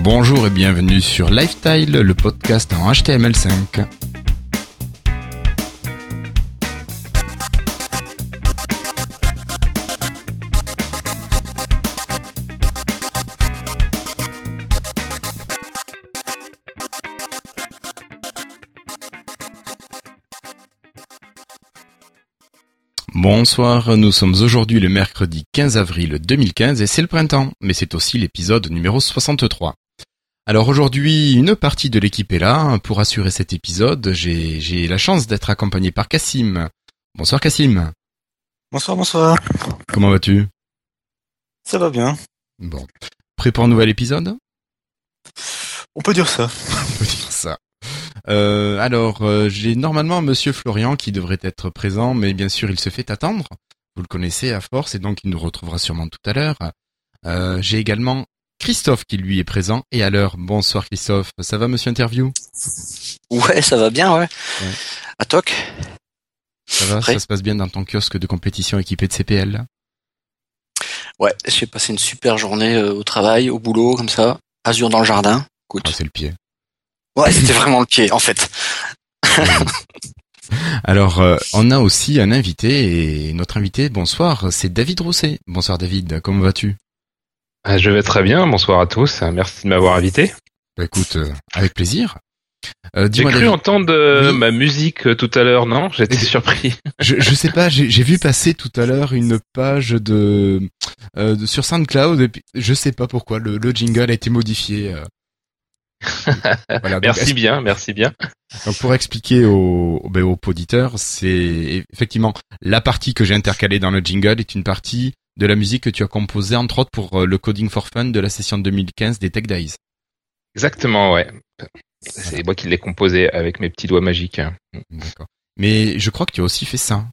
Bonjour et bienvenue sur Lifestyle, le podcast en HTML5. Bonsoir, nous sommes aujourd'hui le mercredi 15 avril 2015 et c'est le printemps, mais c'est aussi l'épisode numéro 63. Alors aujourd'hui, une partie de l'équipe est là. Pour assurer cet épisode, j'ai la chance d'être accompagné par Cassim. Bonsoir Cassim. Bonsoir. Comment vas-tu ? Ça va bien. Bon. Prêt pour un nouvel épisode ? On peut dire ça. On peut dire ça. J'ai normalement Monsieur Florian qui devrait être présent, mais bien sûr il se fait attendre. Vous le connaissez à force et donc il nous retrouvera sûrement tout à l'heure. J'ai également Christophe qui lui est présent et à l'heure. Bonsoir Christophe, ça va Monsieur Interview ? Ouais, ça va bien, ouais. À toc. Ça va, ça se passe bien dans ton kiosque de compétition équipé de CPL là ? Ouais, j'ai passé une super journée au travail, au boulot, comme ça. Azur dans le jardin. Écoute. Ah, c'est le pied. Ouais, c'était vraiment le pied, en fait. Alors, on a aussi un invité, et notre invité, bonsoir, c'est David Rousset. Bonsoir David, comment vas-tu ? Je vais très bien, bonsoir à tous, merci de m'avoir invité. Bah écoute, avec plaisir. J'ai cru entendre ma musique tout à l'heure, non ? J'étais surpris. Je sais pas, j'ai vu passer tout à l'heure une page de sur SoundCloud, et puis, je sais pas pourquoi, le jingle a été modifié. Voilà, merci bien. Donc pour expliquer aux auditeurs, c'est effectivement la partie que j'ai intercalée dans le jingle est une partie de la musique que tu as composée entre autres pour le Coding for Fun de la session 2015 des Tech Days. Exactement, ouais. C'est moi qui l'ai composé avec mes petits doigts magiques. D'accord. Mais je crois que tu as aussi fait ça.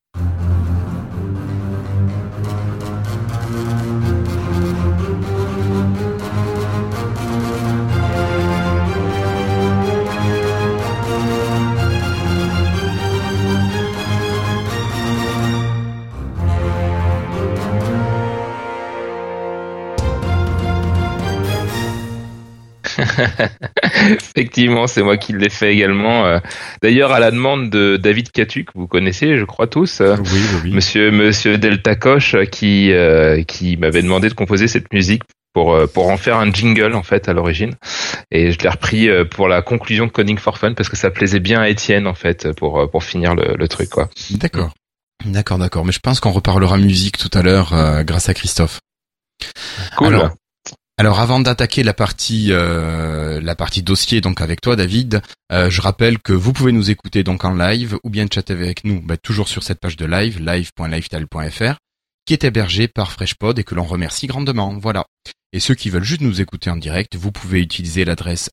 Effectivement, c'est moi qui l'ai fait également. D'ailleurs, à la demande de David Catu, que vous connaissez, je crois tous. Oui. Monsieur Delta Coche, qui m'avait demandé de composer cette musique pour en faire un jingle en fait à l'origine. Et je l'ai repris pour la conclusion de Coding for Fun parce que ça plaisait bien à Étienne en fait pour finir le truc quoi. D'accord. Mais je pense qu'on reparlera musique tout à l'heure grâce à Christophe. Cool. Alors avant d'attaquer la partie dossier donc avec toi David, je rappelle que vous pouvez nous écouter donc en live ou bien chatter avec nous toujours sur cette page de live.lifestyle.fr qui est hébergée par FreshPod et que l'on remercie grandement. Voilà. Et ceux qui veulent juste nous écouter en direct, vous pouvez utiliser l'adresse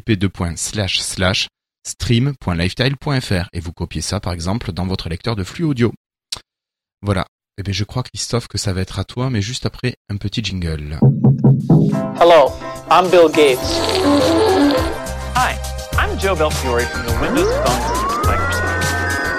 http://stream.lifestyle.fr et vous copiez ça par exemple dans votre lecteur de flux audio. Voilà. Eh bien je crois Christophe que ça va être à toi mais juste après un petit jingle. Hello, I'm Bill Gates. Hi, I'm Joe Belfiore from the Windows Phone team at Microsoft.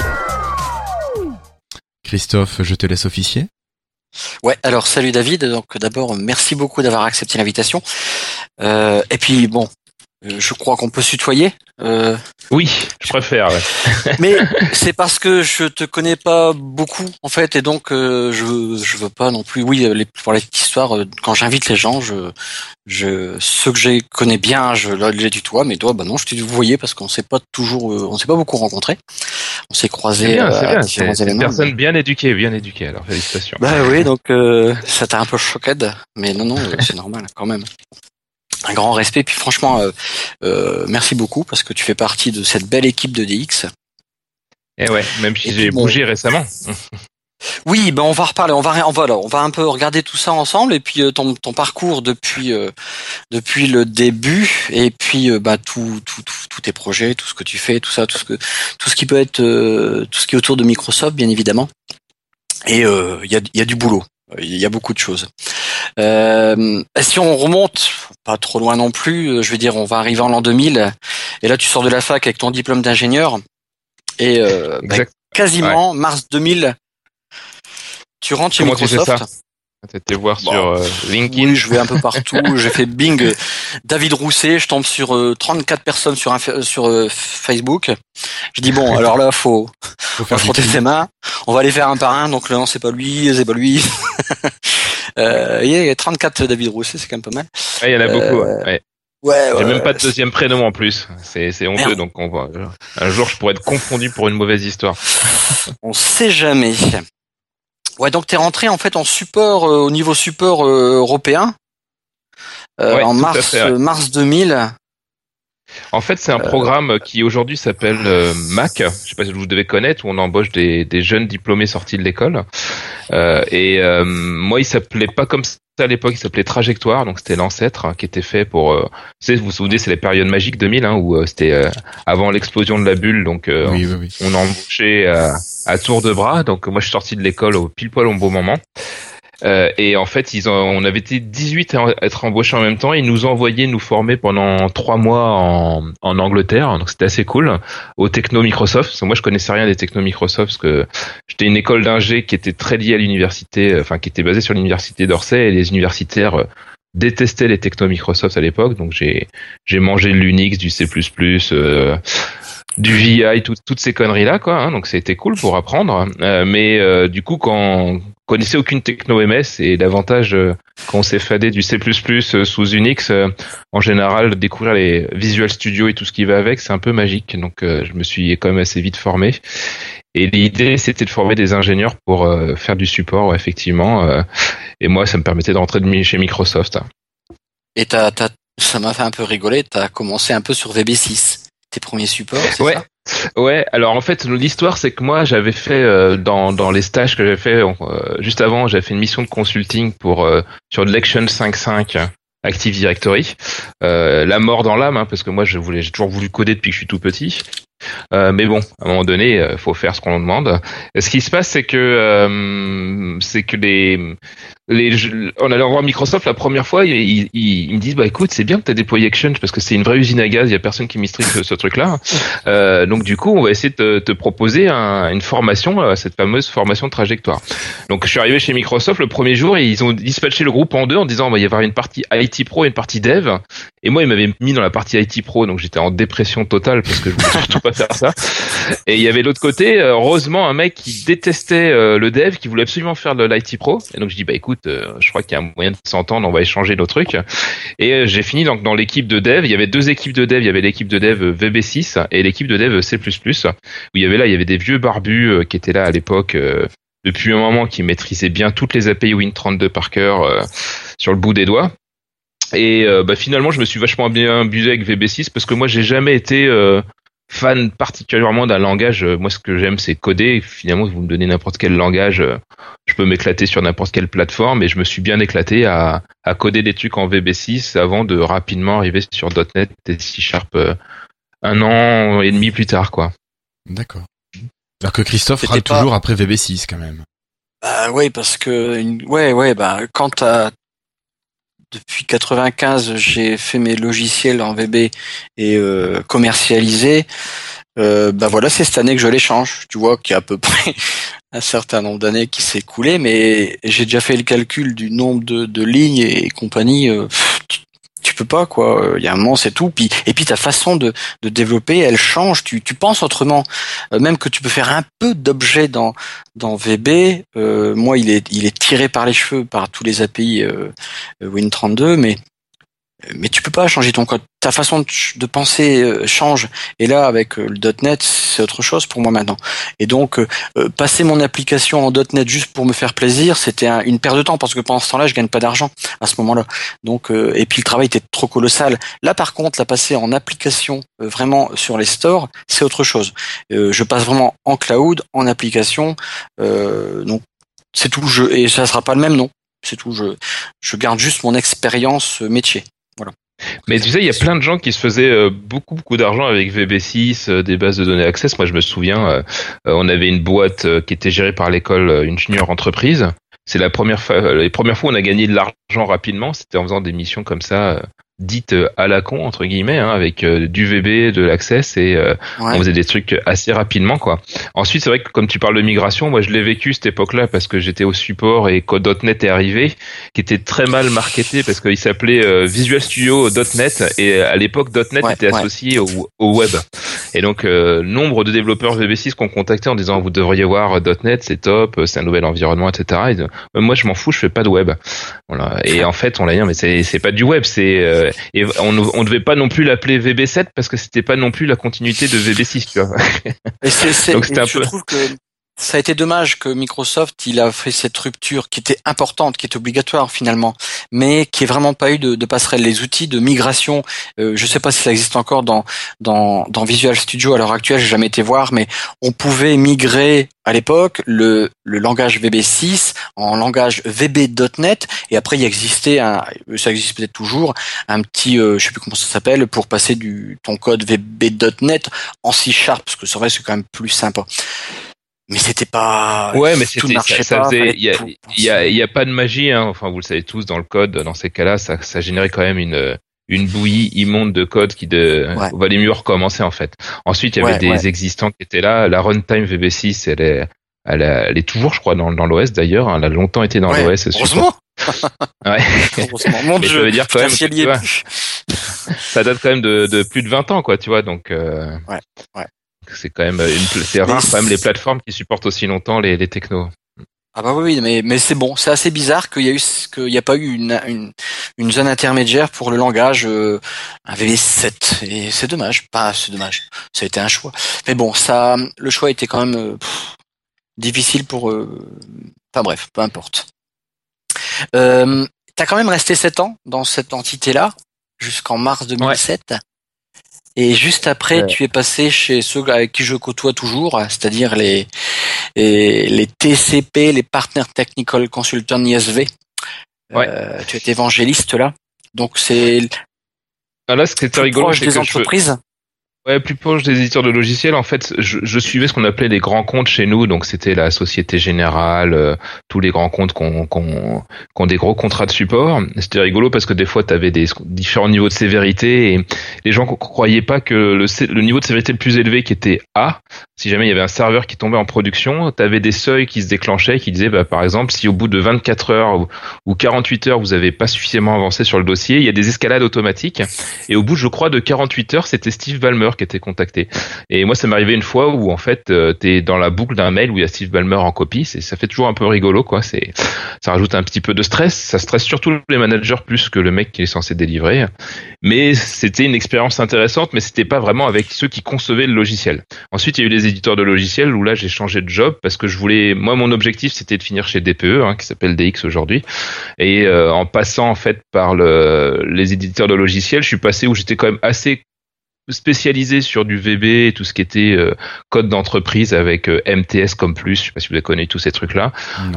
Christophe, je te laisse officier. Ouais, alors salut David. Donc d'abord, merci beaucoup d'avoir accepté l'invitation. Et puis bon, je crois qu'on peut se tutoyer. Oui, je préfère. Ouais. Mais c'est parce que je te connais pas beaucoup en fait, et donc je veux pas non plus. Oui, pour la petite histoire, quand j'invite les gens, ceux que je connais bien, je les tutoie, mais toi, non, je t'ai voyé parce qu'on s'est pas beaucoup rencontrés. On s'est croisés à différents événements. Une personne bien éduquée. Alors félicitations. Bah oui, donc ça t'a un peu choqué, mais non, c'est normal quand même. Un grand respect, puis franchement, merci beaucoup parce que tu fais partie de cette belle équipe de DX. Et ouais, même si j'ai bougé récemment. Oui, on va reparler, on va un peu regarder tout ça ensemble et puis ton parcours depuis le début et puis tous tes projets, tout ce que tu fais, tout ça, tout ce qui peut être tout ce qui est autour de Microsoft bien évidemment. Et il y a du boulot. Il y a beaucoup de choses. Si on remonte, pas trop loin non plus, je veux dire, on va arriver en l'an 2000, et là tu sors de la fac avec ton diplôme d'ingénieur, et quasiment mars 2000, tu rentres chez Microsoft. T'étais voir Bon. sur LinkedIn. Oui, je vais un peu partout. J'ai fait Bing, David Rousset. Je tombe sur 34 personnes sur Facebook. Je dis bon, alors là, faut faire frotter ses mains. On va aller faire un par un. Donc là, non, c'est pas lui, c'est pas lui. Il y a 34 David Rousset, c'est quand même pas mal. Ouais, il y en a beaucoup. Ouais. Ouais, J'ai même pas de deuxième prénom en plus. C'est honteux. Merde. Donc un jour, je pourrais être confondu pour une mauvaise histoire. On sait jamais. Ouais, donc t'es rentré en fait en support au niveau support européen Ouais, en tout à mars fait, ouais. mars 2000. En fait, c'est un programme qui aujourd'hui s'appelle MAC. Je sais pas si vous devez connaître, où on embauche des jeunes diplômés sortis de l'école. Moi, il s'appelait pas comme ça à l'époque, il s'appelait Trajectoire, donc c'était l'ancêtre qui était fait pour. Vous vous souvenez, c'est les périodes magiques 2000, où c'était avant l'explosion de la bulle, donc Oui. on embauchait à tour de bras. Donc moi, je suis sorti de l'école pile poil au bon moment. Et en fait, on avait été 18 à être embauchés en même temps. Ils nous envoyaient nous former pendant 3 mois en Angleterre. Donc c'était assez cool. Au Techno Microsoft. Parce que moi, je connaissais rien des Techno Microsoft parce que j'étais une école d'ingé qui était très liée à l'université, qui était basée sur l'université d'Orsay, et les universitaires détestaient les Techno Microsoft à l'époque. Donc j'ai mangé de l'Unix, du C++, du VI, toutes ces conneries là, quoi. Donc c'était cool pour apprendre. Mais du coup, quand on connaissait aucune techno MS, et l'avantage quand on s'est fadé du C++ sous Unix, en général, découvrir les Visual Studio et tout ce qui va avec, c'est un peu magique. Donc je me suis quand même assez vite formé. Et l'idée, c'était de former des ingénieurs pour faire du support, effectivement. Et moi, ça me permettait de rentrer chez Microsoft. Et ça m'a fait un peu rigoler. T'as commencé un peu sur VB6. Tes premiers supports, c'est Ouais. ça? Ouais, alors en fait l'histoire c'est que moi j'avais fait dans les stages que j'avais fait juste avant, j'avais fait une mission de consulting pour sur de l'Action 5.5 Active Directory, la mort dans l'âme, parce que moi j'ai toujours voulu coder depuis que je suis tout petit. Mais bon, à un moment donné, faut faire ce qu'on demande. Ce qui se passe, c'est que on allait voir Microsoft la première fois, ils me disent écoute, c'est bien que tu as déployé Exchange parce que c'est une vraie usine à gaz, il y a personne qui maîtrise ce truc-là. Donc du coup, on va essayer de te proposer une formation, cette fameuse formation de trajectoire. Donc je suis arrivé chez Microsoft le premier jour et ils ont dispatché le groupe en deux en disant il va y avoir une partie IT Pro et une partie Dev. Et moi, ils m'avaient mis dans la partie IT Pro, donc j'étais en dépression totale parce que je voulais surtout pas faire ça. Et il y avait de l'autre côté, heureusement, un mec qui détestait le Dev, qui voulait absolument faire de l'IT Pro. Et donc je dis écoute, je crois qu'il y a un moyen de s'entendre, on va échanger nos trucs. Et j'ai fini donc dans l'équipe de Dev. Il y avait deux équipes de Dev. Il y avait l'équipe de Dev VB6 et l'équipe de Dev C++. Où il y avait des vieux barbus qui étaient là à l'époque. Depuis un moment, qui maîtrisaient bien toutes les API Win32 par cœur sur le bout des doigts. Et finalement, je me suis vachement bien abusé avec VB6 parce que moi, j'ai jamais été fan particulièrement d'un langage. Moi, ce que j'aime, c'est coder. Finalement, vous me donnez n'importe quel langage, je peux m'éclater sur n'importe quelle plateforme. Et je me suis bien éclaté à coder des trucs en VB6 avant de rapidement arriver sur .NET et C# 1 an et demi plus tard, quoi. D'accord. Alors que Christophe C'était râle pas- toujours après VB6 quand même. Bah oui, parce que quand depuis 95, j'ai fait mes logiciels en VB et commercialisé. Voilà, c'est cette année que je les change. Tu vois qu'il y a à peu près un certain nombre d'années qui s'est écoulé, mais j'ai déjà fait le calcul du nombre de lignes et compagnie. Tu peux pas, quoi. Il y a un moment, c'est tout. Et puis ta façon de développer, elle change. Tu penses autrement. Même que tu peux faire un peu d'objets dans VB. Moi, il est tiré par les cheveux par tous les API Win32, mais tu peux pas changer ton code. Ta façon de penser change. Et là, avec le .NET, c'est autre chose pour moi maintenant. Et donc, passer mon application en .NET juste pour me faire plaisir, c'était une perte de temps parce que pendant ce temps-là, je gagne pas d'argent à ce moment-là. Donc, et puis le travail était trop colossal. Là, par contre, la passer en application vraiment sur les stores, c'est autre chose. Je passe vraiment en cloud, en application. Donc, c'est tout. Et ça sera pas le même nom. C'est tout. Je garde juste mon expérience métier. Voilà. Mais tu sais, il y a plein de gens qui se faisaient beaucoup d'argent avec VB6, des bases de données Access. Moi, je me souviens, on avait une boîte qui était gérée par l'école, une junior entreprise. C'est les premières fois où on a gagné de l'argent rapidement. C'était en faisant des missions comme ça, dite à la con entre guillemets, hein, avec du VB, de l'Access et on faisait des trucs assez rapidement quoi. Ensuite c'est vrai que comme tu parles de migration, moi je l'ai vécu cette époque-là parce que j'étais au support et Code.net est arrivé, qui était très mal marketé parce qu'il s'appelait Visual Studio .net et à l'époque .net était associé au web. Et donc nombre de développeurs VB6 qu'on contactait en disant vous devriez voir .net, c'est top, c'est un nouvel environnement, etc. Et moi je m'en fous, je fais pas de web. Voilà. Et en fait on l'a dit mais c'est pas du web, c'est et on devait pas non plus l'appeler VB7 parce que c'était pas non plus la continuité de VB6, tu vois. Et donc c'était un je peu. trouve que ça a été dommage que Microsoft il a fait cette rupture qui était importante, qui est obligatoire finalement, mais qui est vraiment pas eu de passerelle. Les outils de migration, je sais pas si ça existe encore dans Visual Studio à l'heure actuelle, j'ai jamais été voir, mais on pouvait migrer à l'époque le langage VB6 en langage VB.net et après il existait ça existe peut-être toujours un petit je sais plus comment ça s'appelle pour passer ton code VB.net en C# parce que c'est vrai c'est quand même plus sympa. Mais c'était pas. Ouais, mais tout c'était marchait ça pas. faisait. Il y a pas de magie, hein. Enfin, vous le savez tous dans le code. Dans ces cas-là, ça générait quand même une bouillie immonde de code qui valait mieux recommencer en fait. Ensuite, il y avait des existants qui étaient là. La runtime VB6, elle est toujours, je crois, dans l'OS d'ailleurs. Elle a longtemps été dans l'OS. Heureusement. Ouais. Heureusement. Mon mais Dieu. ça veut dire quand même. Tu vois, ça date quand même de plus de 20 ans, quoi. Tu vois, donc. Ouais. C'est quand même c'est rare quand même les plateformes qui supportent aussi longtemps les technos. Ah bah oui, mais c'est bon, c'est assez bizarre qu'il y a pas eu une zone intermédiaire pour le langage un VB7 et c'est dommage, c'est dommage. Ça a été un choix. Mais bon, le choix était quand même difficile pour enfin bref, peu importe. T'as quand même resté 7 ans dans cette entité-là jusqu'en mars 2007. Ouais. Et juste après, tu es passé chez ceux avec qui je côtoie toujours, c'est-à-dire les TCP, les Partner Technical Consultants ISV. Tu es évangéliste là. Donc c'est là, ce qui était rigolo, proche des entreprises. Ouais, plus proche des éditeurs de logiciels. En fait, je suivais ce qu'on appelait les grands comptes chez nous. Donc, c'était la Société Générale, tous les grands comptes qui ont des gros contrats de support. C'était rigolo parce que des fois, tu avais des différents niveaux de sévérité et les gens croyaient pas que le niveau de sévérité le plus élevé qui était A, si jamais il y avait un serveur qui tombait en production, tu avais des seuils qui se déclenchaient qui disaient, par exemple, si au bout de 24 heures ou 48 heures, vous avez pas suffisamment avancé sur le dossier, il y a des escalades automatiques. Et au bout, je crois, de 48 heures, c'était Steve Ballmer qui était contacté. Et moi, ça m'est arrivé une fois où en fait, t'es dans la boucle d'un mail où il y a Steve Ballmer en copie. Ça fait toujours un peu rigolo, quoi. Ça rajoute un petit peu de stress. Ça stresse surtout les managers plus que le mec qui est censé délivrer. Mais c'était une expérience intéressante, mais c'était pas vraiment avec ceux qui concevaient le logiciel. Ensuite, il y a eu les éditeurs de logiciels où là, j'ai changé de job parce que moi, mon objectif, c'était de finir chez DPE, qui s'appelle DX aujourd'hui. Et en passant en fait par les éditeurs de logiciels, je suis passé où j'étais quand même assez spécialisé sur du VB et tout ce qui était code d'entreprise avec MTS comme plus, je sais pas si vous avez connu tous ces trucs-là,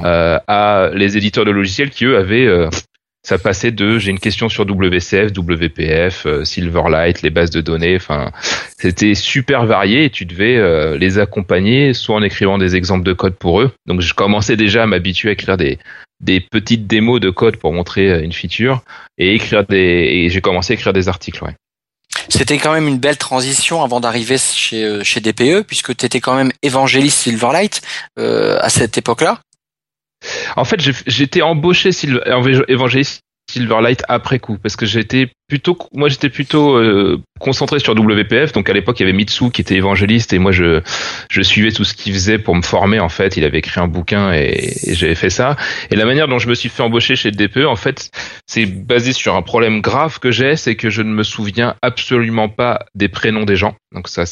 à les éditeurs de logiciels qui eux avaient ça passait j'ai une question sur WCF, WPF, Silverlight, les bases de données, enfin c'était super varié et tu devais les accompagner soit en écrivant des exemples de code pour eux. Donc je commençais déjà à m'habituer à écrire des petites démos de code pour montrer une feature et j'ai commencé à écrire des articles, ouais. C'était quand même une belle transition avant d'arriver chez DPE, puisque tu étais quand même évangéliste Silverlight à cette époque-là. En fait, j'étais embauché évangéliste Silverlight après coup, parce que j'étais plutôt concentré sur WPF. Donc à l'époque, il y avait Mitsu qui était évangéliste et moi je suivais tout ce qu'il faisait pour me former. En fait, il avait écrit un bouquin et j'avais fait ça. Et la manière dont je me suis fait embaucher chez DPE, en fait, c'est basé sur un problème grave que j'ai, c'est que je ne me souviens absolument pas des prénoms des gens. Donc ça,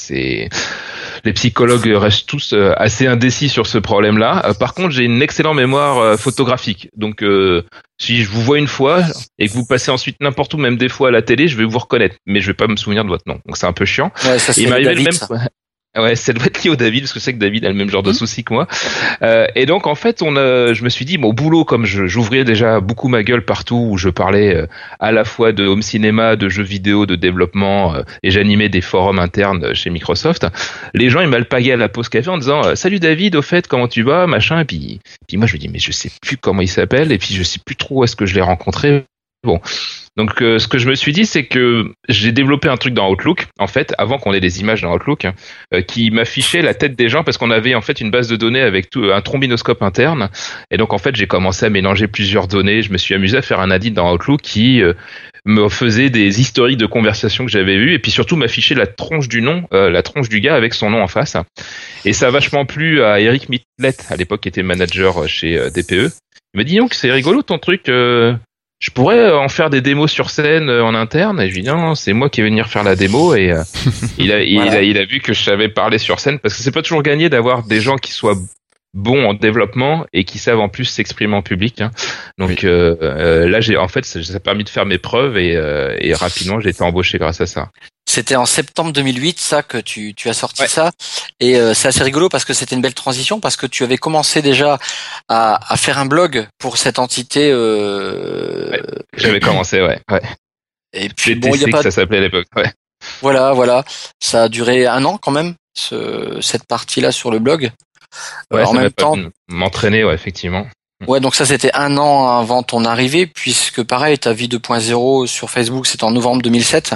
les psychologues restent tous assez indécis sur ce problème-là. Par contre, j'ai une excellente mémoire photographique. Donc, si je vous vois une fois et que vous passez ensuite n'importe où, même des fois à la télé, je vais vous reconnaître, mais je vais pas me souvenir de votre nom. Donc, c'est un peu chiant. Ouais, ça, c'est David, même. Ouais, ça doit être lié au David, parce que je sais que David a le même genre de soucis que moi. Et donc, en fait, je me suis dit, au boulot, comme j'ouvrais déjà beaucoup ma gueule partout, où je parlais à la fois de home cinéma, de jeux vidéo, de développement, et j'animais des forums internes chez Microsoft, les gens, ils m'alpaguaient à la pause café en disant, salut David, au fait, comment tu vas, machin, et puis moi, je me dis, mais je sais plus comment il s'appelle, et puis je sais plus trop où est-ce que je l'ai rencontré. Bon. Donc ce que je me suis dit, c'est que j'ai développé un truc dans Outlook, en fait, avant qu'on ait des images dans Outlook, qui m'affichait la tête des gens parce qu'on avait en fait une base de données avec un trombinoscope interne. Et donc en fait, j'ai commencé à mélanger plusieurs données. Je me suis amusé à faire un edit dans Outlook qui me faisait des historiques de conversations que j'avais eues et puis surtout m'affichait la tronche du nom, la tronche du gars avec son nom en face. Et ça a vachement plu à Eric Mitlet, à l'époque qui était manager chez DPE. Il m'a dit donc c'est rigolo ton truc. Je pourrais en faire des démos sur scène en interne. Et je lui dis non, c'est moi qui vais venir faire la démo. Et il a vu que je savais parler sur scène parce que c'est pas toujours gagné d'avoir des gens qui soient bons en développement et qui savent en plus s'exprimer en public. Hein. Donc là, ça a permis de faire mes preuves et rapidement j'ai été embauché grâce à ça. C'était en septembre 2008, ça, que tu as sorti ça. Et c'est assez rigolo parce que c'était une belle transition parce que tu avais commencé déjà à faire un blog pour cette entité. J'avais commencé, ouais. Et puis bon, il y a pas. Ça s'appelait à l'époque. Ouais. Voilà. Ça a duré 1 an quand même, cette partie-là sur le blog. Ouais, en même temps, m'entraîner, ouais, effectivement. Ouais, donc ça c'était 1 an avant ton arrivée, puisque pareil, ta vie 2.0 sur Facebook, c'était en novembre 2007.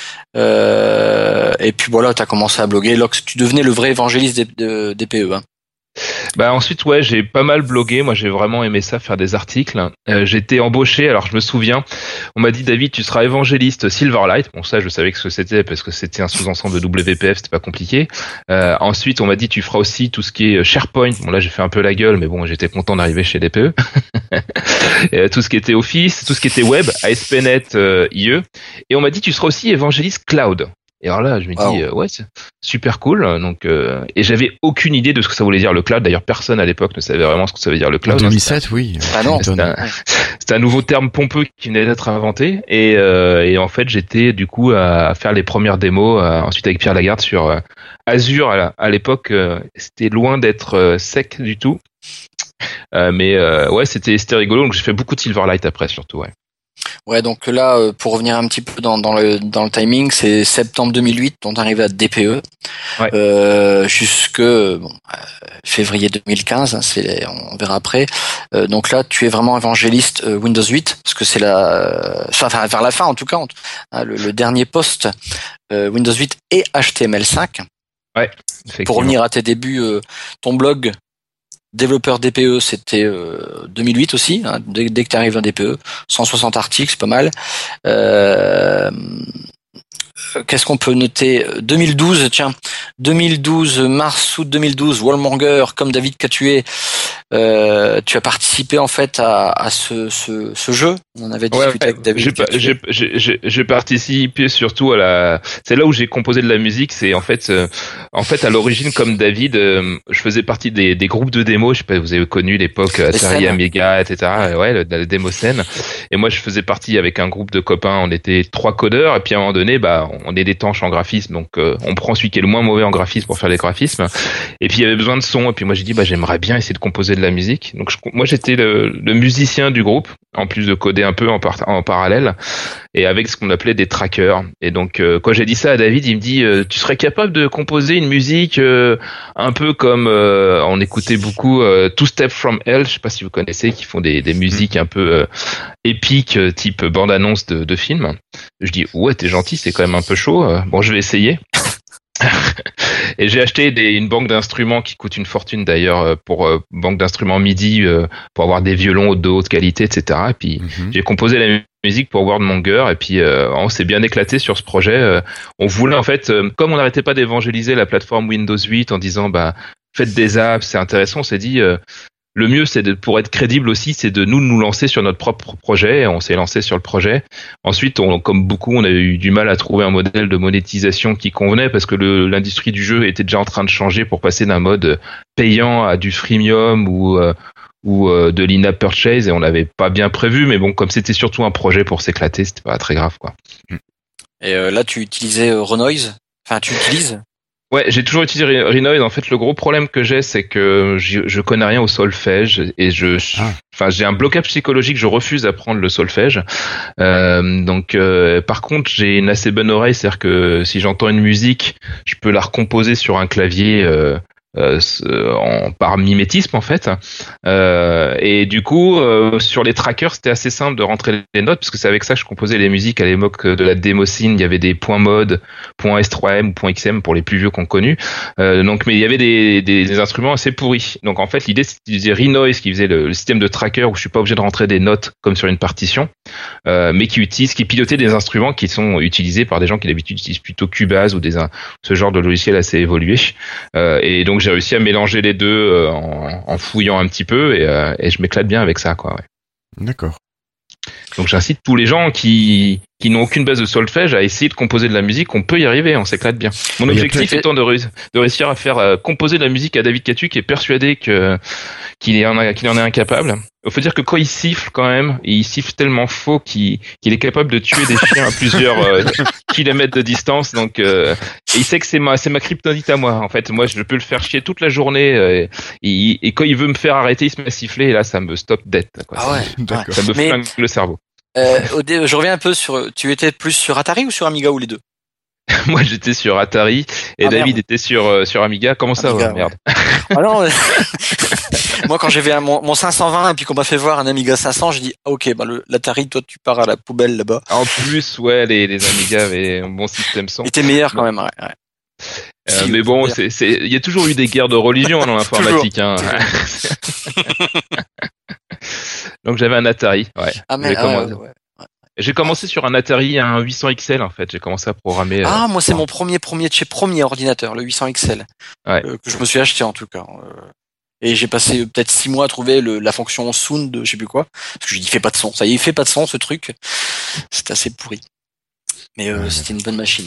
Et puis voilà, t'as commencé à bloguer. Là, tu devenais le vrai évangéliste des DPE. Hein. Bah ensuite ouais, j'ai pas mal blogué, moi j'ai vraiment aimé ça, faire des articles. J'ai été embauché, alors je me souviens, on m'a dit David, tu seras évangéliste Silverlight. Bon ça je savais que ce que c'était parce que c'était un sous-ensemble de WPF, c'était pas compliqué. Ensuite on m'a dit tu feras aussi tout ce qui est SharePoint. Bon là j'ai fait un peu la gueule mais bon, j'étais content d'arriver chez DPE. Tout ce qui était Office, tout ce qui était web, ASP.NET, IE. Et on m'a dit tu seras aussi évangéliste Cloud. Et alors là, je me dis, ouais, c'est super cool. Donc, et j'avais aucune idée de ce que ça voulait dire le cloud. D'ailleurs, personne à l'époque ne savait vraiment ce que ça veut dire le cloud. En 2007, oui. Ah non. C'était un nouveau terme pompeux qui venait d'être inventé. Et en fait, j'étais du coup à faire les premières démos ensuite avec Pierre Lagarde sur Azure. À l'époque, c'était loin d'être sec du tout. Mais ouais, c'était rigolo. Donc j'ai fait beaucoup de Silverlight après, surtout. Ouais. Ouais, donc là, pour revenir un petit peu dans le timing, c'est septembre 2008, on arrive à DPE, jusque février 2015, hein, on verra après. Donc là, tu es vraiment évangéliste Windows 8, parce que c'est enfin vers la fin en tout cas, le dernier poste Windows 8 et HTML5. Ouais. Pour revenir à tes débuts, ton blog développeur DPE, c'était 2008 aussi, hein, dès que tu arrives à DPE, 160 articles, c'est pas mal. Qu'est-ce qu'on peut noter? 2012, tiens, 2012, mars-août 2012, Wallmonger, comme David Catué, tu as participé en fait à ce jeu. On en avait discuté avec David. J'ai participé surtout c'est là où j'ai composé de la musique. C'est en fait à l'origine, comme David, je faisais partie des groupes de démos. Je sais pas, vous avez connu l'époque Atari Amiga, etc. Ouais, la démo scène. Et moi, je faisais partie avec un groupe de copains. On était 3 codeurs. Et puis à un moment donné, on est d'étanche en graphisme, donc on prend celui qui est le moins mauvais en graphisme pour faire les graphismes. Et puis il y avait besoin de son. Et puis moi, j'ai dit j'aimerais bien essayer de composer de la musique. Donc moi, j'étais le musicien du groupe, en plus de coder un peu en parallèle, et avec ce qu'on appelait des trackers. Et donc quand j'ai dit ça à David, il me dit tu serais capable de composer une musique un peu comme on écoutait beaucoup Two Steps from Hell, je sais pas si vous connaissez, qui font des musiques un peu épiques, type bande-annonce de films. Je dis ouais, t'es gentil, c'est quand même un peu chaud. Bon, je vais essayer. Et j'ai acheté une banque d'instruments qui coûte une fortune d'ailleurs, pour banque d'instruments MIDI, pour avoir des violons de haute qualité, etc. Et puis j'ai composé la musique pour Wallmonger, et puis on s'est bien éclaté sur ce projet. On voulait en fait, comme on n'arrêtait pas d'évangéliser la plateforme Windows 8 en disant faites des apps, c'est intéressant, on s'est dit le mieux, pour être crédible aussi, c'est de nous lancer sur notre propre projet. On s'est lancé sur le projet. Ensuite, comme beaucoup, on a eu du mal à trouver un modèle de monétisation qui convenait parce que l'industrie du jeu était déjà en train de changer pour passer d'un mode payant à du freemium ou de l'in-app purchase, et on n'avait pas bien prévu. Mais bon, comme c'était surtout un projet pour s'éclater, c'était pas très grave, quoi. Et là, tu utilisais Renoise. Enfin, tu utilises. Ouais, j'ai toujours utilisé Renoise. En fait, le gros problème que j'ai, c'est que je connais rien au solfège et j'ai un blocage psychologique. Je refuse d'apprendre le solfège. Donc, par contre, j'ai une assez bonne oreille, c'est-à-dire que si j'entends une musique, je peux la recomposer sur un clavier par mimétisme en fait. Et du coup, sur les trackers, c'était assez simple de rentrer les notes parce que c'est avec ça que je composais les musiques à l'époque de la démocine. Il y avait des points mode, points S3M ou points XM pour les plus vieux qu'on connu. Donc, mais il y avait des instruments assez pourris. Donc en fait, l'idée c'était d'utiliser Renoise qui faisait le système de tracker où je suis pas obligé de rentrer des notes comme sur une partition, mais qui pilotait des instruments qui sont utilisés par des gens qui d'habitude utilisent plutôt Cubase ou ce genre de logiciel assez évolué. Et donc j'ai réussi à mélanger les deux en fouillant un petit peu et je m'éclate bien avec ça, quoi. Ouais. D'accord. Donc j'incite tous les gens qui n'ont aucune base de solfège à essayer de composer de la musique. On peut y arriver, on s'éclate bien. Mon objectif étant de réussir à faire composer de la musique à David Catu, qui est persuadé qu'il en est incapable. Il faut dire que quand il siffle quand même, il siffle tellement faux qu'il est capable de tuer des chiens à plusieurs kilomètres de distance. Donc et il sait que c'est ma kryptonite à moi. En fait, moi je peux le faire chier toute la journée et quand il veut me faire arrêter, il se met à siffler et là ça me stop dead, quoi. Ah ouais. D'accord. Ça me flingue le cerveau. Je reviens un peu tu étais plus sur Atari ou sur Amiga ou les deux? Moi, j'étais sur Atari et David était sur Amiga. Comment ça, Amiga, ouais, merde. Ah non, moi, quand j'ai vu mon 520 et puis qu'on m'a fait voir un Amiga 500, j'ai dit, ok, l'Atari, toi, tu pars à la poubelle là-bas. En plus, ouais, les Amiga avaient un bon système son. Il était meilleur quand même, ouais. Mais bon, il y a toujours eu des guerres de religion dans l'informatique, hein. Donc j'avais un Atari, ouais. Ah, mais, J'ai commencé sur un Atari, un 800 XL en fait. J'ai commencé à programmer. Moi c'est mon premier ordinateur, le 800 XL, que je me suis acheté en tout cas. Et j'ai passé peut-être 6 mois à trouver la fonction sound de je sais plus quoi, parce que il fait pas de son. Ça y est, il fait pas de son ce truc. C'est assez pourri. Mais c'était une bonne machine.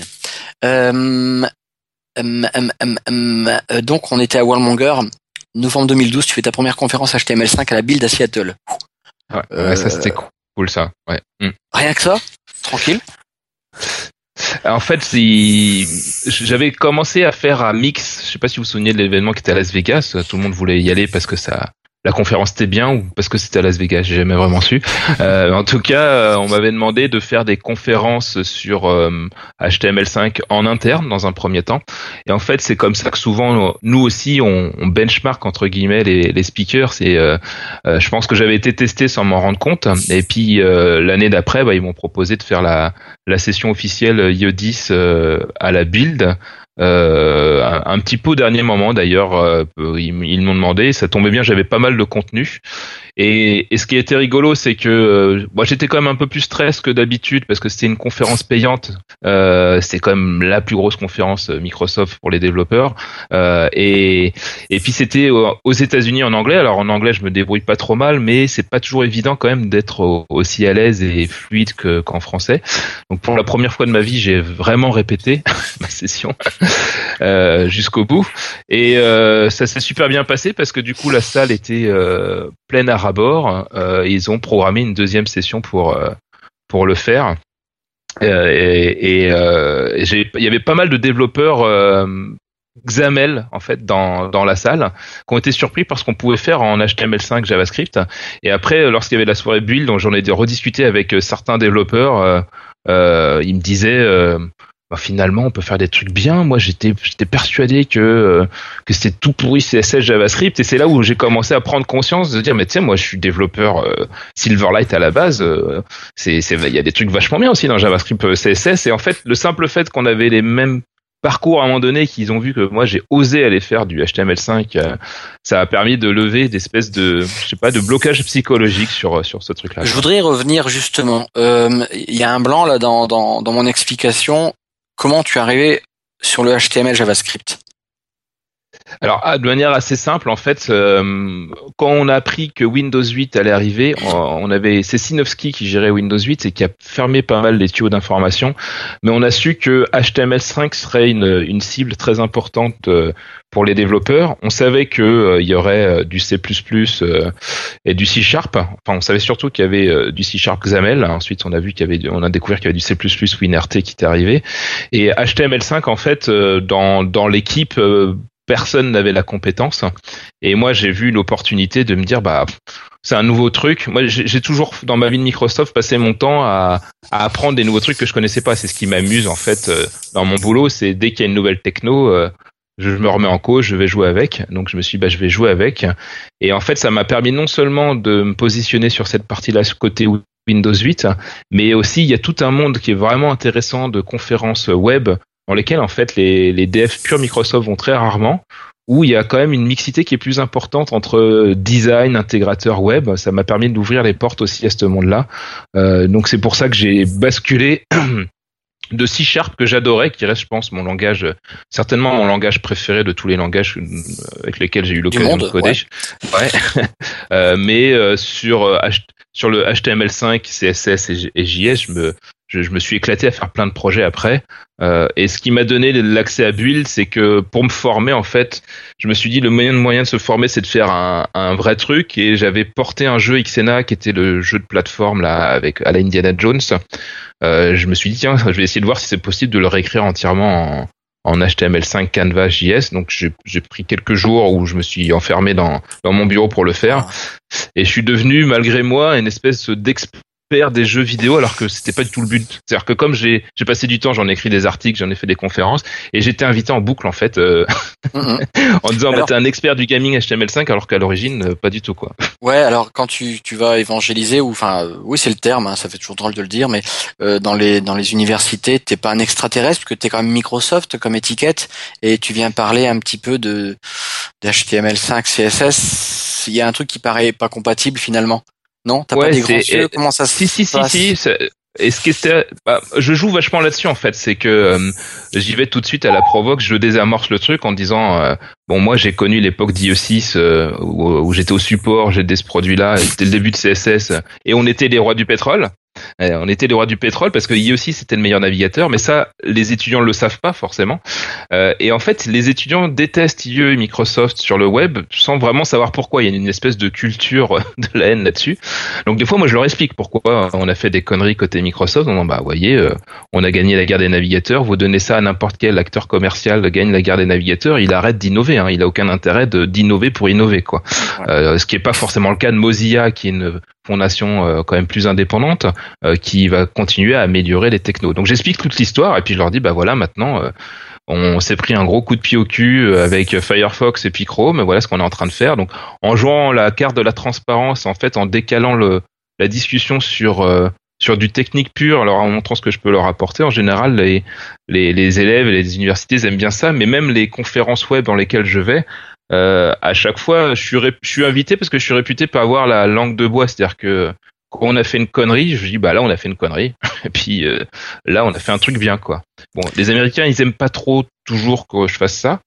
Donc on était à Worldmonger, novembre 2012. Tu fais ta première conférence HTML5 à la Build à Seattle. Ouais, ça c'était cool ça. Ouais. Rien que ça, tranquille. En fait, j'avais commencé à faire un mix. Je sais pas si vous vous souvenez de l'événement qui était à Las Vegas. Tout le monde voulait y aller parce que la conférence était bien ou parce que c'était à Las Vegas. J'ai jamais vraiment su. En tout cas, on m'avait demandé de faire des conférences sur HTML5 en interne dans un premier temps. Et en fait, c'est comme ça que souvent nous aussi on benchmark entre guillemets les speakers. Je pense que j'avais été testé sans m'en rendre compte. Et puis l'année d'après, ils m'ont proposé de faire la session officielle IE10 à la Build. Un petit peu au dernier moment d'ailleurs, ils m'ont demandé, ça tombait bien, j'avais pas mal de contenu et ce qui était rigolo c'est que moi j'étais quand même un peu plus stress que d'habitude parce que c'était une conférence payante, c'est quand même la plus grosse conférence Microsoft pour les développeurs et puis c'était aux États-Unis en anglais. Alors en anglais je me débrouille pas trop mal, mais c'est pas toujours évident quand même d'être aussi à l'aise et fluide qu'en français. Donc pour la première fois de ma vie j'ai vraiment répété ma session jusqu'au bout et ça s'est super bien passé parce que du coup la salle était pleine à ras-bord. Ils ont programmé une deuxième session pour le faire et il y avait pas mal de développeurs XAML en fait dans la salle qui ont été surpris par ce qu'on pouvait faire en HTML5 JavaScript. Et après lorsqu'il y avait la soirée build, donc j'en ai rediscuté avec certains développeurs, ils me disaient finalement on peut faire des trucs bien. Moi j'étais persuadé que c'était tout pourri CSS JavaScript, et c'est là où j'ai commencé à prendre conscience de dire mais tu sais moi je suis développeur Silverlight à la base, il y a des trucs vachement bien aussi dans JavaScript CSS, et en fait le simple fait qu'on avait les mêmes parcours à un moment donné, qu'ils ont vu que moi j'ai osé aller faire du HTML5, ça a permis de lever des espèces de blocage psychologique sur ce truc-là. Je voudrais y revenir justement. Il y a un blanc là dans mon explication. Comment tu es arrivé sur le HTML JavaScript? Alors, de manière assez simple, en fait, quand on a appris que Windows 8 allait arriver, c'est Sinofsky qui gérait Windows 8 et qui a fermé pas mal les tuyaux d'information, mais on a su que HTML5 serait une cible très importante pour les développeurs. On savait que il y aurait du C++ et du C#. Enfin, on savait surtout qu'il y avait du C# XAML. Ensuite, on a découvert qu'il y avait du C++ WinRT qui était arrivé. Et HTML5, en fait, dans l'équipe, personne n'avait la compétence. Et moi, j'ai vu l'opportunité de me dire, c'est un nouveau truc. Moi, j'ai toujours, dans ma vie de Microsoft, passé mon temps à apprendre des nouveaux trucs que je connaissais pas. C'est ce qui m'amuse, en fait, dans mon boulot. C'est dès qu'il y a une nouvelle techno, je me remets en cause, je vais jouer avec. Donc je me suis dit, je vais jouer avec. Et en fait, ça m'a permis non seulement de me positionner sur cette partie-là côté Windows 8, mais aussi il y a tout un monde qui est vraiment intéressant de conférences web dans lesquelles en fait les devs pure Microsoft vont très rarement, où il y a quand même une mixité qui est plus importante entre design, intégrateur web. Ça m'a permis d'ouvrir les portes aussi à ce monde-là. Donc c'est pour ça que j'ai basculé de C# que j'adorais, qui reste, je pense, certainement mon langage préféré de tous les langages avec lesquels j'ai eu l'occasion de coder. Ouais. Mais sur le HTML5, CSS et JS, je me suis éclaté à faire plein de projets après. Et ce qui m'a donné l'accès à Build, c'est que pour me former, en fait, je me suis dit le moyen de se former, c'est de faire un vrai truc. Et j'avais porté un jeu Xena qui était le jeu de plateforme là à la Indiana Jones. Je me suis dit tiens, je vais essayer de voir si c'est possible de le réécrire entièrement en HTML5 Canvas JS. Donc j'ai pris quelques jours où je me suis enfermé dans mon bureau pour le faire. Et je suis devenu malgré moi une espèce d'expert des jeux vidéo alors que c'était pas du tout le but. C'est-à-dire que comme j'ai passé du temps, j'en ai écrit des articles, j'en ai fait des conférences et j'étais invité en boucle en fait en disant t'es un expert du gaming HTML5 alors qu'à l'origine pas du tout quoi. Ouais, alors quand tu vas évangéliser ou oui, c'est le terme, ça fait toujours drôle de le dire, mais dans les universités, t'es pas un extraterrestre parce que t'es quand même Microsoft comme étiquette et tu viens parler un petit peu de HTML5 CSS, il y a un truc qui paraît pas compatible finalement. Non, t'as pas des grands yeux, comment ça se passe? Si. Et ce qui était, je joue vachement là-dessus en fait, c'est que j'y vais tout de suite à la provoque, je désamorce le truc en disant moi j'ai connu l'époque d'IE6 où j'étais au support, j'ai ce produit-là, c'était le début de CSS et on était les rois du pétrole. On était les rois du pétrole parce que IE6 c'était le meilleur navigateur, mais ça les étudiants ne le savent pas forcément. Et en fait, les étudiants détestent IE et Microsoft sur le web sans vraiment savoir pourquoi. Il y a une espèce de culture de la haine là-dessus. Donc des fois, moi je leur explique pourquoi on a fait des conneries côté Microsoft. On dit voyez, on a gagné la guerre des navigateurs. Vous donnez ça à n'importe quel acteur commercial gagne la guerre des navigateurs, il arrête d'innover. Il a aucun intérêt d'innover pour innover quoi. Ce qui est pas forcément le cas de Mozilla qui est une fondation quand même plus indépendante qui va continuer à améliorer les technos. Donc j'explique toute l'histoire et puis je leur dis voilà maintenant on s'est pris un gros coup de pied au cul avec Firefox et puis Chrome, voilà ce qu'on est en train de faire. Donc en jouant la carte de la transparence, en fait en décalant la discussion sur du technique pur, alors en montrant ce que je peux leur apporter, en général les élèves et les universités aiment bien ça, mais même les conférences web dans lesquelles je vais, à chaque fois, je suis invité parce que je suis réputé pour avoir la langue de bois, c'est-à-dire que quand on a fait une connerie, je dis là on a fait une connerie, et puis là on a fait un truc bien quoi. Bon, les Américains ils aiment pas trop toujours que je fasse ça,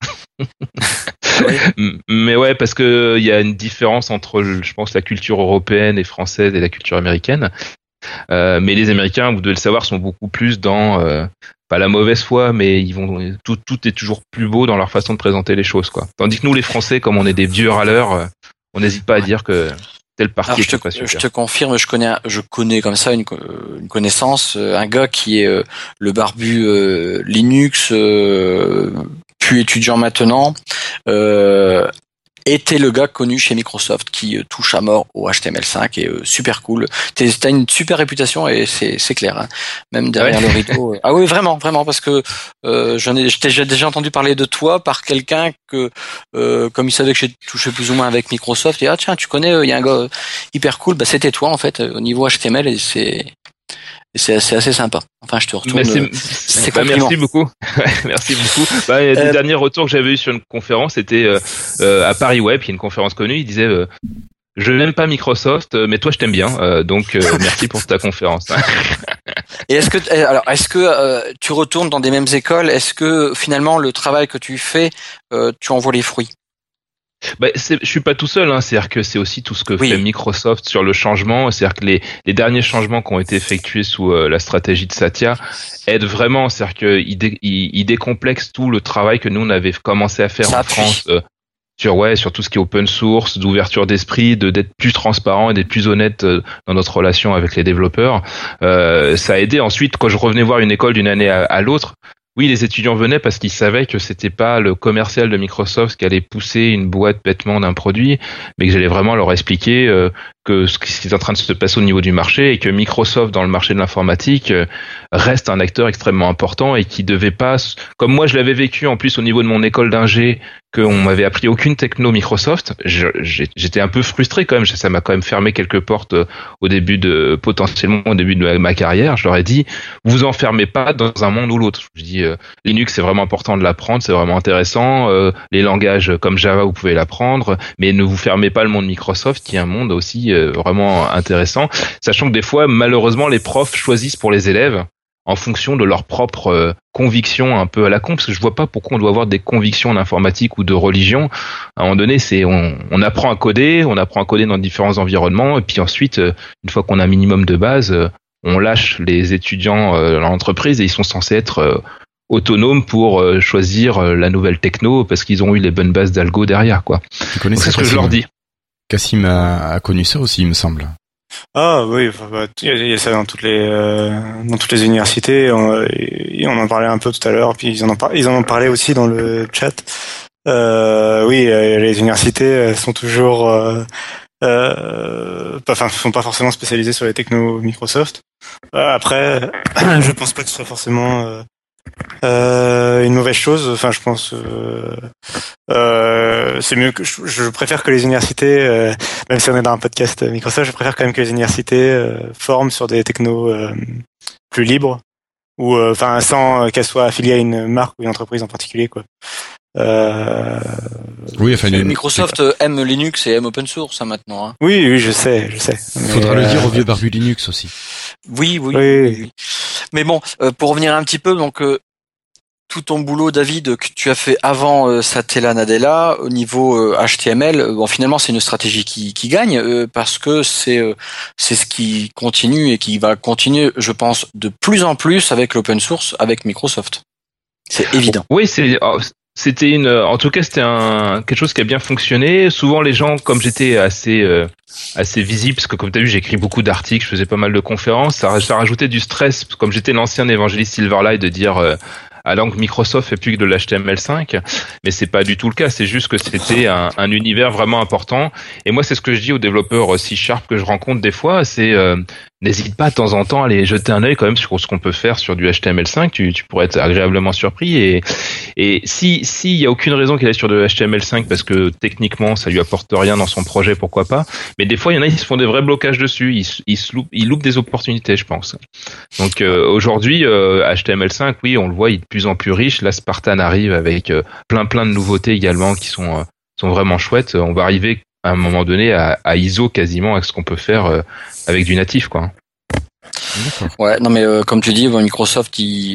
mais ouais parce que il y a une différence entre je pense la culture européenne et française et la culture américaine. Mais les Américains, vous devez le savoir, sont beaucoup plus dans pas la mauvaise foi, mais ils vont tout est toujours plus beau dans leur façon de présenter les choses quoi. Tandis que nous les Français, comme on est des vieux râleurs, on n'hésite pas à dire que tel parti est pas super. Je te confirme, je connais comme ça une connaissance, un gars qui est le barbu Linux, puis étudiant maintenant. Était le gars connu chez Microsoft qui touche à mort au HTML5 et super cool. T'as une super réputation et c'est clair, hein. Même derrière le rideau. Ah oui, vraiment, parce que j'ai déjà entendu parler de toi par quelqu'un que comme il savait que j'ai touché plus ou moins avec Microsoft, et tiens, tu connais, il y a un gars hyper cool. C'était toi en fait au niveau HTML et c'est assez sympa. Enfin, je te retourne. Merci beaucoup. Merci beaucoup. Le dernier retour que j'avais eu sur une conférence, c'était à Paris Web, qui est une conférence connue. Il disait je n'aime pas Microsoft, mais toi je t'aime bien. Donc merci pour ta conférence. Et est-ce que tu retournes dans des mêmes écoles? Est-ce que finalement le travail que tu fais, tu en vois les fruits? Je suis pas tout seul, hein. C'est-à-dire que c'est aussi tout ce que fait Microsoft sur le changement. C'est-à-dire que les derniers changements qui ont été effectués sous la stratégie de Satya aident vraiment. C'est-à-dire qu'ils décomplexent tout le travail que nous on avait commencé à faire en France sur tout ce qui est open source, d'ouverture d'esprit, d'être plus transparent et d'être plus honnête dans notre relation avec les développeurs. Ça a aidé. Ensuite, quand je revenais voir une école d'une année à l'autre, oui, les étudiants venaient parce qu'ils savaient que c'était pas le commercial de Microsoft qui allait pousser une boîte bêtement d'un produit, mais que j'allais vraiment leur expliquer que ce qui est en train de se passer au niveau du marché et que Microsoft dans le marché de l'informatique reste un acteur extrêmement important et qui devait pas, comme moi je l'avais vécu en plus au niveau de mon école d'ingé, qu'on m'avait appris aucune techno Microsoft, j'étais un peu frustré quand même, ça m'a quand même fermé quelques portes potentiellement au début de ma carrière. Je leur ai dit, vous enfermez pas dans un monde ou l'autre. Je dis, Linux c'est vraiment important de l'apprendre, c'est vraiment intéressant, les langages comme Java vous pouvez l'apprendre, mais ne vous fermez pas le monde Microsoft qui est un monde aussi vraiment intéressant, sachant que des fois malheureusement les profs choisissent pour les élèves en fonction de leurs propres convictions un peu à la con, parce que je vois pas pourquoi on doit avoir des convictions en informatique ou de religion. À un moment donné, on apprend à coder dans différents environnements, et puis ensuite, une fois qu'on a un minimum de base, on lâche les étudiants dans l'entreprise et ils sont censés être autonomes pour choisir la nouvelle techno parce qu'ils ont eu les bonnes bases d'algo derrière, quoi. Tu connais ça, c'est ce que je leur dis. Cassim a connu ça aussi, il me semble. Ah oui, il y a ça dans toutes les universités. On en parlait un peu tout à l'heure, puis ils en ont parlé aussi dans le chat. Oui, les universités sont toujours, sont pas forcément spécialisées sur les technos Microsoft. Après, je pense pas que ce soit forcément une mauvaise chose. Enfin, je pense c'est mieux que je préfère que les universités, même si on est dans un podcast Microsoft, je préfère quand même que les universités forment sur des technos plus libres ou enfin sans qu'elles soient affiliées à une marque ou une entreprise en particulier, quoi. Oui, enfin, Microsoft aime Linux et aime open source maintenant. Hein. Oui, je sais. Faudra le dire au vieux barbu Linux aussi. Oui. Mais bon, pour revenir un petit peu, donc tout ton boulot, David, que tu as fait avant Satella Nadella au niveau HTML, bon, finalement c'est une stratégie qui gagne parce que c'est ce qui continue et qui va continuer, je pense, de plus en plus avec l'open source, avec Microsoft. C'est évident. Oui, c'était en tout cas c'était quelque chose qui a bien fonctionné. Souvent les gens, comme j'étais assez visible, parce que comme tu as vu j'écris beaucoup d'articles, je faisais pas mal de conférences, ça rajoutait du stress, comme j'étais l'ancien évangéliste Silverlight, de dire alors que Microsoft fait plus que de l'HTML5, mais c'est pas du tout le cas, c'est juste que c'était un univers vraiment important. Et moi c'est ce que je dis aux développeurs C# que je rencontre des fois, c'est n'hésite pas de temps en temps à aller jeter un œil quand même sur ce qu'on peut faire sur du HTML5, tu pourrais être agréablement surpris. Et si y a aucune raison qu'il aille sur de HTML5 parce que techniquement ça lui apporte rien dans son projet, pourquoi pas. Mais des fois il y en a qui se font des vrais blocages dessus, ils loupent des opportunités, je pense. Donc aujourd'hui HTML5, oui, on le voit, il est de plus en plus riche. Là Spartan arrive avec plein de nouveautés également qui sont vraiment chouettes. On va arriver à un moment donné à ISO quasiment avec ce qu'on peut faire avec du natif, quoi. Ouais, non mais comme tu dis, Microsoft, ils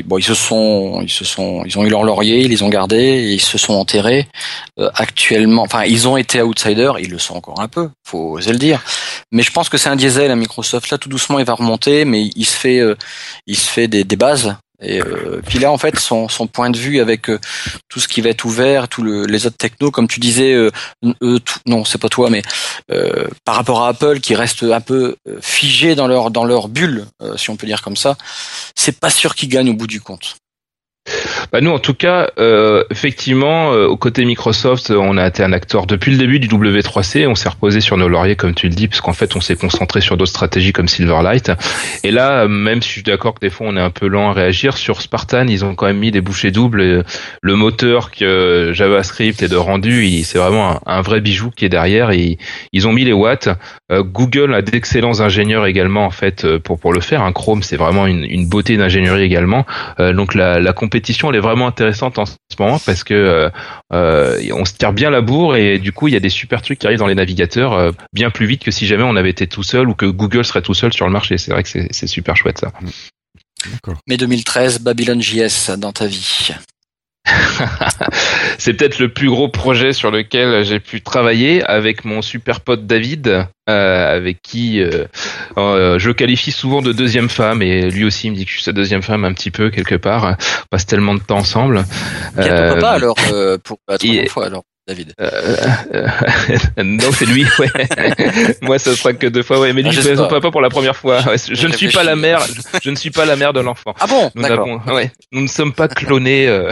ont eu leur laurier, ils les ont gardés, et ils se sont enterrés. Actuellement, enfin, ils ont été outsiders, ils le sont encore un peu, faut oser le dire. Mais je pense que c'est un diesel à Microsoft. Là, tout doucement, il va remonter, mais il se fait des bases. Et puis là, en fait, son point de vue avec tout ce qui va être ouvert, les autres technos, comme tu disais, non, c'est pas toi, mais par rapport à Apple, qui reste un peu figé dans leur bulle, si on peut dire comme ça, c'est pas sûr qu'ils gagnent au bout du compte. Bah nous en tout cas effectivement au côté Microsoft on a été un acteur depuis le début du W3C, on s'est reposé sur nos lauriers comme tu le dis parce qu'en fait on s'est concentré sur d'autres stratégies comme Silverlight et là même si je suis d'accord que des fois on est un peu lent à réagir sur Spartan, ils ont quand même mis des bouchées doubles, le moteur que JavaScript et de rendu c'est vraiment un vrai bijou qui est derrière et ils ont mis les watts. Google a d'excellents ingénieurs également en fait pour le faire, Chrome c'est vraiment une beauté d'ingénierie également, donc la compétition elle est vraiment intéressante en ce moment parce que on se tire bien la bourre et du coup il y a des super trucs qui arrivent dans les navigateurs bien plus vite que si jamais on avait été tout seul ou que Google serait tout seul sur le marché. C'est vrai que c'est super chouette ça. D'accord. Mais 2013, Babylon JS dans ta vie. C'est peut-être le plus gros projet sur lequel j'ai pu travailler avec mon super pote David, avec qui je qualifie souvent de deuxième femme et lui aussi il me dit que je suis sa deuxième femme un petit peu quelque part. On passe tellement de temps ensemble. Bientôt papa alors pour la troisième fois alors. David. Non, c'est lui, ouais. Moi, ça sera que 2 fois, ouais. Mais lui, je ne pas pour la première fois. Ouais, je ne suis pas la mère, je ne suis pas la mère de l'enfant. Ah bon? Nous D'accord. nous ne sommes pas clonés.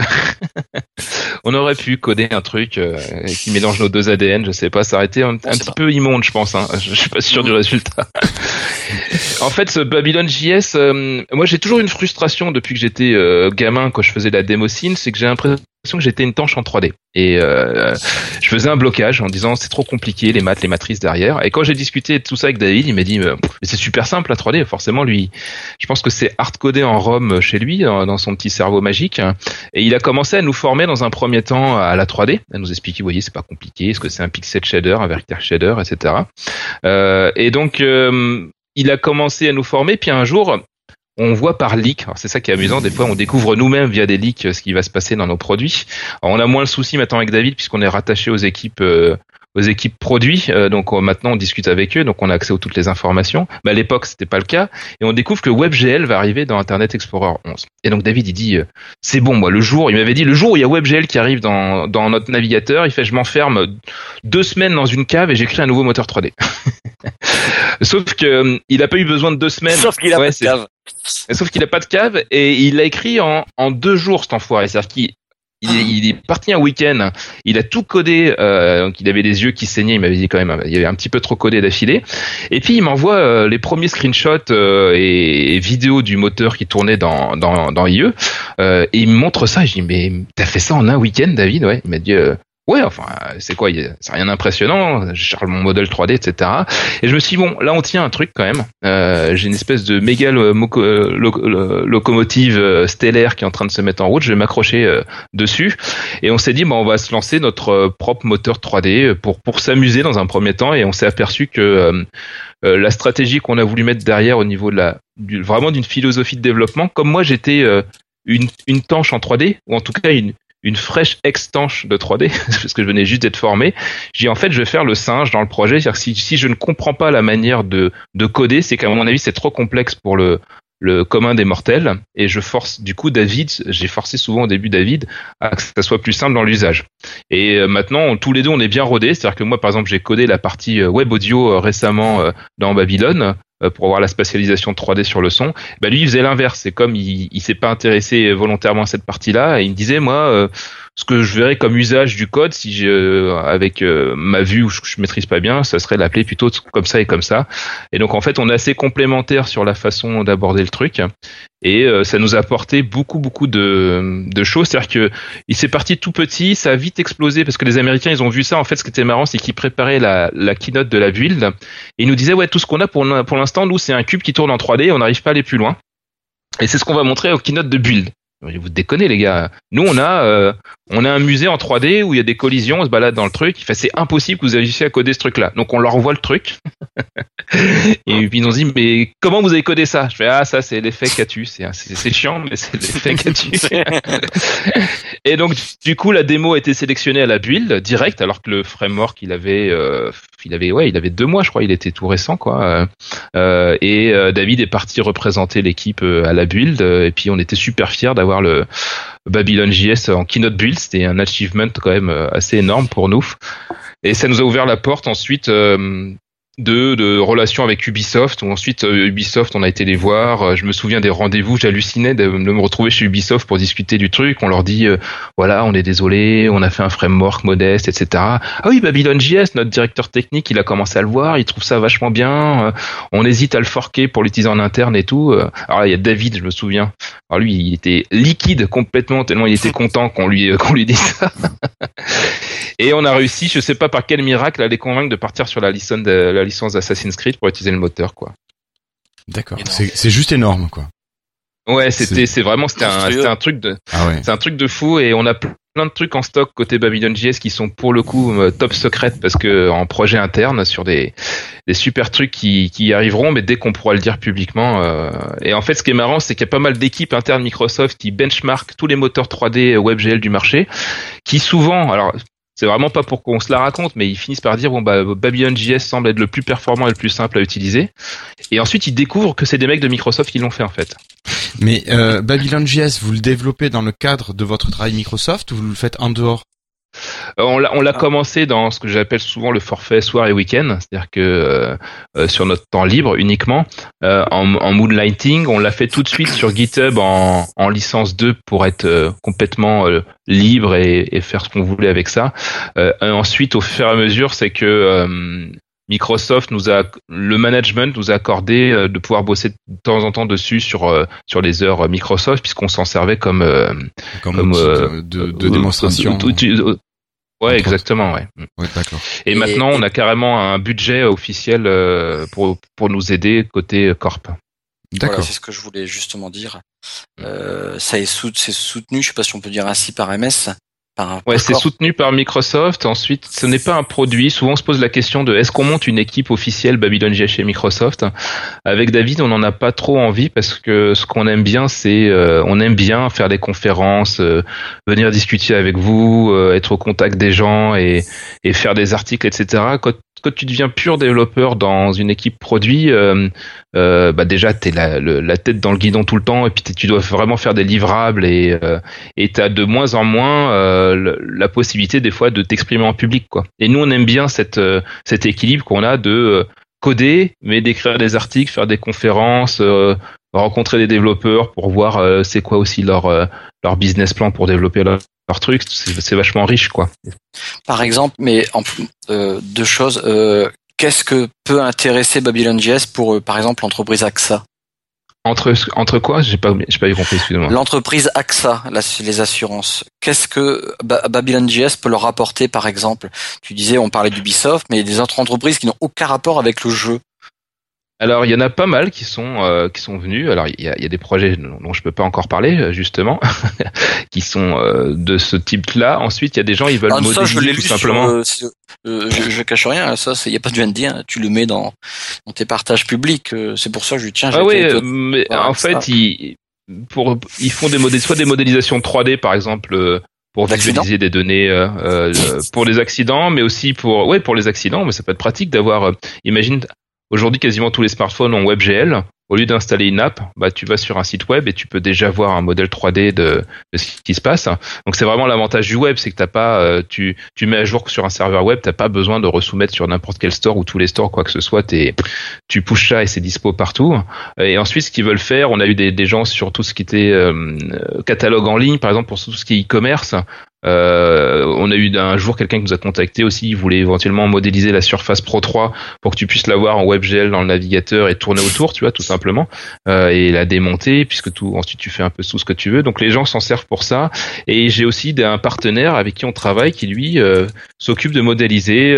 On aurait pu coder un truc qui mélange nos 2 ADN, je sais pas. Ça aurait été un petit peu immonde, je pense. Hein. Je suis pas sûr du résultat. En fait, ce Babylon JS, moi, j'ai toujours une frustration depuis que j'étais gamin quand je faisais la démo scene, c'est que j'ai l'impression que j'étais une tanche en 3D. Et je faisais un blocage en disant c'est trop compliqué les maths, les matrices derrière. Et quand j'ai discuté de tout ça avec David, il m'a dit mais c'est super simple la 3D. Forcément lui, je pense que c'est hard-codé en ROM chez lui dans son petit cerveau magique. Et il a commencé à nous former dans un premier temps à la 3D, à nous expliquer, vous voyez, c'est pas compliqué, est-ce que c'est un pixel shader, un vector shader, etc. Et donc il a commencé à nous former. Puis un jour, on voit par leak, alors c'est ça qui est amusant, des fois on découvre nous-mêmes via des leaks ce qui va se passer dans nos produits. Alors on a moins le souci maintenant avec David puisqu'on est rattaché aux équipes produits, donc maintenant on discute avec eux, donc on a accès à toutes les informations. Mais à l'époque c'était pas le cas, et on découvre que WebGL va arriver dans Internet Explorer 11. Et donc David il dit c'est bon, moi il m'avait dit le jour où il y a WebGL qui arrive dans notre navigateur, il fait je m'enferme 2 semaines dans une cave et j'écris un nouveau moteur 3D. Sauf que il a pas eu besoin de 2 semaines. Sauf qu'il a pas de cave. Sauf qu'il a pas de cave et il l'a écrit en 2 jours cet enfoiré. C'est-à-dire qu'il est parti un week-end, il a tout codé, donc il avait les yeux qui saignaient, il m'avait dit quand même, il y avait un petit peu trop codé d'affilée. Et puis il m'envoie les premiers screenshots et vidéos du moteur qui tournait dans IE, et il me montre ça. Et je dis mais t'as fait ça en un week-end, David? Ouais. Il m'a dit ouais, enfin, c'est quoi, c'est rien d'impressionnant, je charge mon modèle 3D, etc. Et je me suis dit, bon, là, on tient un truc quand même. J'ai une espèce de méga locomotive stellaire qui est en train de se mettre en route, je vais m'accrocher dessus. Et on s'est dit, on va se lancer notre propre moteur 3D pour s'amuser dans un premier temps. Et on s'est aperçu que la stratégie qu'on a voulu mettre derrière au niveau vraiment d'une philosophie de développement, comme moi, j'étais une tanche en 3D, ou en tout cas une fraîche ex-tanche de 3D, parce que je venais juste d'être formé. J'ai dit, en fait, je vais faire le singe dans le projet. C'est-à-dire que si je ne comprends pas la manière de coder, c'est qu'à mon avis, c'est trop complexe pour le commun des mortels. Et j'ai forcé souvent au début David à que ça soit plus simple dans l'usage. Et maintenant, tous les deux, on est bien rodés. C'est-à-dire que moi, par exemple, j'ai codé la partie web audio récemment dans Babylon, pour avoir la spatialisation 3D sur le son. Bah lui il faisait l'inverse, c'est comme il s'est pas intéressé volontairement à cette partie-là, et il me disait moi ce que je verrais comme usage du code si avec ma vue où je maîtrise pas bien, ça serait l'appeler plutôt comme ça et comme ça. Et donc en fait on est assez complémentaires sur la façon d'aborder le truc, et ça nous a apporté beaucoup de choses. C'est-à-dire que il s'est parti tout petit, ça a vite explosé parce que les Américains ils ont vu ça. En fait ce qui était marrant c'est qu'ils préparaient la keynote de la build et ils nous disaient ouais tout ce qu'on a pour l'instant nous c'est un cube qui tourne en 3D, on n'arrive pas à aller plus loin. Et c'est ce qu'on va montrer au keynote de build. Vous déconnez les gars. Nous on a un musée en 3D où il y a des collisions, on se balade dans le truc. Enfin, c'est impossible que vous ayez réussi à coder ce truc-là. Donc on leur envoie le truc. Et puis ils nous dit mais comment vous avez codé ça? Je fais ça c'est l'effet Catu. C'est chiant mais c'est l'effet Catu. Et donc du coup la démo a été sélectionnée à la build direct alors que le framework il avait 2 mois je crois, il était tout récent quoi. Et David est parti représenter l'équipe à la build et puis on était super fiers d'avoir le Babylon JS en keynote build. C'était un achievement quand même assez énorme pour nous et ça nous a ouvert la porte ensuite de relations avec Ubisoft, où ensuite Ubisoft on a été les voir. Je me souviens des rendez-vous, j'hallucinais de me retrouver chez Ubisoft pour discuter du truc. On leur dit voilà, on est désolé, on a fait un framework modeste, etc. Ah oui, Babylon JS, notre directeur technique, il a commencé à le voir, il trouve ça vachement bien. On hésite à le forker pour l'utiliser en interne et tout. Alors là, il y a David, je me souviens. Alors lui, il était liquide complètement tellement il était content qu'on lui dise ça. Et on a réussi, je sais pas par quel miracle, à les convaincre de partir sur la licence d'Assassin's Creed pour utiliser le moteur, quoi. D'accord. C'est juste énorme, quoi. Ouais, c'était un truc de, c'est un truc de fou, et on a plein de trucs en stock côté Babylon JS qui sont pour le coup top secrètes parce que en projet interne sur des super trucs qui arriveront, mais dès qu'on pourra le dire publiquement. Et en fait, ce qui est marrant, c'est qu'il y a pas mal d'équipes internes Microsoft qui benchmark tous les moteurs 3D WebGL du marché, qui souvent, alors c'est vraiment pas pour qu'on se la raconte, mais ils finissent par dire Babylon JS semble être le plus performant et le plus simple à utiliser. Et ensuite, ils découvrent que c'est des mecs de Microsoft qui l'ont fait en fait. Mais Babylon JS, vous le développez dans le cadre de votre travail Microsoft ou vous le faites en dehors? On l'a commencé dans ce que j'appelle souvent le forfait soir et week-end, c'est-à-dire que sur notre temps libre uniquement, en moonlighting, on l'a fait tout de suite sur GitHub en licence 2 pour être complètement libre et faire ce qu'on voulait avec ça. Ensuite, au fur et à mesure, c'est que Microsoft le management nous a accordé de pouvoir bosser de temps en temps dessus sur les heures Microsoft, puisqu'on s'en servait comme outil de démonstration. Ouais, exactement, ouais. Ouais, d'accord. Et maintenant, on a carrément un budget officiel pour nous aider côté Corp. D'accord. Voilà, c'est ce que je voulais justement dire. C'est soutenu, je sais pas si on peut dire ainsi, par MS. Ouais, c'est soutenu par Microsoft. Ensuite, ce n'est pas un produit. Souvent, on se pose la question de est-ce qu'on monte une équipe officielle Babylon JS chez Microsoft? Avec David, on n'en a pas trop envie parce que ce qu'on aime bien, c'est on aime bien faire des conférences, venir discuter avec vous, être au contact des gens et faire des articles, etc. Quand tu deviens pur développeur dans une équipe produit, déjà t'es la tête dans le guidon tout le temps et puis tu dois vraiment faire des livrables et t'as de moins en moins la possibilité des fois de t'exprimer en public, quoi. Et nous on aime bien cet équilibre qu'on a de coder mais d'écrire des articles, faire des conférences, rencontrer des développeurs pour voir c'est quoi aussi leur business plan pour développer leur truc. C'est vachement riche, quoi. Par exemple, mais deux choses. Qu'est-ce que peut intéresser Babylon JS pour, par exemple, l'entreprise AXA? Entre quoi? J'ai pas compris, excusez-moi. L'entreprise AXA, les assurances. Qu'est-ce que Babylon JS peut leur apporter, par exemple? Tu disais, on parlait d'Ubisoft, mais il y a des autres entreprises qui n'ont aucun rapport avec le jeu. Alors, il y en a pas mal qui sont venus. Alors, il y a des projets dont je peux pas encore parler, justement, qui sont de ce type-là. Ensuite, il y a des gens, ils veulent modéliser tout simplement. Je cache rien, ça, il y a pas de ND, hein. Tu le mets dans tes partages publics. C'est pour ça que je tiens. Ah oui, mais en fait, ils font soit des modélisations 3D, par exemple. Pour visualiser des données pour les accidents, mais aussi pour les accidents. Mais ça peut être pratique d'avoir. Imagine. Aujourd'hui, quasiment tous les smartphones ont WebGL. Au lieu d'installer une app, tu vas sur un site web et tu peux déjà voir un modèle 3D de ce qui se passe. Donc c'est vraiment l'avantage du web, c'est que t'as pas, tu mets à jour sur un serveur web, t'as pas besoin de resoumettre sur n'importe quel store ou tous les stores, quoi que ce soit. Tu pushes ça et c'est dispo partout. Et ensuite, ce qu'ils veulent faire, on a eu des gens sur tout ce qui était catalogue en ligne, par exemple pour tout ce qui est e-commerce. On a eu un jour quelqu'un qui nous a contacté aussi, il voulait éventuellement modéliser la Surface Pro 3 pour que tu puisses l'avoir en WebGL dans le navigateur et tourner autour, tu vois, tout simplement, et la démonter puisque ensuite tu fais un peu tout ce que tu veux. Donc les gens s'en servent pour ça. Et j'ai aussi un partenaire avec qui on travaille qui lui s'occupe de modéliser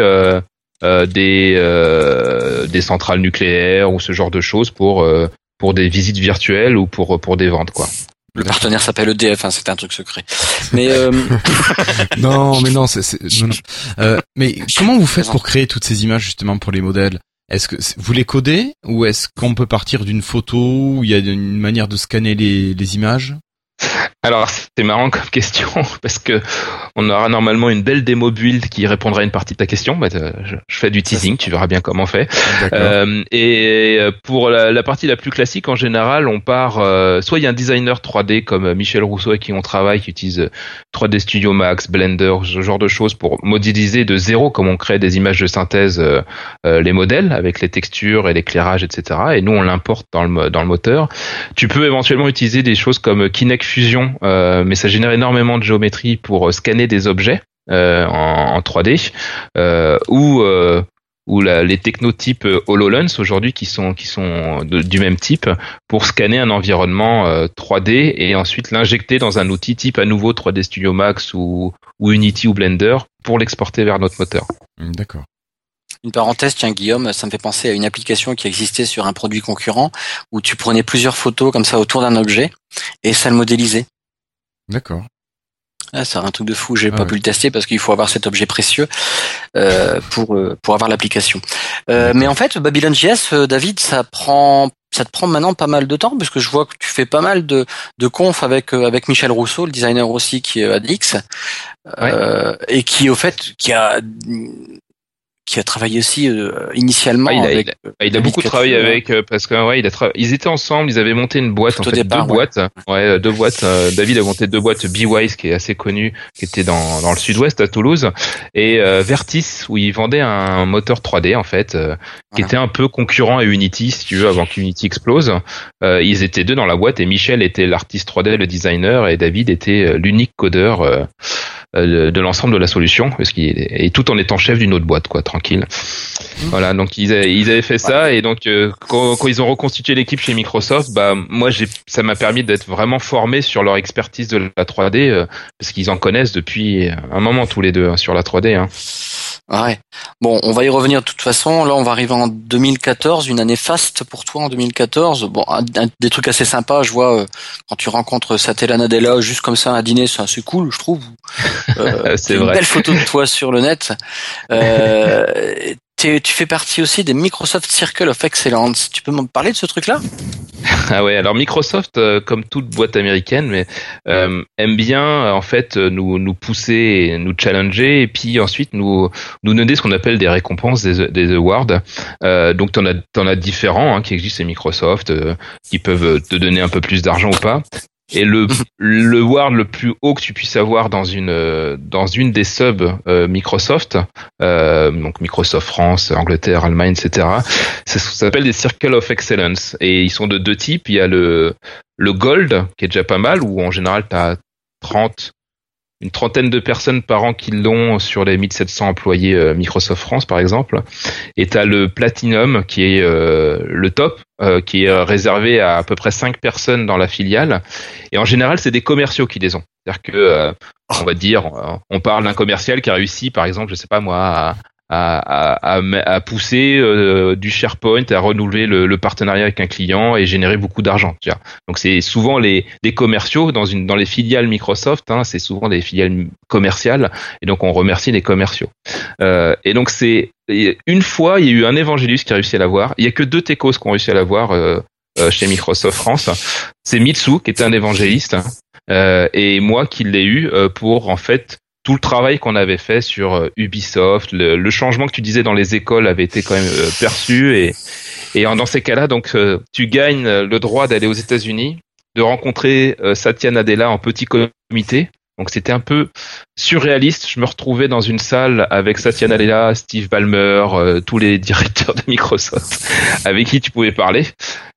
des centrales nucléaires ou ce genre de choses pour des visites virtuelles ou pour des ventes, quoi. Le partenaire s'appelle EDF, hein, c'était un truc secret. Mais non, mais comment vous faites pour créer toutes ces images justement pour les modèles? Est-ce que vous les codez ou est-ce qu'on peut partir d'une photo où il y a une manière de scanner les images? Alors c'est marrant comme question parce que on aura normalement une belle démo build qui répondra à une partie de ta question. Je fais du teasing, tu verras bien comment on fait. Et pour la partie la plus classique, en général, on part soit il y a un designer 3D comme Michel Rousseau avec qui on travaille, qui utilise 3D Studio Max, Blender, ce genre de choses pour modéliser de zéro, comme on crée des images de synthèse, les modèles avec les textures et l'éclairage, etc. Et nous on l'importe dans le moteur. Tu peux éventuellement utiliser des choses comme Kinect Fusion. Mais ça génère énormément de géométrie pour scanner des objets en 3D ou les technotypes HoloLens aujourd'hui qui sont du même type pour scanner un environnement 3D et ensuite l'injecter dans un outil type à nouveau 3D Studio Max ou Unity ou Blender pour l'exporter vers notre moteur. D'accord. Une parenthèse, tiens Guillaume, ça me fait penser à une application qui existait sur un produit concurrent où tu prenais plusieurs photos comme ça autour d'un objet et ça le modélisait. D'accord. Ah, c'est un truc de fou. J'ai pas pu le tester parce qu'il faut avoir cet objet précieux pour avoir l'application. Mais en fait, Babylon JS, David, ça te prend maintenant pas mal de temps parce que je vois que tu fais pas mal de conf avec Michel Rousseau, le designer aussi qui est à Dix, et qui au fait qui a qui a travaillé aussi initialement il a beaucoup travaillé avec parce que ils étaient ensemble, ils avaient monté une boîte tout en fait départ, deux boîtes. David a monté 2 boîtes, B-Wise qui est assez connu, qui était dans le sud-ouest à Toulouse, et Vertis où ils vendaient un moteur 3D en fait qui était un peu concurrent à Unity si tu veux avant qu'Unity explose. Ils étaient 2 dans la boîte et Michel était l'artiste 3D, le designer, et David était l'unique codeur de l'ensemble de la solution et tout en étant chef d'une autre boîte quoi, tranquille. Voilà, donc ils avaient fait ça, et donc quand ils ont reconstitué l'équipe chez Microsoft, moi ça m'a permis d'être vraiment formé sur leur expertise de la 3D parce qu'ils en connaissent depuis un moment tous les deux sur la 3D hein. Ouais. Bon, on va y revenir de toute façon. Là, on va arriver en 2014, une année faste pour toi en 2014. Bon, des trucs assez sympas, je vois, quand tu rencontres Satya Nadella juste comme ça à dîner, c'est assez cool, je trouve. C'est une vrai. belle photo de toi sur le net. Tu fais partie aussi des Microsoft Circle of Excellence. Tu peux me parler de ce truc-là? Ah ouais, alors Microsoft, comme toute boîte américaine, mais aime bien en fait nous pousser, et nous challenger, et puis ensuite nous donner ce qu'on appelle des récompenses, des awards. Donc t'en as différents qui existent chez Microsoft, qui peuvent te donner un peu plus d'argent ou pas. Et le award le plus haut que tu puisses avoir dans une des subs Microsoft, donc Microsoft France, Angleterre, Allemagne, etc. Ça s'appelle des Circle of Excellence, et ils sont de 2 types. Il y a le Gold qui est déjà pas mal, où en général t'as une trentaine de personnes par an qui l'ont sur les 1700 employés Microsoft France par exemple, et t'as le Platinum qui est le top, qui est réservé à peu près 5 personnes dans la filiale, et en général c'est des commerciaux qui les ont. C'est-à-dire que on va dire, on parle d'un commercial qui a réussi par exemple, je sais pas moi, à pousser du SharePoint, à renouveler le partenariat avec un client et générer beaucoup d'argent. Tu vois. Donc c'est souvent des commerciaux dans les filiales Microsoft, c'est souvent des filiales commerciales, et donc on remercie les commerciaux. Et donc une fois il y a eu un évangéliste qui a réussi à l'avoir. Il y a que 2 techos qui ont réussi à l'avoir chez Microsoft France. C'est Mitsu qui était un évangéliste et moi qui l'ai eu pour en fait tout le travail qu'on avait fait sur Ubisoft, le changement que tu disais dans les écoles avait été quand même perçu, et dans ces cas-là, donc tu gagnes le droit d'aller aux États-Unis, de rencontrer Satya Nadella en petit comité. Donc c'était un peu surréaliste. Je me retrouvais dans une salle avec Satya Nadella, Steve Ballmer, tous les directeurs de Microsoft avec qui tu pouvais parler.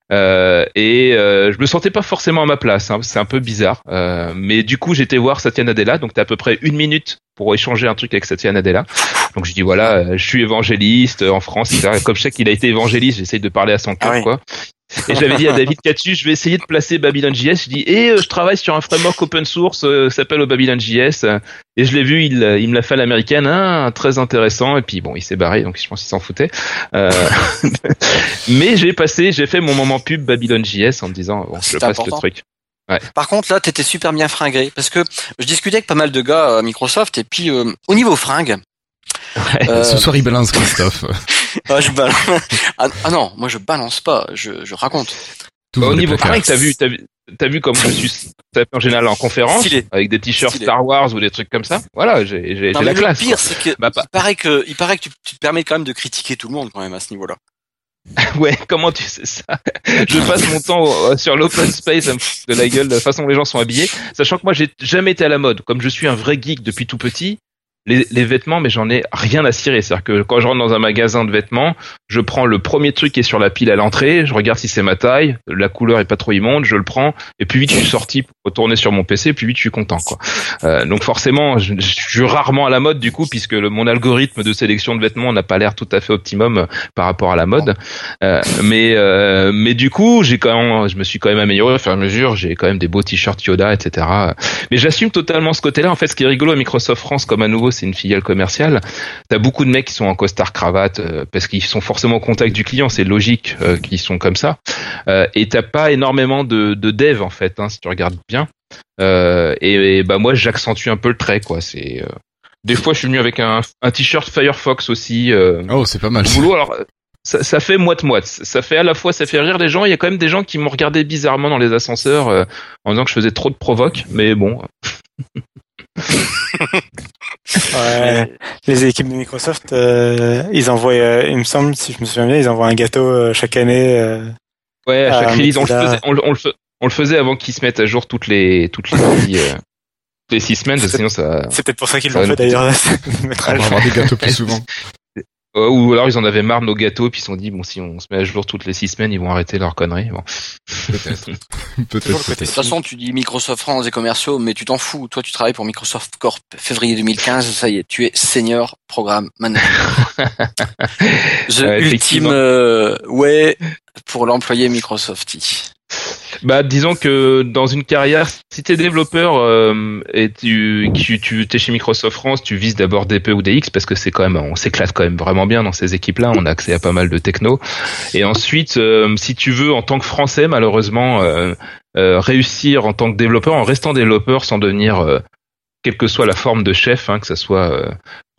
Je me sentais pas forcément à ma place, c'est un peu bizarre, mais du coup j'étais voir Satya Nadella, donc t'as à peu près 1 minute pour échanger un truc avec Satya Nadella. Donc je dis voilà, je suis évangéliste en France, etc. Comme je sais qu'il a été évangéliste, j'essaye de parler à son cœur, quoi. Et je l'avais dit à David Cattu, je vais essayer de placer Babylon.js. Je dis, je travaille sur un framework open source qui s'appelle Babylon.js. Et je l'ai vu, il me l'a fait à l'américaine, très intéressant. Et puis bon, il s'est barré, donc je pense qu'il s'en foutait. Mais j'ai fait mon moment pub Babylon.js en me disant, bon, je passe le truc. Ouais. Par contre, là, t'étais super bien fringué, parce que je discutais avec pas mal de gars à Microsoft, et puis au niveau fringue. Ouais. Ce soir, il balance Christophe. Je balance. Ah non, moi je balance pas, je raconte. Au niveau fringue, t'as vu comme je suis en général en conférence, avec des t-shirts Star Wars ou des trucs comme ça. Voilà, j'ai la classe. Le pire, c'est que il paraît que tu te permets quand même de critiquer tout le monde quand même à ce niveau-là. Ouais, comment tu sais ça? Je passe mon temps sur l'open space à me foutre de la gueule de la façon dont les gens sont habillés, sachant que moi j'ai jamais été à la mode. Comme je suis un vrai geek depuis tout petit, les vêtements, mais j'en ai rien à cirer. C'est-à-dire que quand je rentre dans un magasin de vêtements, je prends le premier truc qui est sur la pile à l'entrée, je regarde si c'est ma taille, la couleur est pas trop immonde, je le prends, et plus vite je suis sorti pour retourner sur mon PC, plus vite je suis content, quoi. Donc forcément, je suis rarement à la mode du coup, puisque mon algorithme de sélection de vêtements n'a pas l'air tout à fait optimum par rapport à la mode. Mais du coup, je me suis quand même amélioré au fur et à mesure. J'ai quand même des beaux t-shirts Yoda, etc. Mais j'assume totalement ce côté-là. En fait, ce qui est rigolo à Microsoft France, comme à nouveau, c'est une filiale commerciale. T'as beaucoup de mecs qui sont en costard cravate parce qu'ils sont forcément au contact du client. C'est logique qu'ils sont comme ça. Et t'as pas énormément de dev en fait, si tu regardes bien. Et moi, j'accentue un peu le trait, quoi. C'est des fois, je suis venu avec un t-shirt Firefox aussi. Oh, c'est pas mal. Boulot, alors. Ça fait moite-moite. Ça fait à la fois, ça fait rire les gens. Il y a quand même des gens qui m'ont regardé bizarrement dans les ascenseurs en disant que je faisais trop de provoque. Mais bon. Ouais. Les équipes de Microsoft, ils envoient, il me semble, si je me souviens bien, ils envoient un gâteau chaque année. Ouais, à chaque release, Mozilla. on le faisait avant qu'ils se mettent à jour toutes les toutes les 6 semaines, parce que sinon ça. C'est peut-être pour ça qu'ils ça l'ont va fait nous d'ailleurs. On va avoir des gâteaux plus souvent. Ou alors ils en avaient marre de nos gâteaux, puis ils se sont dit bon, si on se met à jour toutes les 6 semaines, ils vont arrêter leur connerie. Bon. Peut-être. Toujours Peut-être, le côté De toute façon, tu dis Microsoft France et commerciaux, mais tu t'en fous. Toi, tu travailles pour Microsoft Corp. Février 2015, ça y est, tu es senior programme manager. The Ouais, ultime effectivement. ouais pour l'employé Microsofty. Bah, disons que dans une carrière, si t'es développeur et tu t'es chez Microsoft France, tu vises d'abord DP ou DX parce que c'est quand même, on s'éclate quand même vraiment bien dans ces équipes-là. On a accès à pas mal de techno. Et ensuite, si tu veux, en tant que Français, malheureusement, réussir en tant que développeur, en restant développeur, sans devenir quelle que soit la forme de chef, que ce soit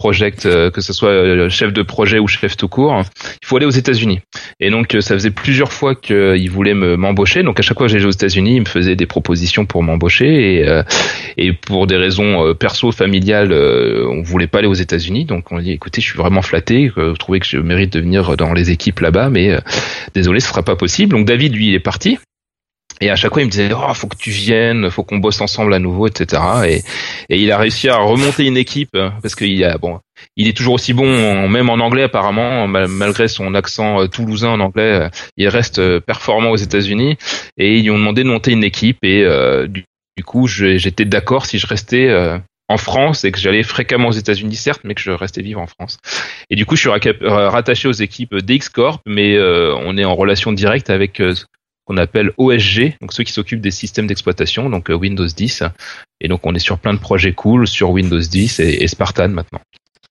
que ce soit chef de projet ou chef tout court, il faut aller aux États-Unis. Et donc ça faisait plusieurs fois qu'ils voulaient m'embaucher. Donc à chaque fois que j'allais aux États-Unis, ils me faisaient des propositions pour m'embaucher et pour des raisons perso familiales, on voulait pas aller aux États-Unis. Donc on dit écoutez, je suis vraiment flatté, vous trouvez que je mérite de venir dans les équipes là-bas, mais désolé, ce sera pas possible. Donc David, lui, il est parti. Et à chaque fois, il me disait, faut que tu viennes, faut qu'on bosse ensemble à nouveau, etc. Et il a réussi à remonter une équipe parce qu'il il est toujours aussi bon, même en anglais apparemment, malgré son accent toulousain en anglais, il reste performant aux États-Unis. Et ils lui ont demandé de monter une équipe et du coup, j'étais d'accord si je restais en France et que j'allais fréquemment aux États-Unis, certes, mais que je restais vivre en France. Et du coup, je suis rattaché aux équipes DX Corp, mais on est en relation directe avec qu'on appelle OSG, donc ceux qui s'occupent des systèmes d'exploitation, donc Windows 10. Et donc on est sur plein de projets cool sur Windows 10 et Spartan maintenant.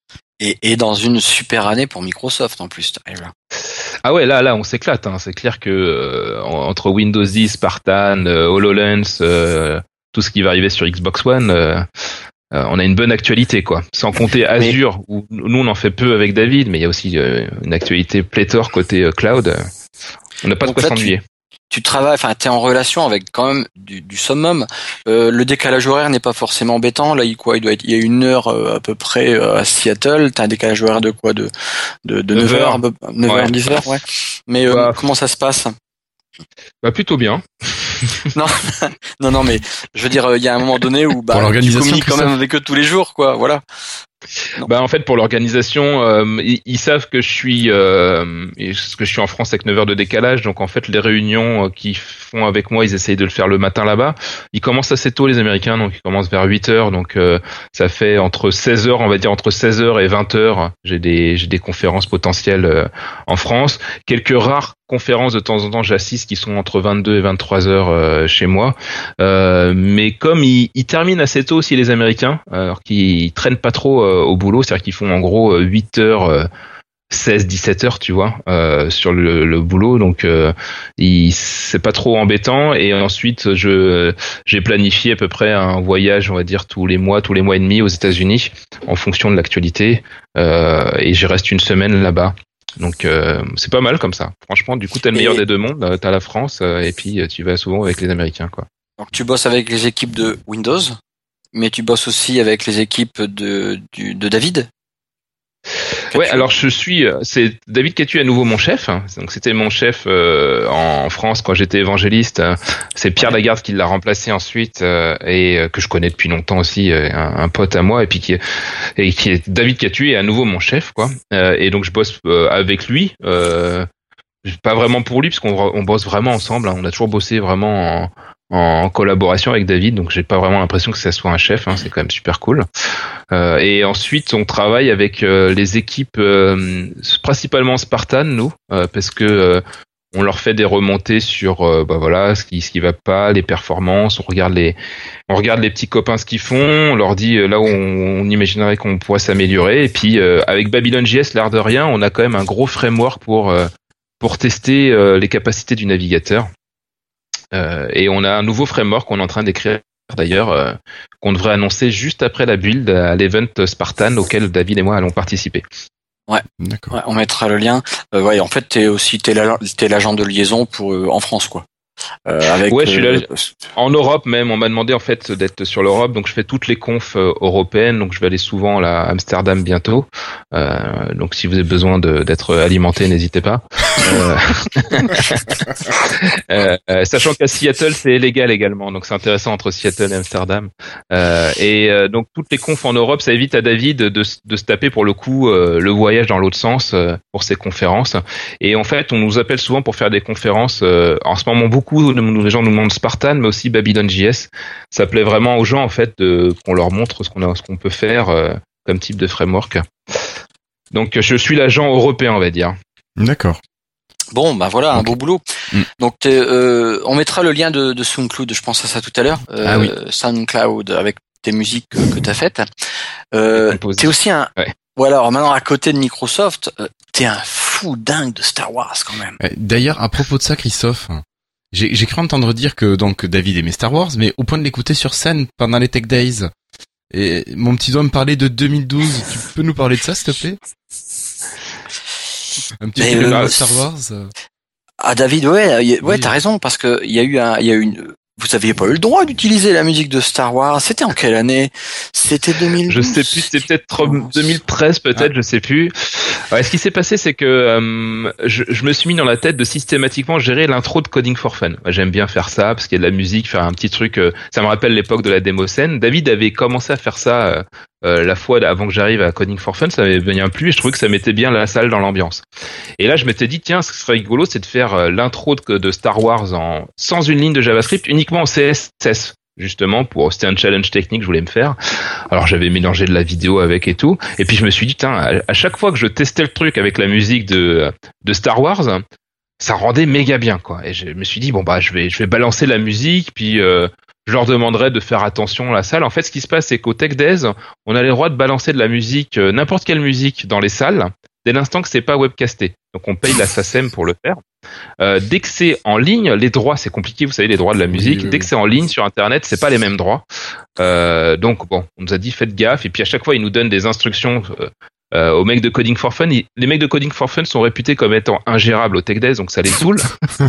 Et dans une super année pour Microsoft en plus. Ah ouais, là on s'éclate. C'est clair que entre Windows 10, Spartan, HoloLens, tout ce qui va arriver sur Xbox One, on a une bonne actualité, quoi. Sans compter Azure, où nous on en fait peu avec David, mais il y a aussi une actualité pléthore côté cloud. On n'a pas de quoi s'ennuyer. Tu travailles, t'es en relation avec quand même du summum. Le décalage horaire n'est pas forcément embêtant. Là, il y a 1 heure à peu près à Seattle. T'as un décalage horaire de quoi, de 9h, 9h, 10h, ouais. Mais comment ça se passe? Bah plutôt bien. non, mais je veux dire, il y a un moment donné où tu communiques quand même avec eux tous les jours, quoi. Voilà. En fait, pour l'organisation, ils savent que je suis en France avec 9 heures de décalage, donc en fait les réunions qu'ils font avec moi, ils essayent de le faire le matin là-bas. Ils commencent assez tôt, les Américains, donc ils commencent vers 8 heures, donc ça fait entre 16 heures, on va dire entre 16 heures et 20 heures, j'ai des conférences potentielles en France. Quelques rares conférences de temps en temps j'assiste qui sont entre 22 et 23 heures chez moi, mais comme ils terminent assez tôt aussi, les Américains, alors qu'ils traînent pas trop au boulot, c'est-à-dire qu'ils font en gros 8 heures 16-17 heures, tu vois, sur le boulot, donc c'est pas trop embêtant. Et ensuite j'ai planifié à peu près un voyage, on va dire tous les mois et demi aux États-Unis en fonction de l'actualité, et j'y reste 1 semaine là-bas. Donc c'est pas mal comme ça. Franchement, du coup, t'as le meilleur des deux mondes. T'as la France et puis tu vas souvent avec les Américains, quoi. Donc tu bosses avec les équipes de Windows, mais tu bosses aussi avec les équipes de David. Ouais, alors c'est David Catu à nouveau mon chef. Donc c'était mon chef en France quand j'étais évangéliste. C'est Pierre Lagarde qui l'a remplacé ensuite et que je connais depuis longtemps aussi, un pote à moi, et puis qui est David Catu est à nouveau mon chef, quoi. Et donc je bosse avec lui. Pas vraiment pour lui, parce qu'on bosse vraiment ensemble. On a toujours bossé vraiment en collaboration avec David, donc j'ai pas vraiment l'impression que ça soit un chef, c'est quand même super cool. Et ensuite on travaille avec les équipes principalement Spartan, nous, parce que on leur fait des remontées sur ce qui va pas, les performances, on regarde les petits copains ce qu'ils font, on leur dit là où on imaginerait qu'on pourrait s'améliorer, et puis avec Babylon.js, l'air de rien, on a quand même un gros framework pour tester les capacités du navigateur. Et on a un nouveau framework qu'on est en train d'écrire d'ailleurs, qu'on devrait annoncer juste après la build à l'event Spartan auquel David et moi allons participer. Ouais, d'accord. Ouais, on mettra le lien. En fait, t'es l'agent de liaison pour en France, quoi. Avec, Ouais, je suis là. En Europe même, on m'a demandé en fait d'être sur l'Europe, donc je fais toutes les confs européennes, donc je vais aller souvent à Amsterdam bientôt. Donc si vous avez besoin d'être alimenté, n'hésitez pas. Sachant qu'à Seattle c'est illégal également, donc c'est intéressant entre Seattle et Amsterdam. Donc toutes les confs en Europe, ça évite à David de se taper pour le coup le voyage dans l'autre sens pour ses conférences. Et en fait, on nous appelle souvent pour faire des conférences. En ce moment, beaucoup les gens nous demandent Spartan, mais aussi Babylon.js. Ça plaît vraiment aux gens en fait qu'on leur montre ce qu'on peut faire comme type de framework. Donc je suis l'agent européen, on va dire. D'accord. Bon, bah voilà, un beau boulot. Donc on mettra le lien de SoundCloud, je pense à ça tout à l'heure. Oui. SoundCloud avec tes musiques que t'as faites. T'es aussi un. Ouais. Voilà, alors maintenant à côté de Microsoft, t'es un fou dingue de Star Wars quand même. D'ailleurs, à propos de ça, Christophe, j'ai cru entendre dire que donc David aimait Star Wars, mais au point de l'écouter sur scène pendant les Tech Days. Et mon petit doigt me parlait de 2012. Tu peux nous parler de ça, s'il te plaît? Un petit peu de Star Wars. Ah David, ouais, Oui. t'as raison parce que il y a eu une. Vous aviez pas eu le droit d'utiliser la musique de Star Wars. C'était en quelle année? C'était 2012. Je sais plus, c'était peut-être 2013 peut-être, je sais plus. Ouais, ce qui s'est passé, c'est que je me suis mis dans la tête de systématiquement gérer l'intro de Coding for Fun. Moi, j'aime bien faire ça parce qu'il y a de la musique, faire un petit truc. Ça me rappelle l'époque de la démo scène. David avait commencé à faire ça la fois avant que j'arrive à Coding for Fun. Ça m'avait bien plu et je trouvais que ça mettait bien la salle dans l'ambiance. Et là, je m'étais dit tiens, ce qui serait rigolo, c'est de faire l'intro de Star Wars sans une ligne de JavaScript, uniquement en CSS. Justement, c'était un challenge technique que je voulais me faire. Alors j'avais mélangé de la vidéo avec et tout. Et puis je me suis dit, à chaque fois que je testais le truc avec la musique de Star Wars, ça rendait méga bien, quoi. Et je me suis dit, bon bah je vais balancer la musique, puis je leur demanderai de faire attention à la salle. En fait, ce qui se passe, c'est qu'au Tech Days, on a le droit de balancer de la musique, n'importe quelle musique dans les salles, dès l'instant que c'est pas webcasté. Donc on paye la SACEM pour le faire. Dès que c'est en ligne, les droits, c'est compliqué, vous savez, les droits de la musique. Oui. Dès que c'est en ligne sur Internet, c'est pas les mêmes droits. Donc bon, on nous a dit faites gaffe. Et puis à chaque fois, ils nous donnent des instructions aux mecs de Coding for Fun. Les mecs de Coding for Fun sont réputés comme étant ingérables au Tech Days, donc ça les saoule.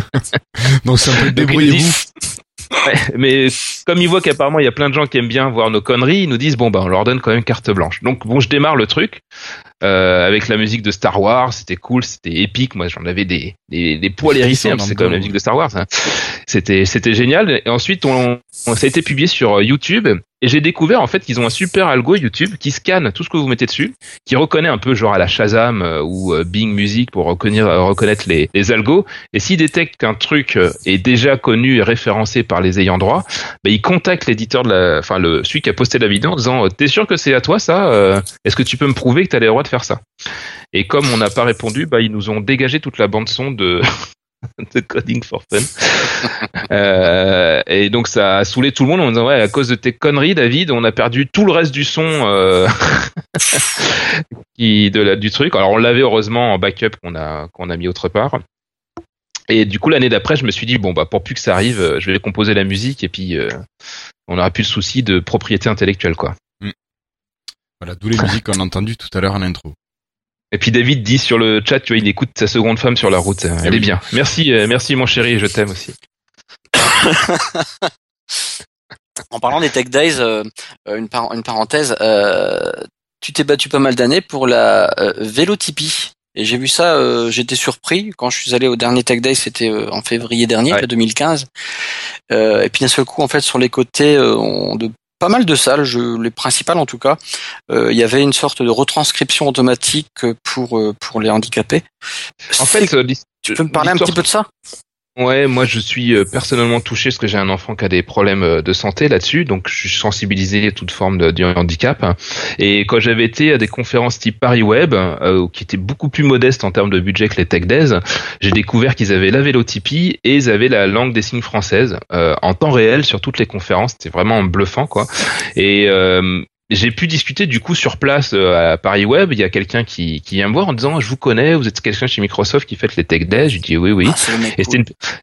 Donc c'est un peu débrouillez-vous. Ouais, mais comme ils voient qu'apparemment il y a plein de gens qui aiment bien voir nos conneries, ils nous disent bon bah on leur donne quand même carte blanche. Donc bon, je démarre le truc avec la musique de Star Wars, c'était cool, c'était épique. Moi j'en avais des poils hérissés, c'est quand même la musique de Star Wars. Hein. C'était génial. Et ensuite ça a été publié sur YouTube. Et j'ai découvert en fait qu'ils ont un super algo YouTube qui scanne tout ce que vous mettez dessus, qui reconnaît un peu genre à la Shazam ou Bing Music pour reconnaître les algos. Et s'il détecte qu'un truc est déjà connu et référencé par les ayants droit, bah, il contacte l'éditeur celui qui a posté la vidéo en disant t'es sûr que c'est à toi ça est-ce que tu peux me prouver que t'as les droits de faire ça? Et comme on n'a pas répondu, bah ils nous ont dégagé toute la bande son de Coding for Fun. Et donc ça a saoulé tout le monde en disant ouais, à cause de tes conneries David, on a perdu tout le reste du son du truc. Alors on l'avait heureusement en backup qu'on a mis autre part. Et du coup l'année d'après, je me suis dit bon bah pour plus que ça arrive, je vais composer la musique et puis on n'aura plus le souci de propriété intellectuelle quoi. Voilà, d'où les musiques qu'on a entendues tout à l'heure en intro. Et puis David dit sur le chat, tu vois, il écoute sa seconde femme sur la route. Elle est bien. Merci mon chéri, je t'aime aussi. En parlant des Tech Days, une parenthèse, tu t'es battu pas mal d'années pour la Vélotipie. Et j'ai vu ça, j'étais surpris quand je suis allé au dernier Tech Day, c'était en février dernier, 2015. Et puis d'un seul coup, en fait, sur les côtés, de pas mal de salles, les principales en tout cas, il y avait une sorte de retranscription automatique pour les handicapés. En fait, tu peux me parler un petit peu de ça? Ouais, moi je suis personnellement touché parce que j'ai un enfant qui a des problèmes de santé là-dessus, donc je suis sensibilisé à toute forme de handicap. Et quand j'avais été à des conférences type Paris Web, qui étaient beaucoup plus modestes en termes de budget que les Tech Days, j'ai découvert qu'ils avaient la Vélotipie et ils avaient la langue des signes française en temps réel sur toutes les conférences. C'était vraiment bluffant quoi. Et j'ai pu discuter du coup sur place à Paris Web. Il y a quelqu'un qui vient me voir en disant je vous connais, vous êtes quelqu'un chez Microsoft qui fait les Tech Days. Je dis oui. Ah, Et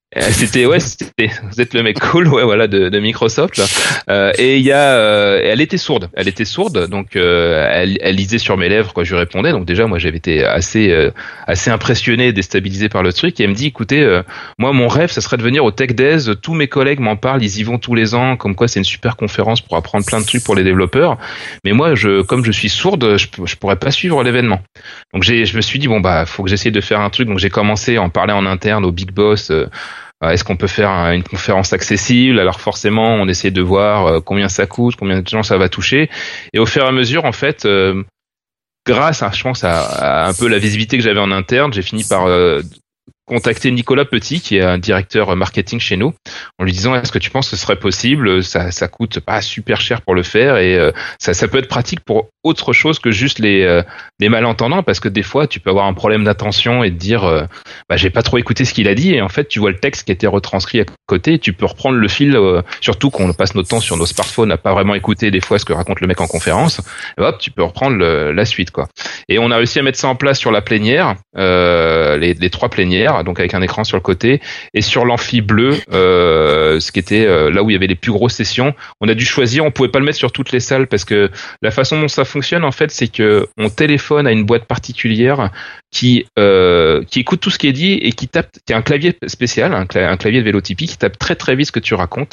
Vous êtes le mec cool, ouais, voilà, de Microsoft. Et elle était sourde, donc elle lisait sur mes lèvres quand je lui répondais. Donc déjà, moi, j'avais été assez impressionné, déstabilisé par le truc. Et elle me dit, écoutez, moi, mon rêve, ça serait de venir au Tech Days. Tous mes collègues m'en parlent, ils y vont tous les ans, comme quoi c'est une super conférence pour apprendre plein de trucs pour les développeurs. Mais moi, comme je suis sourde, je pourrais pas suivre l'événement. Donc je me suis dit bon bah, faut que j'essaie de faire un truc. Donc j'ai commencé à en parler en interne au Big Boss. Est-ce qu'on peut faire une conférence accessible? Alors forcément, on essaie de voir combien ça coûte, combien de gens ça va toucher. Et au fur et à mesure, en fait, grâce je pense à un peu la visibilité que j'avais en interne, j'ai fini par contacter Nicolas Petit, qui est un directeur marketing chez nous, en lui disant est-ce que tu penses que ce serait possible? Ça coûte pas super cher pour le faire et ça peut être pratique pour autre chose que juste les malentendants, parce que des fois tu peux avoir un problème d'attention et te dire j'ai pas trop écouté ce qu'il a dit, et en fait tu vois le texte qui a été retranscrit à côté et tu peux reprendre le fil, surtout qu'on passe notre temps sur nos smartphones à pas vraiment écouter des fois ce que raconte le mec en conférence, et hop, tu peux reprendre la suite, quoi. Et on a réussi à mettre ça en place sur la plénière, les 3 plénières, donc avec un écran sur le côté, et sur l'amphi bleu, ce qui était là où il y avait les plus grosses sessions. On a dû choisir, on pouvait pas le mettre sur toutes les salles parce que la façon dont ça fonctionne, en fait, c'est que on téléphone à une boîte particulière qui écoute tout ce qui est dit et qui a un clavier spécial, un clavier de Vélotipie qui tape très très vite ce que tu racontes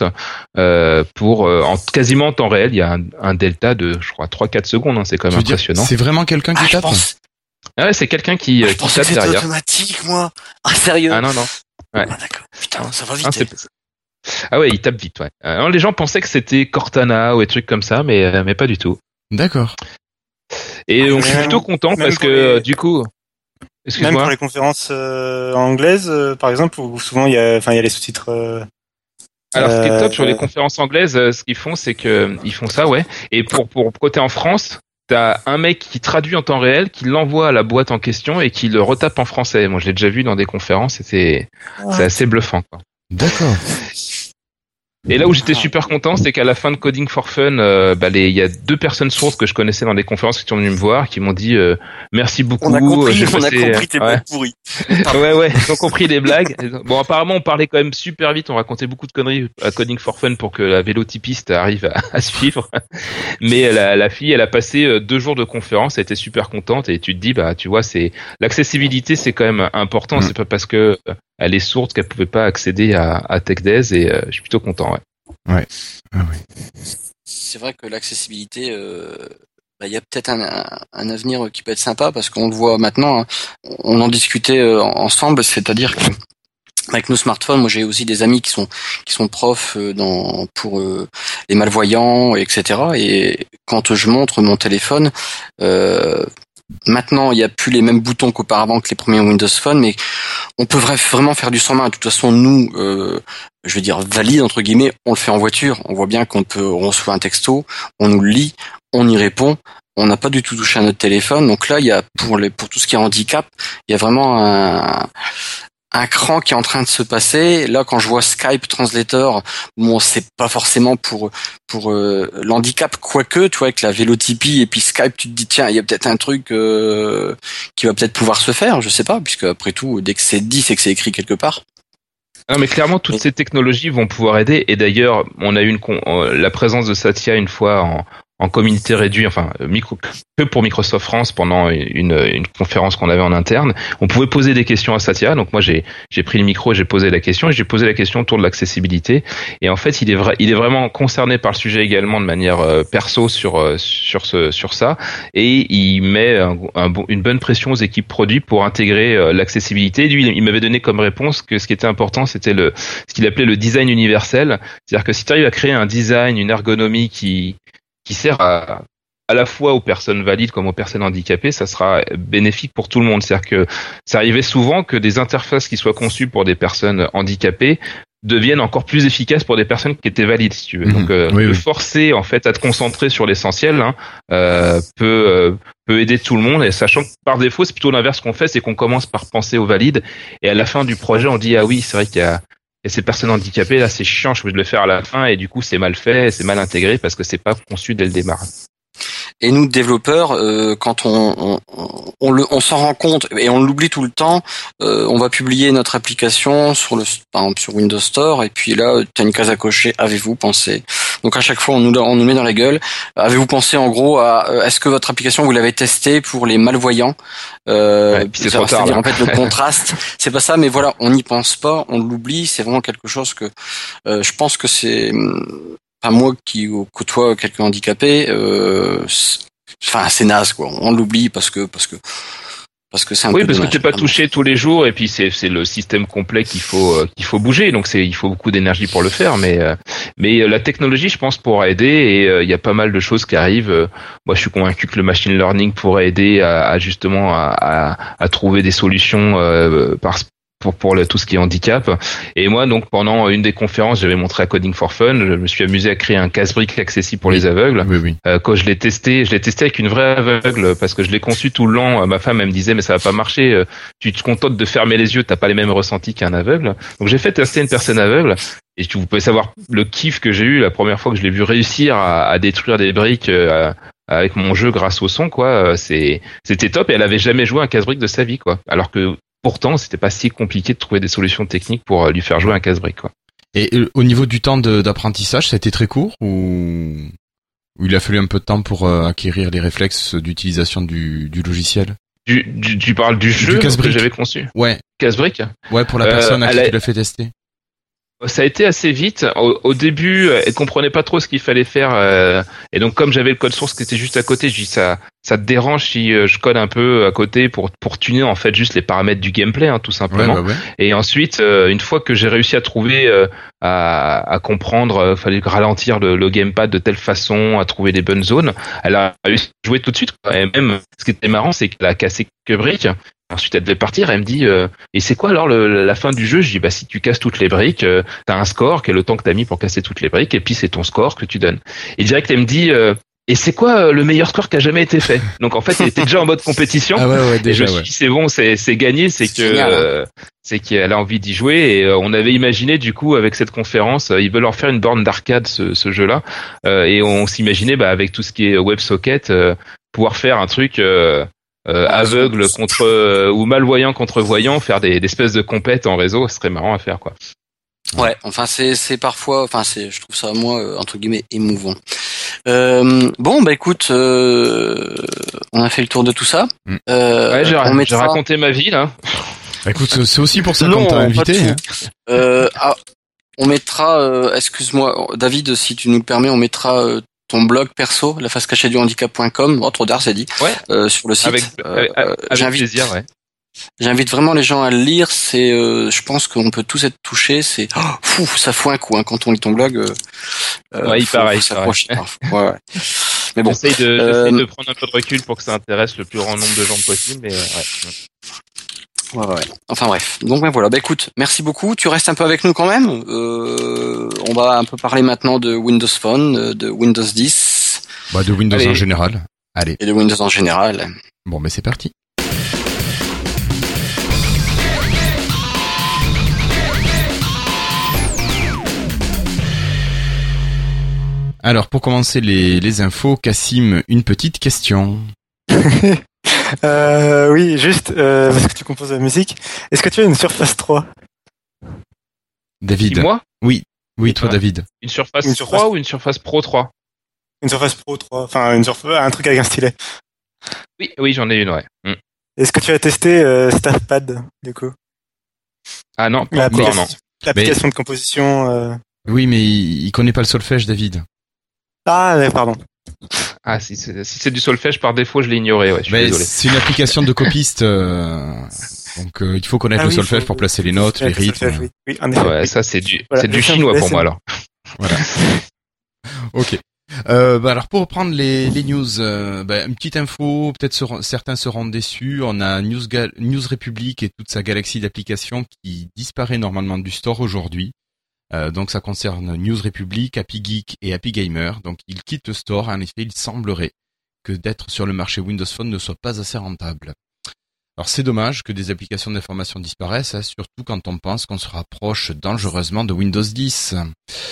en quasiment temps réel. Il y a un delta de, je crois, 3-4 secondes, hein, c'est quand même impressionnant. C'est vraiment quelqu'un qui tape? Ah ouais, c'est quelqu'un qui je pensais tape que c'était derrière. automatique, moi. Ah, sérieux? Ah non. Ouais. Ah, d'accord. Putain, ça va vite. Ah ouais, il tape vite, ouais. Alors, les gens pensaient que c'était Cortana ou des trucs comme ça, mais pas du tout. D'accord. Et donc, je suis plutôt content parce que du coup, excuse-moi. Même pour les conférences anglaises, par exemple, où souvent il y a les sous-titres. Alors, ce qui est top sur les conférences anglaises, ce qu'ils font, c'est que ils font ça, ouais. Et pour côté en France, t'as un mec qui traduit en temps réel, qui l'envoie à la boîte en question et qui le retape en français. Moi, je l'ai déjà vu dans des conférences, c'est assez bluffant, quoi. D'accord. Et là où j'étais super content, c'est qu'à la fin de Coding for Fun, il y a 2 personnes sourdes que je connaissais dans des conférences qui sont venues me voir, qui m'ont dit merci beaucoup. On a compris tes blagues pourries. Ouais, ils ont compris les blagues. Bon, apparemment, on parlait quand même super vite, on racontait beaucoup de conneries à Coding for Fun pour que la vélotypiste arrive à suivre. Mais la fille, elle a passé 2 jours de conférence, elle était super contente, et tu te dis, tu vois, l'accessibilité, c'est quand même important. C'est pas parce que elle est sourde qu'elle pouvait pas accéder à Tech Days, et je suis plutôt content, ouais. Ah oui. C'est vrai que l'accessibilité, il y a peut-être un avenir qui peut être sympa, parce qu'on le voit maintenant, hein, on en discutait ensemble, c'est-à-dire que avec nos smartphones, moi j'ai aussi des amis qui sont profs pour les malvoyants, etc. Et quand je montre mon téléphone, maintenant, il n'y a plus les mêmes boutons qu'auparavant, que les premiers Windows Phone, mais on peut vraiment faire du sans main. De toute façon, nous, je veux dire, valide, entre guillemets, on le fait en voiture. On voit bien on reçoit un texto, on nous le lit, on y répond. On n'a pas du tout touché à notre téléphone. Donc là, il y a, pour tout ce qui est handicap, il y a vraiment un cran qui est en train de se passer. Là, quand je vois Skype Translator, bon, c'est pas forcément pour l'handicap, quoique, tu vois, avec la vélotypie et puis Skype, tu te dis, tiens, il y a peut-être un truc qui va peut-être pouvoir se faire, je sais pas, puisque après tout, dès que c'est dit, c'est que c'est écrit quelque part. Non, mais clairement, toutes ces technologies vont pouvoir aider. Et d'ailleurs, on a eu la présence de Satya une fois en communauté réduite, enfin que pour Microsoft France pendant une conférence qu'on avait en interne. On pouvait poser des questions à Satya, donc moi j'ai pris le micro et j'ai posé la question, et j'ai posé la question autour de l'accessibilité, et en fait il est vraiment concerné par le sujet également de manière perso sur ça, et il met une bonne pression aux équipes produits pour intégrer l'accessibilité. Lui, il m'avait donné comme réponse que ce qui était important, c'était ce qu'il appelait le design universel, c'est-à-dire que si tu arrives à créer un design, une ergonomie qui sert à la fois aux personnes valides comme aux personnes handicapées, ça sera bénéfique pour tout le monde. C'est-à-dire que ça arrivait souvent que des interfaces qui soient conçues pour des personnes handicapées deviennent encore plus efficaces pour des personnes qui étaient valides, si tu veux. Donc, forcer en fait à te concentrer sur l'essentiel peut aider tout le monde, et sachant que par défaut, c'est plutôt l'inverse qu'on fait, c'est qu'on commence par penser aux valides, et à la fin du projet, on dit ah oui, c'est vrai qu'il y a ces personnes handicapées, là, c'est chiant, je vais le faire à la fin, et du coup, c'est mal fait, c'est mal intégré parce que c'est pas conçu dès le démarrage. Et nous, développeurs, quand on s'en rend compte et on l'oublie tout le temps, on va publier notre application par exemple sur Windows Store, et puis là, tu as une case à cocher, avez-vous pensé? Donc à chaque fois, on nous met dans la gueule. Avez-vous pensé en gros à est-ce que votre application vous l'avez testée pour les malvoyants? Puis c'est trop tard. C'est-à-dire en fait le contraste, c'est pas ça, mais voilà, on n'y pense pas, on l'oublie. C'est vraiment quelque chose que je pense que c'est. Enfin, moi qui côtoie quelqu'un handicapé, c'est naze quoi. On l'oublie parce que c'est un peu Oui, parce dommage. que t'es pas touché tous les jours, et puis c'est le système complet qu'il faut bouger. Donc il faut beaucoup d'énergie pour le faire, mais la technologie, je pense, pourra aider, et il y a pas mal de choses qui arrivent. Moi, je suis convaincu que le machine learning pourrait aider à justement à trouver des solutions pour tout ce qui est handicap. Et moi, donc, pendant une des conférences, j'avais montré à Coding for Fun, je me suis amusé à créer un casse-brique accessible pour les aveugles. Oui. Quand je l'ai testé avec une vraie aveugle, parce que je l'ai conçu tout le long. Ma femme, elle me disait, mais ça va pas marcher, tu te contentes de fermer les yeux, t'as pas les mêmes ressentis qu'un aveugle. Donc j'ai fait tester une personne aveugle, et vous pouvez savoir le kiff que j'ai eu la première fois que je l'ai vu réussir à détruire des briques avec mon jeu grâce au son, quoi. C'était top, et elle avait jamais joué un casse-brique de sa vie, quoi. Alors que pourtant, c'était pas si compliqué de trouver des solutions techniques pour lui faire jouer un casse-brique, quoi. Et au niveau du temps d'apprentissage, ça a été très court, ou il a fallu un peu de temps pour acquérir les réflexes d'utilisation du logiciel? Tu parles du jeu que j'avais conçu? Ouais. Casse-brique? Ouais, pour la personne à qui tu l'as fait tester. Ça a été assez vite. Au début, elle comprenait pas trop ce qu'il fallait faire, et donc comme j'avais le code source qui était juste à côté, je dis ça te dérange si je code un peu à côté pour tuner en fait juste les paramètres du gameplay, hein, tout simplement. Ouais. Et ensuite, une fois que j'ai réussi à trouver à comprendre, fallait ralentir le gamepad de telle façon, à trouver les bonnes zones, elle a réussi à jouer tout de suite, quoi. Et même ce qui était marrant, c'est qu'elle a cassé quelques briques. Ensuite, elle devait partir, elle me dit et c'est quoi alors la fin du jeu? Je dis bah si tu casses toutes les briques, t'as un score qui est le temps que t'as mis pour casser toutes les briques, et puis c'est ton score que tu donnes. Et direct, elle me dit et c'est quoi le meilleur score qui a jamais été fait? Donc en fait, elle était déjà en mode compétition. Ah ouais, Et je déjà. me suis dit c'est bon, c'est gagné, c'est qu'elle a envie d'y jouer. Et on avait imaginé du coup avec cette conférence, ils veulent en faire une borne d'arcade ce jeu-là, et on s'imaginait avec tout ce qui est WebSocket pouvoir faire un truc. Aveugle contre ou malvoyant contre voyant, faire des espèces de compètes en réseau, ce serait marrant à faire, quoi. Ouais, enfin c'est parfois, je trouve ça moi entre guillemets émouvant. Bon bah écoute, on a fait le tour de tout ça. Ouais, j'ai raconté ma vie là. Écoute, c'est aussi pour ça qu'on t'a invité. On mettra, excuse-moi David, si tu nous le permets, on mettra ton blog perso, la face cachée du handicap.com. Oh, trop tard, c'est dit. Ouais. Sur le site. Avec plaisir, ouais. J'invite vraiment les gens à le lire. C'est, je pense qu'on peut tous être touchés. C'est, ça fout un coup, hein, quand on lit ton blog. Ouais, il paraît. Ouais. Mais bon. J'essaye de prendre un peu de recul pour que ça intéresse le plus grand nombre de gens possible, mais Ouais. Enfin bref. Donc ben voilà. Bah écoute, merci beaucoup. Tu restes un peu avec nous quand même. On va un peu parler maintenant de Windows Phone, de Windows 10. De Windows en général. Allez. Et de Windows en général. Bon, mais c'est parti. Alors, pour commencer les infos, Cassim, une petite question. Oui, juste, parce que tu composes la musique. Est-ce que tu as une Surface 3? David. Moi? Oui, toi, David. Une Surface 3 ou une Surface Pro 3? Une Surface Pro 3, enfin un truc avec un stylet. Oui, j'en ai une, ouais. Est-ce que tu as testé StaffPad, du coup? Ah non, pas encore, non. L'application de composition. Oui, mais il connaît pas le solfège, David. Ah, pardon. Ah, si c'est du solfège par défaut, je l'ai ignoré, ouais, je suis désolé. C'est une application de copiste, donc il faut connaître le solfège pour placer les notes, les rythmes. Oui, en effet. Ouais, ça c'est du chinois pour moi alors. Voilà. Ok. Alors pour reprendre les news, une petite info, peut-être certains seront déçus. On a News Republic et toute sa galaxie d'applications qui disparaît normalement du store aujourd'hui. Donc ça concerne News Republic, Happy Geek et Happy Gamer. Donc ils quittent le store. En effet, il semblerait que d'être sur le marché Windows Phone ne soit pas assez rentable. Alors c'est dommage que des applications d'information disparaissent, surtout quand on pense qu'on se rapproche dangereusement de Windows 10.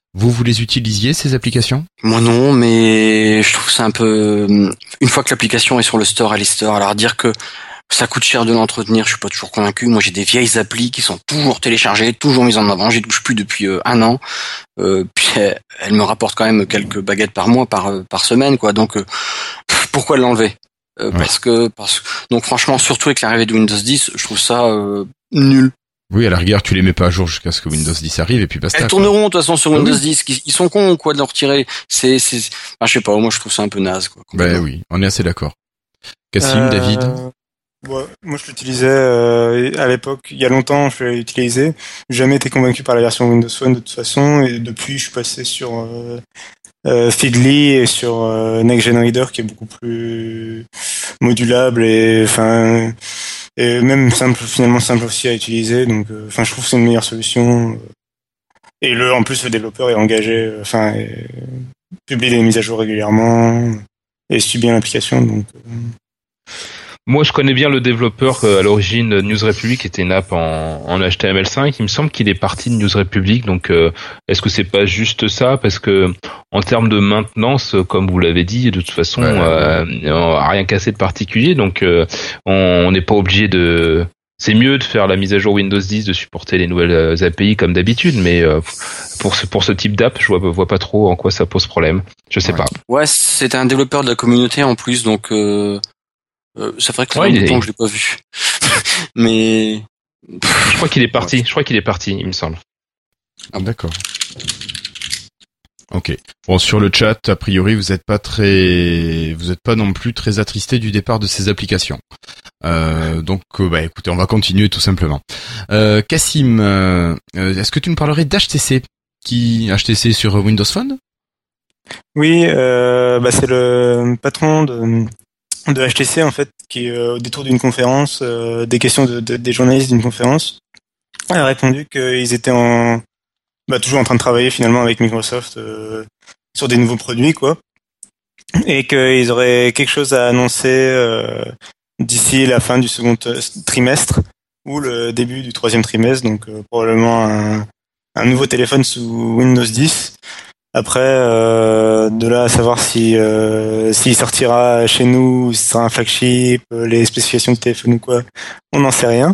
Vous les utilisiez, ces applications? Moi non, mais je trouve ça un peu... Une fois que l'application est sur le store, elle est store. Alors dire que ça coûte cher de l'entretenir, je suis pas toujours convaincu. Moi j'ai des vieilles applis qui sont toujours téléchargées, toujours mises en avant. J'y touche plus depuis un an. Puis elle me rapporte quand même quelques baguettes par mois, par semaine, quoi. Donc pourquoi l'enlever? Parce que donc franchement, surtout avec l'arrivée de Windows 10, je trouve ça nul. Oui, à la rigueur, tu les mets pas à jour jusqu'à ce que Windows 10 arrive et puis basta. Elles tourneront de toute façon sur Windows 10. Ils sont cons quoi de leur retirer. Je sais pas. Moi je trouve ça un peu naze quoi. Ben oui, on est assez d'accord. Cassim, David. Ouais, moi je l'utilisais à l'époque, il y a longtemps, je l'ai utilisé. J'ai jamais été convaincu par la version Windows Phone de toute façon, et depuis je suis passé sur Feedly et sur Next Gen Reader qui est beaucoup plus modulable et même finalement simple aussi à utiliser. Donc je trouve que c'est une meilleure solution. Et en plus le développeur est engagé, publie des mises à jour régulièrement et suit bien l'application. Donc Moi, je connais bien le développeur à l'origine News Republic, qui était une app en HTML5. Il me semble qu'il est parti de News Republic. Donc, est-ce que c'est pas juste ça? Parce que en termes de maintenance, comme vous l'avez dit, de toute façon, on a rien cassé de particulier. Donc, on n'est pas obligé de... C'est mieux de faire la mise à jour Windows 10, de supporter les nouvelles API comme d'habitude, mais pour ce type d'app, je vois pas trop en quoi ça pose problème. Je sais pas. Ouais, c'est un développeur de la communauté en plus, donc ça ferait que ça fait longtemps que je l'ai pas vu. Mais je crois qu'il est parti. Je crois qu'il est parti, il me semble. D'accord. Ok. Bon, sur le chat, a priori, vous êtes pas non plus très attristé du départ de ces applications. Donc, écoutez, on va continuer tout simplement. Cassim, est-ce que tu nous parlerais d'HTC? HTC sur Windows Phone? Oui, c'est le patron de HTC en fait qui au détour d'une conférence, des questions des journalistes d'une conférence, a répondu qu'ils étaient toujours en train de travailler finalement avec Microsoft sur des nouveaux produits quoi, et qu'ils auraient quelque chose à annoncer d'ici la fin du second trimestre ou le début du troisième trimestre, donc probablement un nouveau téléphone sous Windows 10. Après, de là à savoir s'il sortira chez nous, si ce sera un flagship, les spécifications de téléphone ou quoi, on n'en sait rien.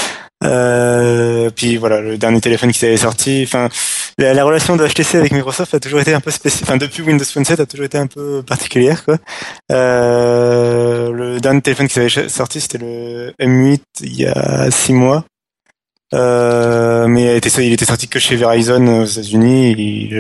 Puis voilà, le dernier téléphone qui avait sorti, la relation de HTC avec Microsoft a toujours été un peu spéciale. Depuis Windows Phone 7 a toujours été un peu particulière quoi. Le dernier téléphone qui avait sorti c'était le M8 il y a 6 mois. Mais il était sorti que chez Verizon aux États-Unis. Il est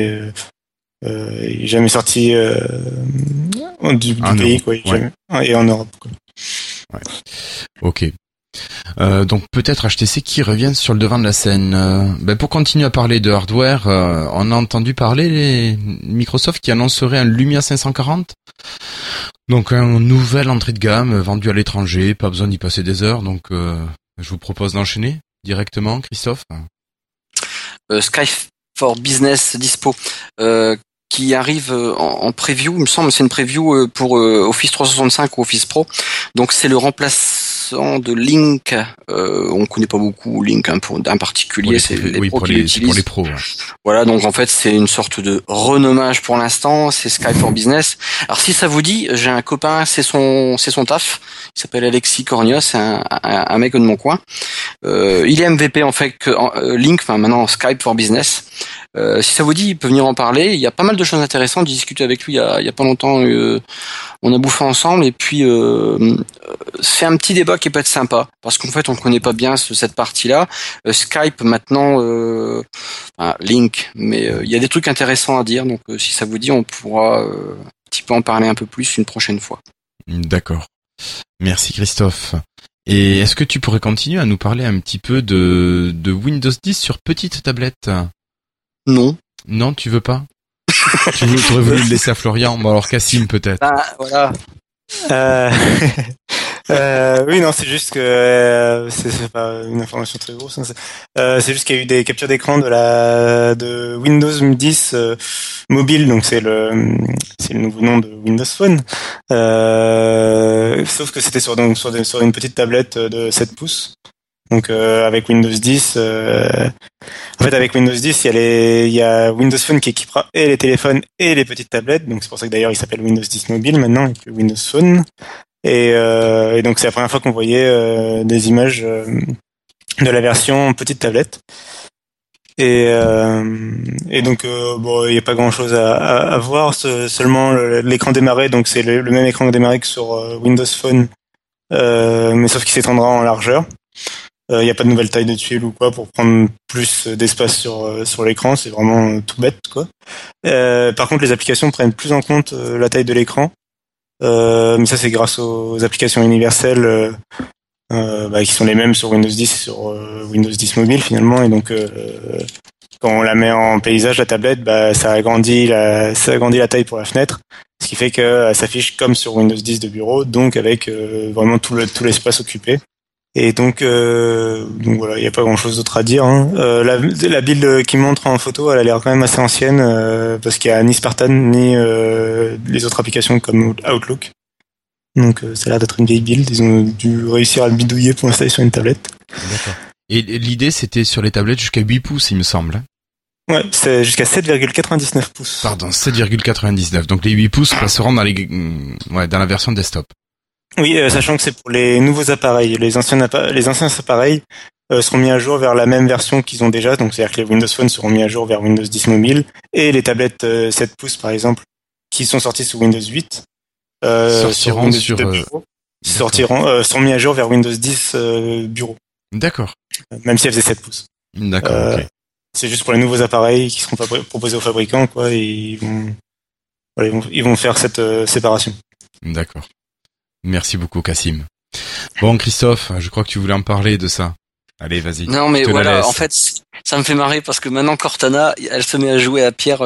jamais sorti du pays quoi. Et en Europe quoi. Ouais. Ok. Donc peut-être HTC qui reviennent sur le devant de la scène. Pour continuer à parler de hardware, on a entendu parler Microsoft qui annoncerait un Lumia 540. Donc un nouvel entrée de gamme vendu à l'étranger, pas besoin d'y passer des heures. Donc je vous propose d'enchaîner directement, Christophe. Skype for Business dispo. Qui arrive en preview, il me semble, c'est une preview pour Office 365 ou Office Pro. Donc c'est le remplaçant de Lync. On connaît pas beaucoup Lync pour un particulier, c'est les pros qui l'utilisent. Pour les pros. Ouais. Voilà, donc en fait c'est une sorte de renommage pour l'instant. C'est Skype for Business. Alors si ça vous dit, j'ai un copain, c'est son taf. Il s'appelle Alexis Cornios, c'est un mec de mon coin. Il est MVP en fait Lync, maintenant Skype for Business. Si ça vous dit, il peut venir en parler. Il y a pas mal de choses intéressantes. J'ai discuté avec lui il y a pas longtemps. On a bouffé ensemble et puis c'est un petit débat qui peut être sympa parce qu'en fait on connaît pas bien cette partie-là. Skype maintenant, Lync, mais il y a des trucs intéressants à dire. Donc si ça vous dit, on pourra un petit peu en parler un peu plus une prochaine fois. D'accord. Merci Christophe. Et est-ce que tu pourrais continuer à nous parler un petit peu de Windows 10 sur petite tablette? Non. Non, tu veux pas? Tu aurais voulu le laisser à Florian? Bon alors Cassim peut-être. Voilà. Oui, non, c'est juste que c'est pas une information très grosse. Hein, c'est juste qu'il y a eu des captures d'écran de Windows 10 mobile, donc c'est le nouveau nom de Windows Phone. Sauf que c'était sur une petite tablette de 7 pouces. Donc avec Windows 10, en fait avec Windows 10, il y a Windows Phone qui équipera et les téléphones et les petites tablettes. Donc c'est pour ça que d'ailleurs il s'appelle Windows 10 Mobile maintenant et que Windows Phone. Et donc c'est la première fois qu'on voyait des images de la version petite tablette. Et donc bon, il y a pas grand-chose à voir. Seulement l'écran démarré, donc c'est le même écran démarré que sur Windows Phone, mais sauf qu'il s'étendra en largeur. Il n'y a pas de nouvelle taille de tuile ou quoi pour prendre plus d'espace sur l'écran. C'est vraiment tout bête, quoi. Par contre, les applications prennent plus en compte la taille de l'écran. Mais ça, c'est grâce aux applications universelles qui sont les mêmes sur Windows 10 et sur Windows 10 Mobile finalement. Et donc, quand on la met en paysage, la tablette, ça agrandit la taille pour la fenêtre, ce qui fait que s'affiche comme sur Windows 10 de bureau, donc avec vraiment tout l'espace occupé. Et donc voilà, il n'y a pas grand-chose d'autre à dire. Hein. La build qui montre en photo, elle a l'air quand même assez ancienne parce qu'il n'y a ni Spartan ni les autres applications comme Outlook. Donc ça a l'air d'être une vieille build. Ils ont dû réussir à le bidouiller pour l'installer sur une tablette. D'accord. Et l'idée, c'était sur les tablettes jusqu'à 8 pouces, il me semble. Ouais, c'est jusqu'à 7,99 pouces. Pardon, 7,99. Donc les 8 pouces passeront dans dans la version desktop. Oui, sachant que c'est pour les nouveaux appareils. Les anciens appareils seront mis à jour vers la même version qu'ils ont déjà. Donc c'est-à-dire que les Windows Phone seront mis à jour vers Windows 10 Mobile. Et les tablettes 7 pouces, par exemple, qui sont sorties sous Windows 8, sortiront seront mis à jour vers Windows 10 Bureau. D'accord. Même si elles faisaient 7 pouces. D'accord, ok. C'est juste pour les nouveaux appareils qui seront proposés aux fabricants, quoi. Et ils vont faire cette séparation. D'accord. Merci beaucoup, Cassim. Bon, Christophe, je crois que tu voulais en parler de ça. Allez, vas-y. Non, mais voilà, en fait, ça me fait marrer parce que maintenant Cortana, elle se met à jouer à Pierre.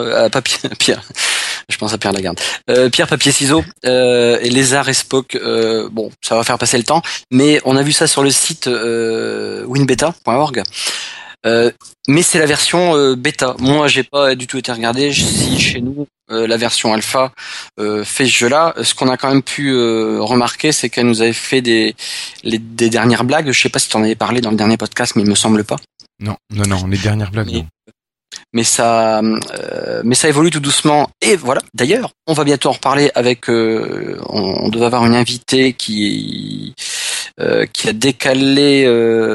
Je pense à Pierre Lagarde. Pierre, papier, ciseaux, et Lézard et Spock. Bon, ça va faire passer le temps, mais on a vu ça sur le site winbeta.org. Mais c'est la version bêta. Moi, j'ai pas du tout été regardé. Si chez nous la version alpha fait ce jeu-là, ce qu'on a quand même pu remarquer, c'est qu'elle nous avait fait des dernières blagues. Je sais pas si tu en avais parlé dans le dernier podcast, mais il me semble pas. Non, les dernières blagues, non. Mais ça évolue tout doucement. Et voilà. D'ailleurs, on va bientôt en reparler avec. On devait avoir une invitée qui a décalé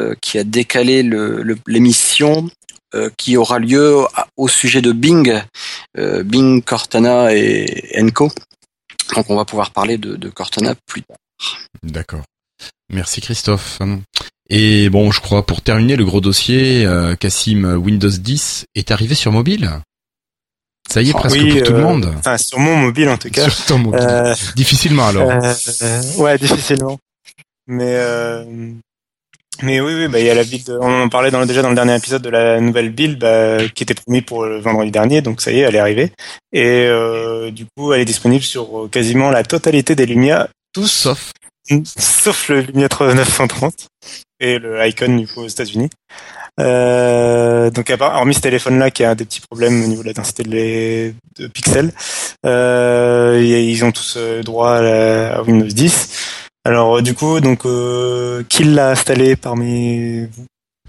l'émission qui aura lieu au sujet de Bing, Cortana et Co. Donc on va pouvoir parler de Cortana plus tard. D'accord. Merci Christophe. Et bon, je crois pour terminer le gros dossier, Cassim, Windows 10 est arrivé sur mobile. Ça y est, presque pour tout le monde. Enfin, sur mon mobile en tout cas. Sur ton mobile. Difficilement alors. Ouais, difficilement. Mais oui, il y a la build. On en parlait déjà dans le dernier épisode de la nouvelle build qui était promise pour le vendredi dernier. Donc ça y est, elle est arrivée. Et du coup, elle est disponible sur quasiment la totalité des Lumia, tous sauf le Lumia 930 et le Icon du coup aux États-Unis. Donc hormis ce téléphone-là qui a des petits problèmes au niveau de la densité de pixels, ils ont tous droit à Windows 10. Alors du coup, qui l'a installé parmi vous?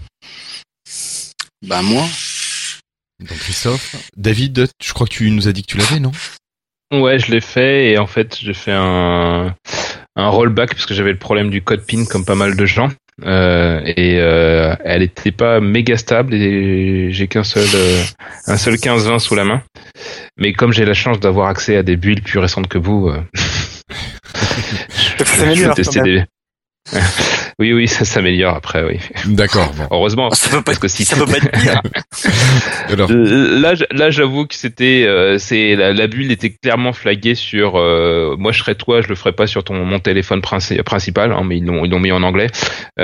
Moi. Donc Christophe, David, je crois que tu nous as dit que tu l'avais, non? Ouais, je l'ai fait et en fait j'ai fait un rollback parce que j'avais le problème du code PIN comme pas mal de gens. Elle était pas méga stable et j'ai un seul 1520 sous la main. Mais comme j'ai la chance d'avoir accès à des builds plus récentes que vous, je peux tester des. Oui, ça s'améliore après, oui. D'accord. Bon. Heureusement. Ça peut pas être pire. Alors. Là, j'avoue que c'était, la bulle était clairement flaguée sur. Moi, je serais toi, je le ferais pas sur mon téléphone principal, hein, mais ils l'ont mis en anglais.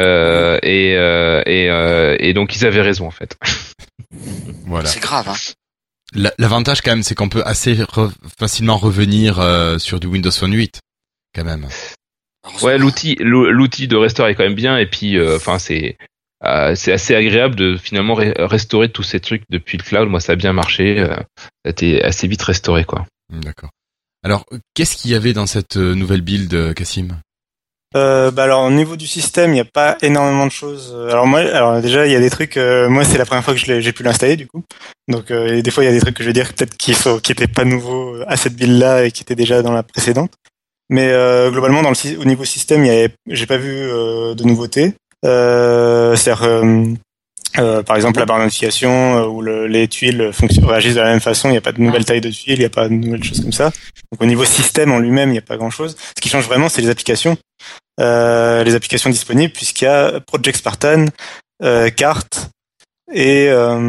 Et donc ils avaient raison en fait. Voilà. C'est grave. Hein. L'avantage quand même, c'est qu'on peut assez facilement revenir sur du Windows Phone 8, quand même. Ouais, l'outil de restore est quand même bien et puis c'est assez agréable de finalement restaurer tous ces trucs depuis le cloud. Moi, ça a bien marché, ça a été assez vite restauré quoi. D'accord. Alors, qu'est-ce qu'il y avait dans cette nouvelle build, Cassim? Alors au niveau du système, il n'y a pas énormément de choses. Alors déjà il y a des trucs. Moi c'est la première fois que j'ai pu l'installer du coup. Donc et des fois il y a des trucs que je vais dire peut-être qui étaient pas nouveaux à cette build là et qui étaient déjà dans la précédente. Mais globalement au niveau système, j'ai pas vu de nouveautés. Par exemple la barre de notification où les tuiles réagissent de la même façon. Il n'y a pas de nouvelle taille de tuiles, il n'y a pas de nouvelles choses comme ça. Donc au niveau système en lui-même, il n'y a pas grand-chose. Ce qui change vraiment, c'est les applications. Les applications disponibles, puisqu'il y a Project Spartan, Carte et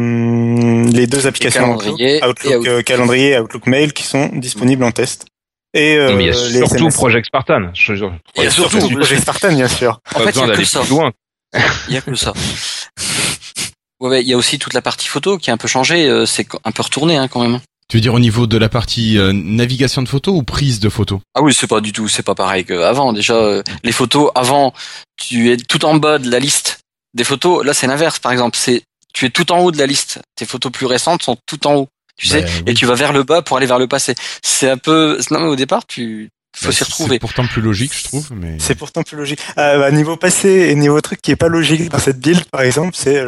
les deux applications Outlook calendrier et Outlook Mail qui sont disponibles en test. Et mais il y a surtout SMS. Project Spartan. Il y a surtout Project Spartan, bien sûr. En fait, il y a que ça. Loin. Il y a que ça. Ouais, il y a aussi toute la partie photo qui a un peu changé. C'est un peu retourné hein, quand même. Tu veux dire au niveau de la partie navigation de photos ou prise de photos? Ah oui, c'est pas pareil qu'avant. Déjà, les photos avant, tu es tout en bas de la liste des photos. Là, c'est l'inverse. Par exemple, tu es tout en haut de la liste. Tes photos plus récentes sont tout en haut. Tu sais, oui. et tu vas vers le bas pour aller vers le passé. C'est un peu. Non, mais au départ, faut s'y retrouver. C'est pourtant plus logique, je trouve. Mais c'est pourtant plus logique. Niveau passé et niveau truc qui est pas logique dans cette build, par exemple, c'est,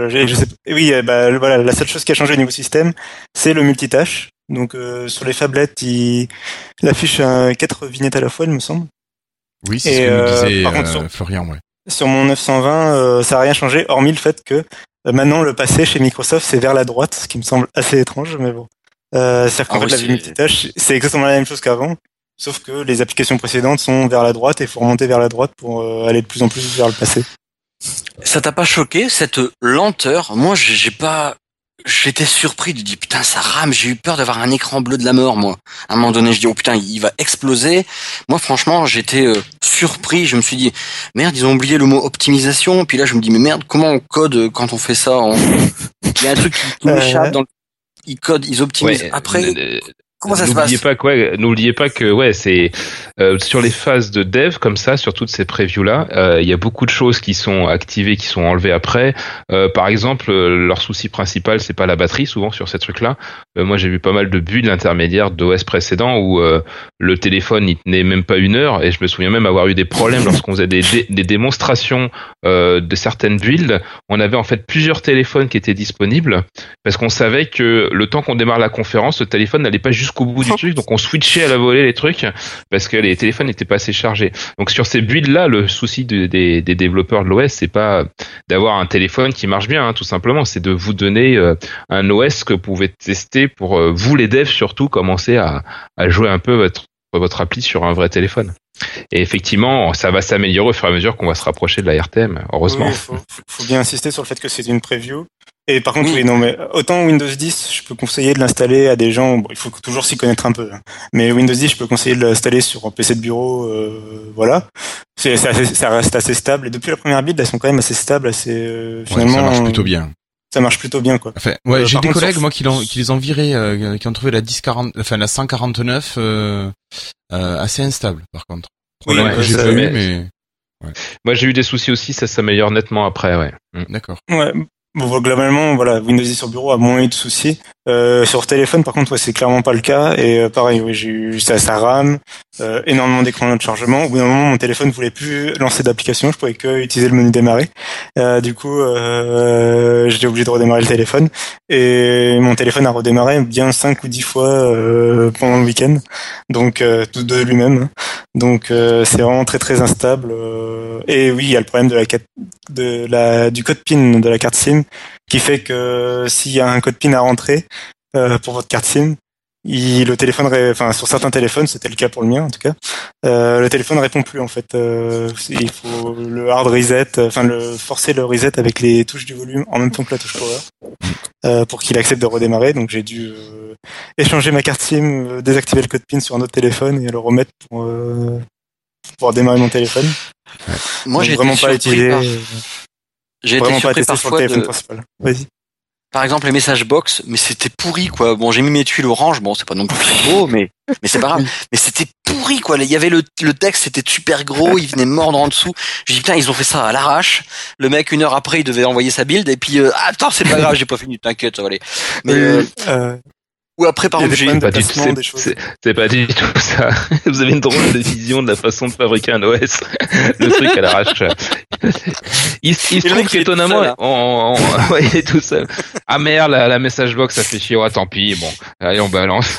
voilà, la seule chose qui a changé au niveau système, c'est le multitâche. Donc sur les phablettes, il affiche 4 vignettes à la fois, il me semble. Oui, c'est ce que nous disait par contre, Florian, ouais. Sur mon 920, ça a rien changé, hormis le fait que maintenant le passé chez Microsoft, c'est vers la droite, ce qui me semble assez étrange, mais bon. C'est-à-dire qu'en fait, la vue multitâche, c'est exactement la même chose qu'avant. Sauf que les applications précédentes sont vers la droite et il faut remonter vers la droite pour aller de plus en plus vers le passé. Ça t'a pas choqué cette lenteur? Moi, j'étais surpris de dire putain ça rame. J'ai eu peur d'avoir un écran bleu de la mort. Moi, à un moment donné, je dis oh putain il va exploser. Moi, franchement, j'étais surpris. Je me suis dit merde, ils ont oublié le mot optimisation. Puis là, je me dis mais merde, comment on code quand on fait ça? Il y a un truc qui m'échappe dans ils optimisent après. Comment ça se passe? N'oubliez pas que c'est sur les phases de dev comme ça, sur toutes ces previews là, il y a beaucoup de choses qui sont activées, qui sont enlevées après. Par exemple, leur souci principal, c'est pas la batterie souvent sur ces trucs-là. Moi, j'ai vu pas mal de builds intermédiaires d'OS précédents où le téléphone il tenait même pas 1 heure et je me souviens même avoir eu des problèmes lorsqu'on faisait des démonstrations de certaines builds. On avait en fait plusieurs téléphones qui étaient disponibles parce qu'on savait que le temps qu'on démarre la conférence, le téléphone n'allait pas jusqu'au bout du truc, donc on switchait à la volée les trucs parce que les téléphones n'étaient pas assez chargés. Donc sur ces builds-là, le souci des développeurs de l'OS, c'est pas d'avoir un téléphone qui marche bien, hein, tout simplement, c'est de vous donner un OS que vous pouvez tester pour vous les devs surtout commencer à jouer un peu votre appli sur un vrai téléphone. Et effectivement, ça va s'améliorer au fur et à mesure qu'on va se rapprocher de la RTM, heureusement. Oui, faut bien insister sur le fait que c'est une preview. Et par contre, mais autant Windows 10, je peux conseiller de l'installer à des gens, il faut toujours s'y connaître un peu. Hein. Mais Windows 10, je peux conseiller de l'installer sur un PC de bureau, voilà. Ça reste assez stable. Et depuis la première build, elles sont quand même assez stables, finalement. Ça marche plutôt bien. Ça marche plutôt bien, quoi. Enfin, j'ai des collègues, moi, qui les ont virés, qui ont trouvé la 149, assez instable, par contre. Problème que j'ai pas eu, mais... Ouais. Moi, j'ai eu des soucis aussi, ça s'améliore nettement après, ouais. D'accord. Ouais. Bon, globalement, voilà, Windows 10 sur bureau a moins eu de soucis. Sur téléphone, par contre, c'est clairement pas le cas. Et pareil, j'ai eu ça rame, énormément d'écrans de chargement. Au bout d'un moment, mon téléphone voulait plus lancer d'application, je pouvais que utiliser le menu démarrer. Du coup, j'étais obligé de redémarrer le téléphone. Et mon téléphone a redémarré bien 5 ou 10 fois pendant le week-end. Donc, tout de lui-même. Donc, c'est vraiment très très instable. Et oui, il y a le problème du code PIN de la carte SIM, qui fait que s'il y a un code PIN à rentrer pour votre carte SIM, le téléphone, sur certains téléphones, c'était le cas pour le mien en tout cas, le téléphone répond plus en fait. Il faut le hard reset, forcer le reset avec les touches du volume en même temps que la touche power pour qu'il accepte de redémarrer. Donc j'ai dû échanger ma carte SIM, désactiver le code PIN sur un autre téléphone et le remettre pour pouvoir démarrer mon téléphone. Ouais. Moi, j'ai vraiment pas utilisé. J'ai été surpris parfois sur le téléphone principal. Vas-y. Par exemple, les messages box, mais c'était pourri, quoi. Bon, j'ai mis mes tuiles orange, bon, c'est pas non plus beau, mais c'est pas grave. Mais c'était pourri, quoi. Il y avait le texte, c'était super gros, il venait mordre en dessous. J'ai dit, putain, ils ont fait ça à l'arrache. Le mec, 1 heure après, il devait envoyer sa build, et puis, attends, c'est pas grave, j'ai pas fini, t'inquiète, ça va aller. Mais, Ou après, par Il y a exemple, des j'ai problèmes de placement, des choses. C'est pas du tout ça. Vous avez une drôle de vision de la façon de fabriquer un OS. Le truc à l'arrache. Il se Et le trouve mec, il est tout seul, qu'étonnamment, hein. ouais, il est tout seul. Ah merde, la message box, ça fait chier. Ouais, tant pis. Bon, allez, on balance.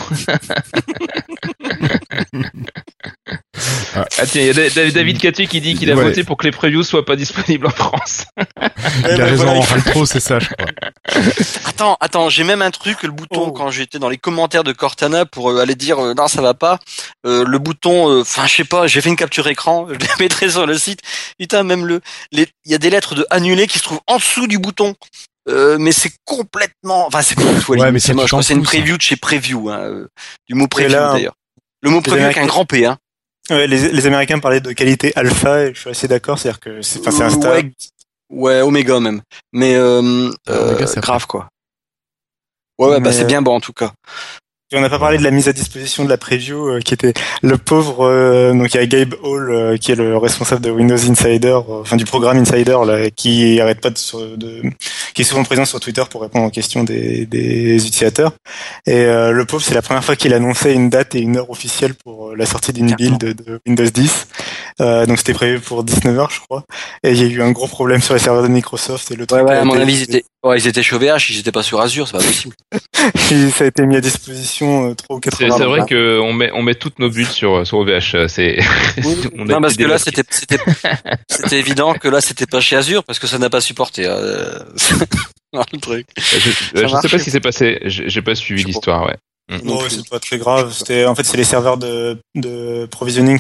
Ah tiens, il y a David Catu qui dit qu'il a voté pour que les previews soient pas disponibles en France. Il a raison, on râle trop, c'est ça, je crois. Attends, j'ai même un truc, le bouton, quand j'étais dans les commentaires de Cortana pour aller dire non, ça va pas, le bouton, enfin, je sais pas, j'ai fait une capture écran, je la mettrai sur le site. Putain, même il y a des lettres de annulé qui se trouvent en dessous du bouton. Mais c'est complètement, enfin, c'est complètement, mais c'est moche, c'est une preview de chez Preview, du mot preview d'ailleurs. Le mot preview avec un grand P, hein. Ouais, les Américains parlaient de qualité alpha et je suis assez d'accord, c'est-à-dire que c'est un stade. Ouais, Oméga même. Mais Oméga, grave quoi. Ouais, bah c'est bien bon en tout cas. Et on n'a pas parlé de la mise à disposition de la preview qui était le pauvre donc il y a Gabe Hall qui est le responsable de Windows Insider, enfin du programme Insider là, qui arrête pas qui est souvent présent sur Twitter pour répondre aux questions des utilisateurs. Et le pauvre, c'est la première fois qu'il annonçait une date et une heure officielle pour la sortie d'une build de Windows 10. Donc c'était prévu pour 19h je crois. Et il y a eu un gros problème sur les serveurs de Microsoft et le truc. Ouais, à mon avis ils étaient chez OVH, ils étaient pas sur Azure, c'est pas possible. Et ça a été mis à disposition 3 ou 4 heures. C'est vrai que on met toutes nos bulles sur OVH. C'est. Non, parce que là c'était évident que là c'était pas chez Azure parce que ça n'a pas supporté. Le truc. Je sais pas ce qui s'est passé. J'ai pas suivi l'histoire, ouais. Non, c'est pas très grave. C'est les serveurs de provisioning,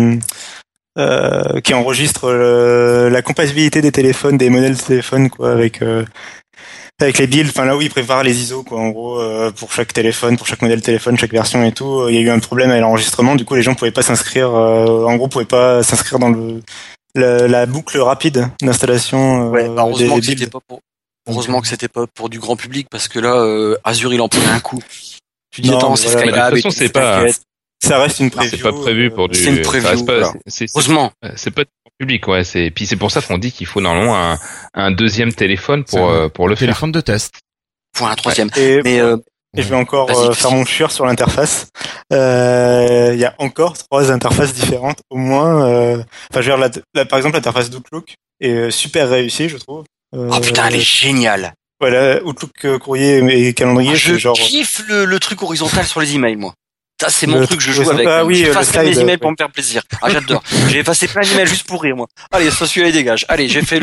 qui enregistrent la compatibilité des téléphones, des modèles de téléphone, quoi, avec les builds. Enfin là où ils préparent les ISO, quoi, en gros, pour chaque téléphone, pour chaque modèle de téléphone, chaque version et tout. Il y a eu un problème avec l'enregistrement. Du coup, les gens pouvaient pas s'inscrire. En gros, pouvaient pas s'inscrire dans la boucle rapide d'installation. Heureusement que c'était pas pour du grand public parce que là, Azure il en prenait un coup. Tu dis attends, c'est Skylab. De toute façon, c'est pas. Ça reste une preview. C'est pas prévu pour du. C'est une preview. Heureusement. C'est pas public, ouais. Puis c'est pour ça qu'on dit qu'il faut normalement un deuxième téléphone pour le téléphone de test. Pour un troisième. Et je vais encore faire mon chieur sur l'interface. Il y a encore 3 interfaces différentes au moins. Enfin, je veux dire, par exemple, l'interface d'Outlook est super réussie, je trouve. Oh putain, elle est géniale. Voilà, Outlook courrier et calendrier. Je genre... kiffe le truc horizontal sur les emails, moi. Ça, c'est mon truc, je joue avec. Ah oui, j'efface mes emails pour me faire plaisir. Ah, j'adore. J'ai effacé plein d'emails juste pour rire, moi. Allez, ça, celui-là, il dégage. Allez, j'ai fait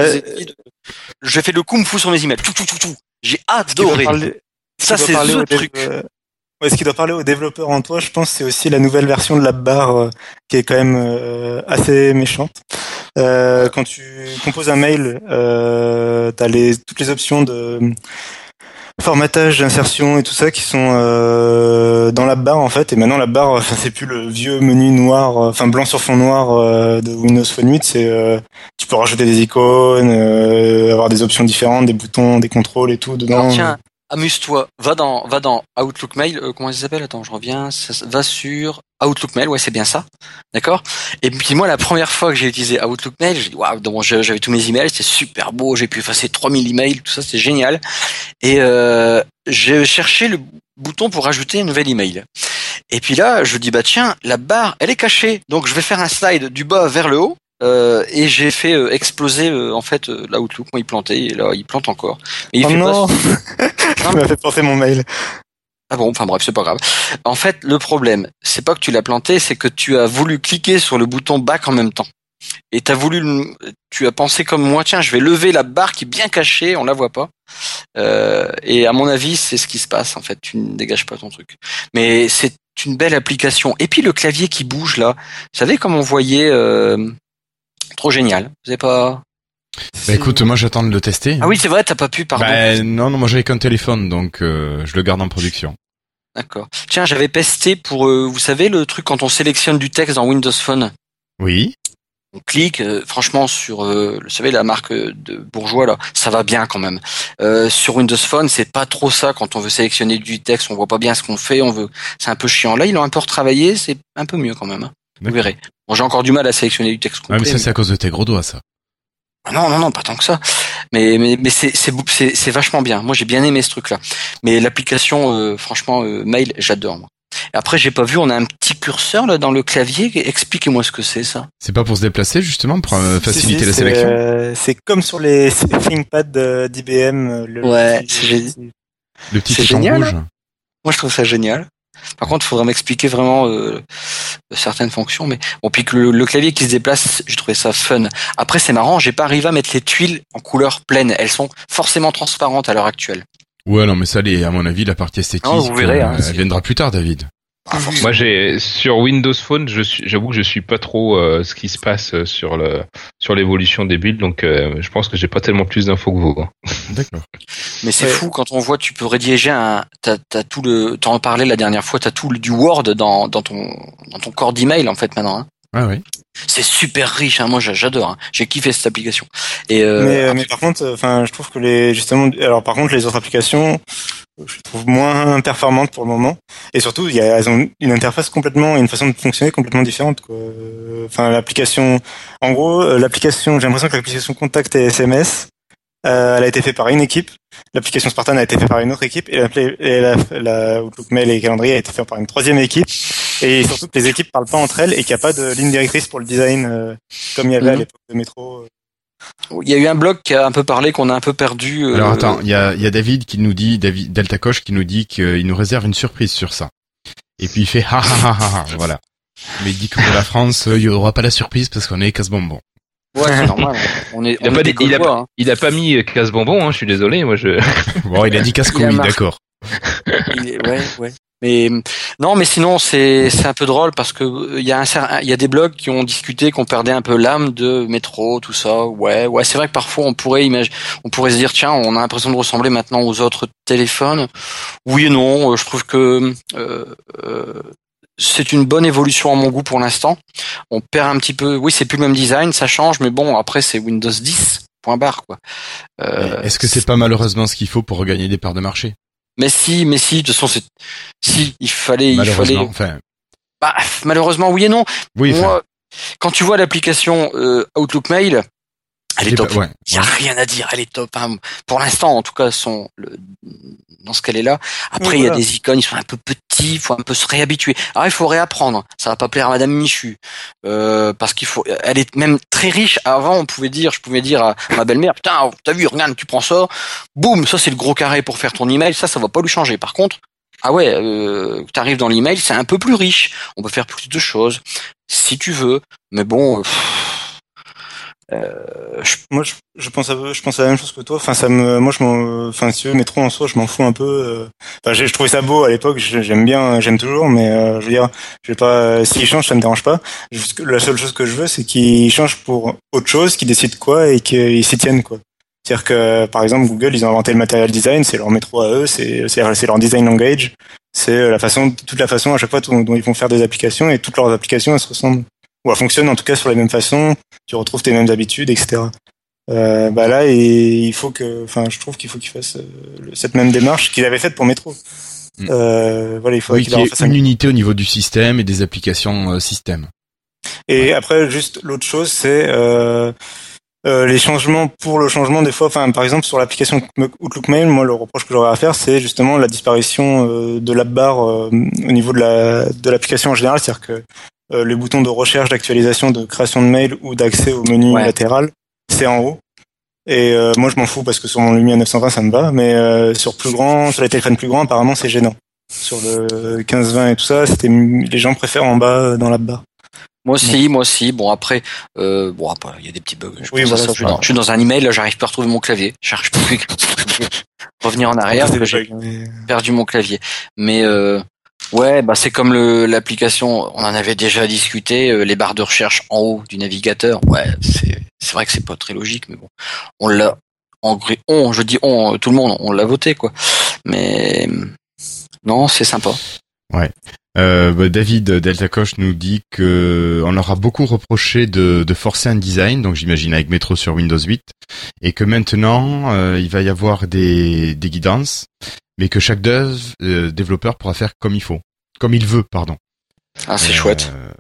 j'ai fait le kung fu sur mes emails. Tout. J'ai adoré. Ça, c'est le truc. Ce qui doit parler aux développeurs en toi, je pense, c'est aussi la nouvelle version de l'AppBar qui est quand même assez méchante. Quand tu composes un mail, t'as toutes les options de formatage, d'insertion et tout ça qui sont dans l'AppBar en fait. Et maintenant l'AppBar, c'est plus le vieux menu noir, blanc sur fond noir de Windows Phone 8. C'est tu peux rajouter des icônes, avoir des options différentes, des boutons, des contrôles et tout dedans. Alors, tiens, amuse-toi, va dans Outlook Mail, comment ça s'appelle? Attends, je reviens. Va sur Outlook Mail, ouais, c'est bien ça, d'accord. Et puis moi, la première fois que j'ai utilisé Outlook Mail, j'ai dit waouh, donc j'avais tous mes emails, c'était super beau, j'ai pu effacer 3000 emails, tout ça, c'était génial. Et j'ai cherché le bouton pour rajouter un nouvel email. Et puis là, je dis bah tiens, la barre, elle est cachée, donc je vais faire un slide du bas vers le haut. Et j'ai fait exploser l'Outlook. Moi, il plantait, et là, il plante encore. Et il fait non. Ça m'a fait penser mon mail. Ah bon, enfin bref, c'est pas grave. En fait, le problème, c'est pas que tu l'as planté, c'est que tu as voulu cliquer sur le bouton back en même temps. Et tu as pensé comme moi, tiens, je vais lever la barre qui est bien cachée, on la voit pas. Et à mon avis, c'est ce qui se passe, en fait. Tu ne dégages pas ton truc. Mais c'est une belle application. Et puis le clavier qui bouge là, vous savez comme on voyait, trop génial. Vous avez pas... Bah écoute, moi j'attends de le tester. Ah oui, c'est vrai, t'as pas pu, pardon. Bah non, moi j'avais qu'un téléphone, donc je le garde en production. D'accord. Tiens, j'avais pesté pour, vous savez, le truc quand on sélectionne du texte dans Windows Phone. Oui. On clique, franchement, sur, vous savez, la marque de Bourgeois, là, ça va bien quand même. Sur Windows Phone, c'est pas trop ça. Quand on veut sélectionner du texte, on voit pas bien ce qu'on fait, c'est un peu chiant. Là, ils l'ont un peu retravaillé, c'est un peu mieux quand même. Hein. Vous verrez. Bon, j'ai encore du mal à sélectionner du texte complet. Ah, mais ça, c'est à cause de tes gros doigts, ça. Non, pas tant que ça. mais c'est vachement bien. Moi, j'ai bien aimé ce truc-là. Mais l'application, franchement, mail, j'adore. Moi. Et après, j'ai pas vu, on a un petit curseur là dans le clavier. Expliquez-moi ce que c'est ça. C'est pas pour se déplacer justement, pour faciliter la Si, sélection. c'est comme sur les ThinkPad d'IBM. Le petit c'est écran génial, rouge. Moi, je trouve ça génial. Par contre, il faudrait m'expliquer vraiment certaines fonctions. Mais bon, puis que le clavier qui se déplace, j'ai trouvé ça fun. Après, c'est marrant, j'ai pas arrivé à mettre les tuiles en couleur pleine. Elles sont forcément transparentes à l'heure actuelle. Ouais, non, mais ça, à mon avis, la partie esthétique, Non, vous verrez, elle viendra plus tard, David. Moi, sur Windows Phone, j'avoue que je suis pas trop ce qui se passe sur l'évolution des builds, donc je pense que j'ai pas tellement plus d'infos que vous. Hein. D'accord. Mais c'est fou quand on voit, tu peux rédiger t'as tout t'en en parlais la dernière fois, t'as tout du Word dans ton corps d'email en fait maintenant. Hein. Ah oui. C'est super riche, hein. Moi j'adore. Hein. J'ai kiffé cette application. Et mais par contre, je trouve que par contre les autres applications, je trouve moins performantes pour le moment. Et surtout, elles ont une interface et une façon de fonctionner complètement différente, quoi. Enfin, l'application, j'ai l'impression que l'application Contact et SMS, elle a été faite par une équipe. L'application Spartan a été faite par une autre équipe. Et la Outlook Mail et Calendrier a été faite par une troisième équipe. Et surtout que les équipes parlent pas entre elles et qu'il n'y a pas de ligne directrice pour le design, comme il y avait à l'époque de Métro. Il y a eu un blog qui a un peu parlé, qu'on a un peu perdu. Alors attends, il y a David Deltacoche qui nous dit qu'il nous réserve une surprise sur ça. Et puis il fait ha ha ha ha, voilà. Mais il dit que pour la France, il y aura pas la surprise parce qu'on est casse-bonbon. Ouais, c'est normal. Il a pas mis casse-bonbon, hein, je suis désolé, moi je. Bon, il a dit casse-couille, d'accord. Ouais. Mais non, mais sinon c'est un peu drôle parce que il y a des blogs qui ont discuté qu'on perdait un peu l'âme de Métro, tout ça. Ouais, c'est vrai que parfois on pourrait se dire tiens, on a l'impression de ressembler maintenant aux autres téléphones. Oui et non, je trouve que c'est une bonne évolution à mon goût pour l'instant. On perd un petit peu. Oui, c'est plus le même design, ça change, mais bon, après c'est Windows 10. Point barre quoi. Est-ce que c'est pas malheureusement ce qu'il faut pour regagner des parts de marché? Mais si, de toute façon, il fallait. Malheureusement, oui et non. Oui, moi, quand tu vois l'application Outlook Mail, elle est top. Il y a rien à dire, elle est top. Hein. Pour l'instant, en tout cas, dans ce qu'elle est là. Après, il y a des icônes, ils sont un peu petits, il faut un peu se réhabituer. Alors, il faut réapprendre. Ça va pas plaire à Madame Michu, parce elle est même très riche. Avant, je pouvais dire à ma belle-mère, putain, t'as vu, regarde, tu prends ça, boum, ça c'est le gros carré pour faire ton email, ça va pas lui changer. Par contre, t'arrives dans l'email, c'est un peu plus riche. On peut faire plus de choses, si tu veux. Mais bon. Moi, je pense à la même chose que toi. Enfin, si tu veux, Métro en soi, je m'en fous un peu. Je trouvais ça beau à l'époque. J'aime toujours, mais je veux dire, je vais pas. S'il change, ça me dérange pas. La seule chose que je veux, c'est qu'il change pour autre chose, qu'il décide quoi et qu'il s'y tienne, quoi. C'est-à-dire que, par exemple, Google, ils ont inventé le material design, c'est leur métro à eux, c'est leur design language, c'est toute la façon à chaque fois dont ils vont faire des applications, et toutes leurs applications, elles se ressemblent. Ou elles fonctionnent en tout cas sur les mêmes façons, tu retrouves tes mêmes habitudes, etc. Là, je trouve qu'il faut qu'ils fassent cette même démarche qu'ils avaient faite pour Métro. Il faut qu'il y ait une unité au niveau du système et des applications système. Et après, juste l'autre chose, c'est les changements pour le changement des fois. Enfin, par exemple, sur l'application Outlook Mail, moi, le reproche que j'aurais à faire, c'est justement la disparition de l'app-bar au niveau de l'application en général, c'est-à-dire que les boutons de recherche, d'actualisation, de création de mail ou d'accès au menu latéral, c'est en haut. Et moi, je m'en fous parce que sur mon Lumia 920, ça me va. Mais sur les téléphones plus grands, apparemment, c'est gênant. Sur le 1520 et tout ça, les gens préfèrent en bas dans l'app-bar. Moi aussi. Bon après, il y a des petits bugs. Je suis dans un email, là, j'arrive pas à retrouver mon clavier. J'arrive pas plus revenir en arrière parce que j'ai perdu mon clavier. Mais c'est comme l'application. On en avait déjà discuté. Les barres de recherche en haut du navigateur. Ouais, c'est vrai que c'est pas très logique, mais bon, on l'a. Tout le monde, on l'a voté quoi. Mais non, c'est sympa. Ouais. David Deltacoche nous dit que on leur a beaucoup reproché de forcer un design, donc j'imagine avec Métro sur Windows 8, et que maintenant il va y avoir des guidances, mais que chaque développeur pourra faire comme il veut, pardon. Ah, c'est chouette.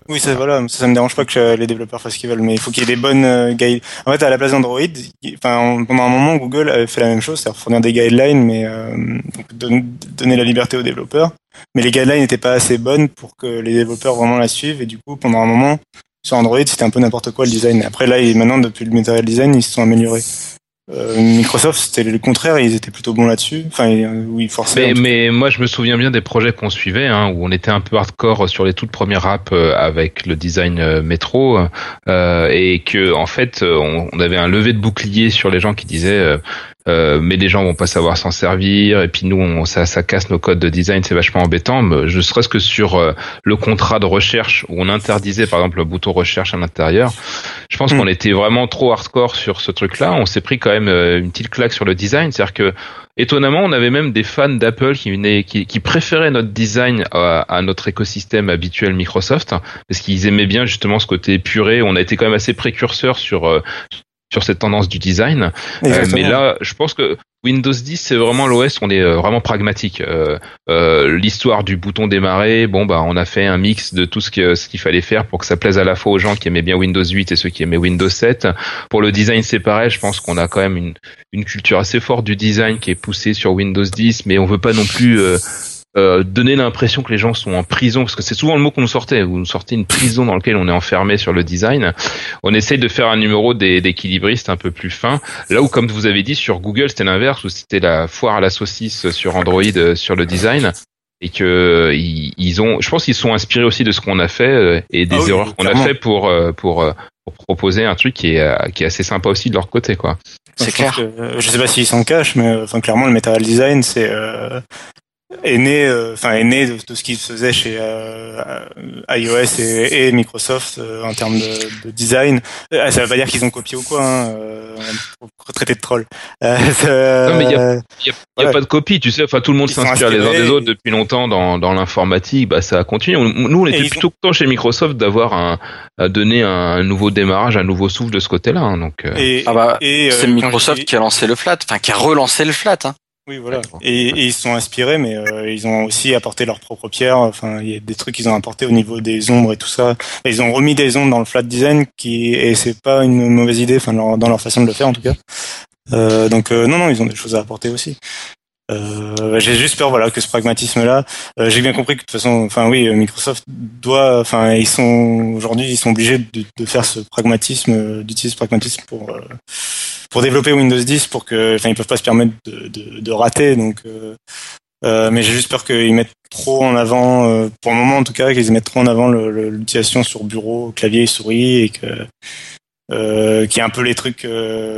Oui, ça me dérange pas que les développeurs fassent ce qu'ils veulent, mais il faut qu'il y ait des bonnes guides. En fait, à la place d'Android, pendant un moment, Google avait fait la même chose, c'est-à-dire fournir des guidelines, mais donc donner la liberté aux développeurs. Mais les guidelines n'étaient pas assez bonnes pour que les développeurs vraiment la suivent, et du coup, pendant un moment, sur Android, c'était un peu n'importe quoi le design. Après, là, maintenant, depuis le Material Design, ils se sont améliorés. Microsoft, c'était le contraire, ils étaient plutôt bons là-dessus. Enfin, oui, forcément. Mais moi, je me souviens bien des projets qu'on suivait, hein, où on était un peu hardcore sur les toutes premières apps avec le design métro, et que en fait, on avait un lever de bouclier sur les gens qui disaient mais les gens vont pas savoir s'en servir, et puis nous, ça casse nos codes de design, c'est vachement embêtant. Je serais-ce que sur le contrat de recherche où on interdisait par exemple le bouton recherche à l'intérieur, je pense qu'on était vraiment trop hardcore sur ce truc-là. On s'est pris quand même une petite claque sur le design, c'est-à-dire que étonnamment, on avait même des fans d'Apple qui préféraient notre design à notre écosystème habituel Microsoft, parce qu'ils aimaient bien justement ce côté épuré. On a été quand même assez précurseurs sur cette tendance du design. Mais là, je pense que Windows 10, c'est vraiment l'OS, on est vraiment pragmatique. L'histoire du bouton démarrer, on a fait un mix de tout ce qu'il fallait faire pour que ça plaise à la fois aux gens qui aimaient bien Windows 8 et ceux qui aimaient Windows 7. Pour le design, c'est pareil. Je pense qu'on a quand même une culture assez forte du design qui est poussée sur Windows 10, mais on veut pas non plus donner l'impression que les gens sont en prison, parce que c'est souvent le mot qu'on nous sortait. Vous nous sortez une prison dans laquelle on est enfermé sur le design. On essaye de faire un numéro d'équilibriste un peu plus fin. Là où, comme vous avez dit, sur Google, c'était l'inverse, où c'était la foire à la saucisse sur Android sur le design. Et que je pense qu'ils sont inspirés aussi de ce qu'on a fait et des erreurs qu'on a fait pour proposer un truc qui est assez sympa aussi de leur côté, quoi. C'est clair. Je sais pas s'ils s'en cachent, mais clairement le Material Design est né de ce qui se faisait chez iOS et Microsoft en termes de design. Ça veut pas dire qu'ils ont copié ou quoi, traité de troll. Non, mais il y a pas de copie, tu sais. Enfin, tout le monde s'inspire les uns des autres depuis longtemps dans l'informatique. Ça a continué. Nous, on était plutôt contents chez Microsoft d'avoir donné un nouveau démarrage, un nouveau souffle de ce côté-là. Hein, donc. C'est Microsoft qui a lancé le flat, qui a relancé le flat. Hein. Oui, voilà. Et ils se sont inspirés, mais ils ont aussi apporté leur propre pierre. Enfin, il y a des trucs qu'ils ont apporté au niveau des ombres et tout ça. Et ils ont remis des ombres dans le flat design, et c'est pas une mauvaise idée, dans leur façon de le faire en tout cas. Donc non, ils ont des choses à apporter aussi. J'ai juste peur, que ce pragmatisme-là. J'ai bien compris que de toute façon, Microsoft ils sont obligés de faire ce pragmatisme, d'utiliser ce pragmatisme pour développer Windows 10, pour que, ils peuvent pas se permettre de rater. Donc, mais j'ai juste peur qu'ils mettent trop en avant, pour le moment en tout cas, qu'ils mettent trop en avant l'utilisation sur bureau, clavier et souris, et qu'il y ait un peu les trucs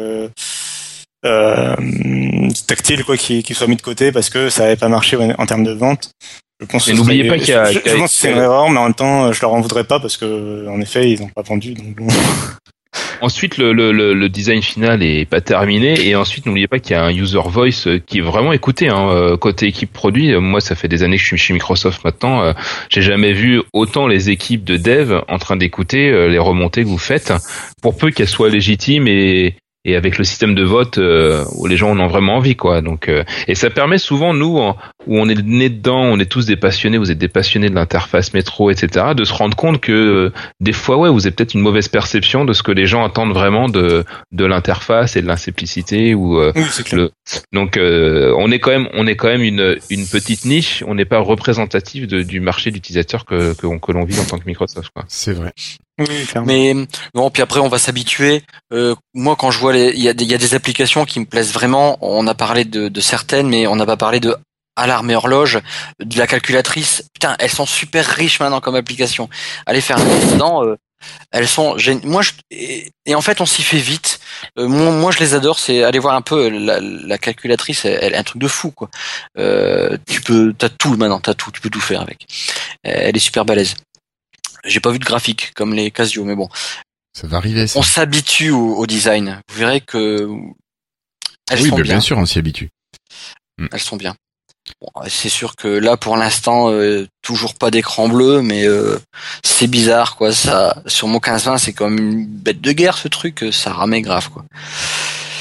tactile qui soit mis de côté parce que ça n'avait pas marché en termes de vente. Je pense n'oubliez pas qu'il y a, je pense que c'est une erreur, mais en même temps je leur en voudrais pas parce que en effet ils n'ont pas vendu. Donc bon. Ensuite, le design final est pas terminé, et ensuite n'oubliez pas qu'il y a un user voice qui est vraiment écouté, côté équipe produit. Moi, ça fait des années que je suis chez Microsoft maintenant. J'ai jamais vu autant les équipes de dev en train d'écouter les remontées que vous faites, pour peu qu'elles soient légitimes et avec le système de vote où les gens en ont vraiment envie, quoi. Donc et ça permet souvent, nous où on est né dedans, on est tous des passionnés, vous êtes des passionnés de l'interface métro, etc., de se rendre compte que des fois vous avez peut-être une mauvaise perception de ce que les gens attendent vraiment de l'interface et de la simplicité ou oui, c'est clair. Donc on est quand même une petite niche, on n'est pas représentatif du marché d'utilisateurs que l'on vit en tant que Microsoft, quoi. C'est vrai. Oui, clairement. Mais bon, puis après on va s'habituer. Moi, quand je vois il y a des applications qui me plaisent vraiment. On a parlé de certaines, mais on n'a pas parlé de alarme et horloge, de la calculatrice. Putain, elles sont super riches maintenant comme application. Allez faire un tour dedans. Elles sont et en fait on s'y fait vite. Moi je les adore. C'est aller voir un peu la calculatrice. Elle est un truc de fou, quoi. T'as tout maintenant, tu peux tout faire avec. Elle est super balèze. J'ai pas vu de graphique comme les Casio, mais bon. Ça va arriver, ça. On s'habitue au design. Vous verrez que elles sont bien. Bien sûr, on s'y habitue. Elles sont bien. Bon, c'est sûr que là, pour l'instant, toujours pas d'écran bleu, mais c'est bizarre, quoi. Ça, sur mon 1520, c'est comme une bête de guerre, ce truc. Ça ramait grave, quoi.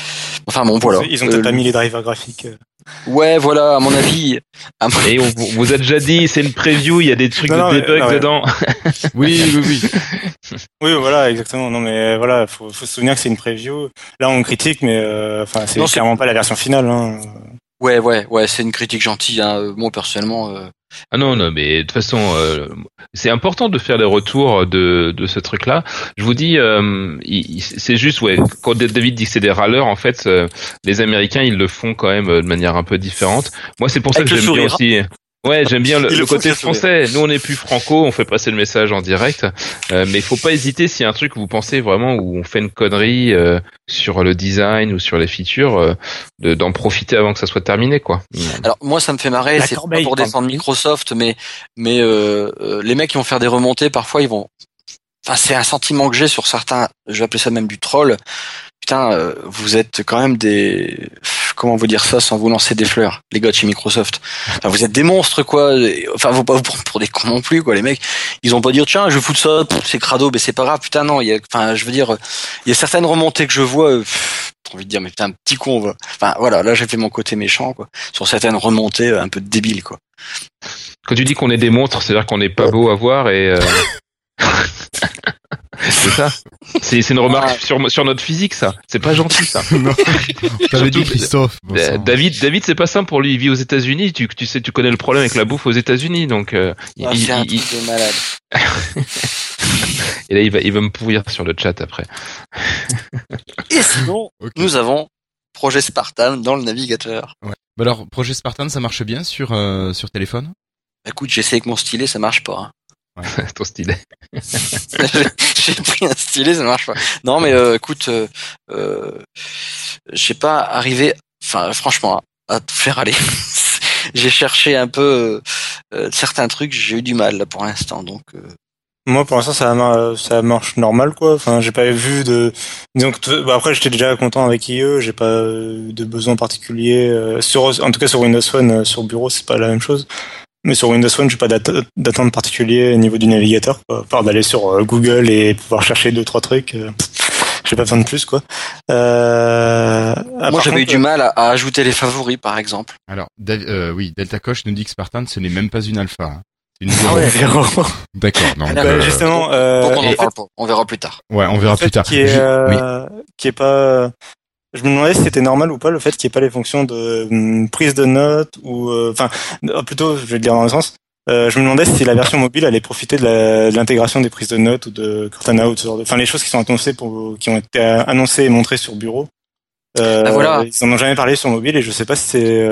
Enfin bon, voilà. Ils ont peut-être pas mis les drivers graphiques. Ouais, voilà, à mon avis. Et on vous a déjà dit, c'est une preview, il y a des trucs de debug dedans. Oui. Oui, voilà, exactement. Non, mais voilà, faut se souvenir que c'est une preview. Là, on critique, mais c'est clairement pas la version finale. Hein. Ouais, c'est une critique gentille. Hein. Moi, personnellement. Ah non, mais de toute façon, c'est important de faire des retours de ce truc-là. Je vous dis, c'est juste, quand David dit que c'est des râleurs, en fait, les Américains, ils le font quand même de manière un peu différente. Moi, c'est pour ça que j'aime bien aussi. Ouais, j'aime bien le côté français. Nous, on est plus franco, on fait passer le message en direct. Mais il faut pas hésiter s'il y a un truc que vous pensez vraiment où on fait une connerie sur le design ou sur les features, d'en profiter avant que ça soit terminé, quoi. Alors moi, ça me fait marrer. C'est pas pour descendre Microsoft, mais les mecs qui vont faire des remontées, parfois ils vont. Enfin, c'est un sentiment que j'ai sur certains. Je vais appeler ça même du troll. Putain, vous êtes quand même des... Comment vous dire ça sans vous lancer des fleurs, les gars de chez Microsoft. Enfin, vous êtes des monstres, quoi. Enfin, faut pas vous prendre pour des cons non plus, quoi. Les mecs, ils ont pas dire, tiens, je vais foutre ça, c'est crado, mais c'est pas grave. Putain, non. Je veux dire, il y a certaines remontées que je vois, j'ai envie de dire, mais putain, un petit con, va. Enfin, voilà, là, j'ai fait mon côté méchant, quoi. Sur certaines remontées un peu débiles, quoi. Quand tu dis qu'on est des monstres, c'est-à-dire qu'on est pas beau à voir et... C'est ça. C'est une remarque sur notre physique, ça. C'est pas gentil, ça. Non. T'avais dit Christophe. Bon David, c'est pas simple pour lui. Il vit aux États-Unis. Tu sais, tu connais le problème avec la bouffe aux États-Unis, donc. C'est un truc de malade. Et là, il va me pourrir sur le chat après. Et sinon, nous avons Projet Spartan dans le navigateur. Ouais. Bah alors, Projet Spartan, ça marche bien sur téléphone? Écoute, j'essaie avec mon stylet, ça marche pas. Hein. Ouais. Ton stylet. J'ai pris un stylet, ça marche pas. Non, mais écoute, j'ai pas arrivé, enfin franchement, à tout faire aller. J'ai cherché un peu certains trucs, j'ai eu du mal là pour l'instant, donc. Moi, pour l'instant, ça marche normal, quoi. Enfin, j'ai pas vu de. Disons que après, j'étais déjà content avec IE. J'ai pas de besoin particulier. En tout cas, sur Windows Phone, sur bureau, c'est pas la même chose. Mais sur Windows Phone, j'ai pas d'attente particulier au niveau du navigateur, quoi. À part d'aller sur Google et pouvoir chercher 2-3 trucs. J'ai pas besoin de plus, quoi. Moi, j'avais eu du mal à ajouter les favoris, par exemple. Alors, oui, Delta Koch nous dit que Spartan, ce n'est même pas une alpha. Hein. C'est une zéro. D'accord. Donc, justement, on verra plus tard. Ouais, on verra plus tard. Qui est pas. Je me demandais si c'était normal ou pas le fait qu'il n'y ait pas les fonctions de prise de notes ou plutôt je vais le dire dans le sens. Je me demandais si la version mobile allait profiter de l'intégration des prises de notes ou de Cortana ou de ce genre de, les choses qui sont annoncées qui ont été annoncées et montrées sur bureau. Voilà. Ils en ont jamais parlé sur mobile et je sais pas si c'est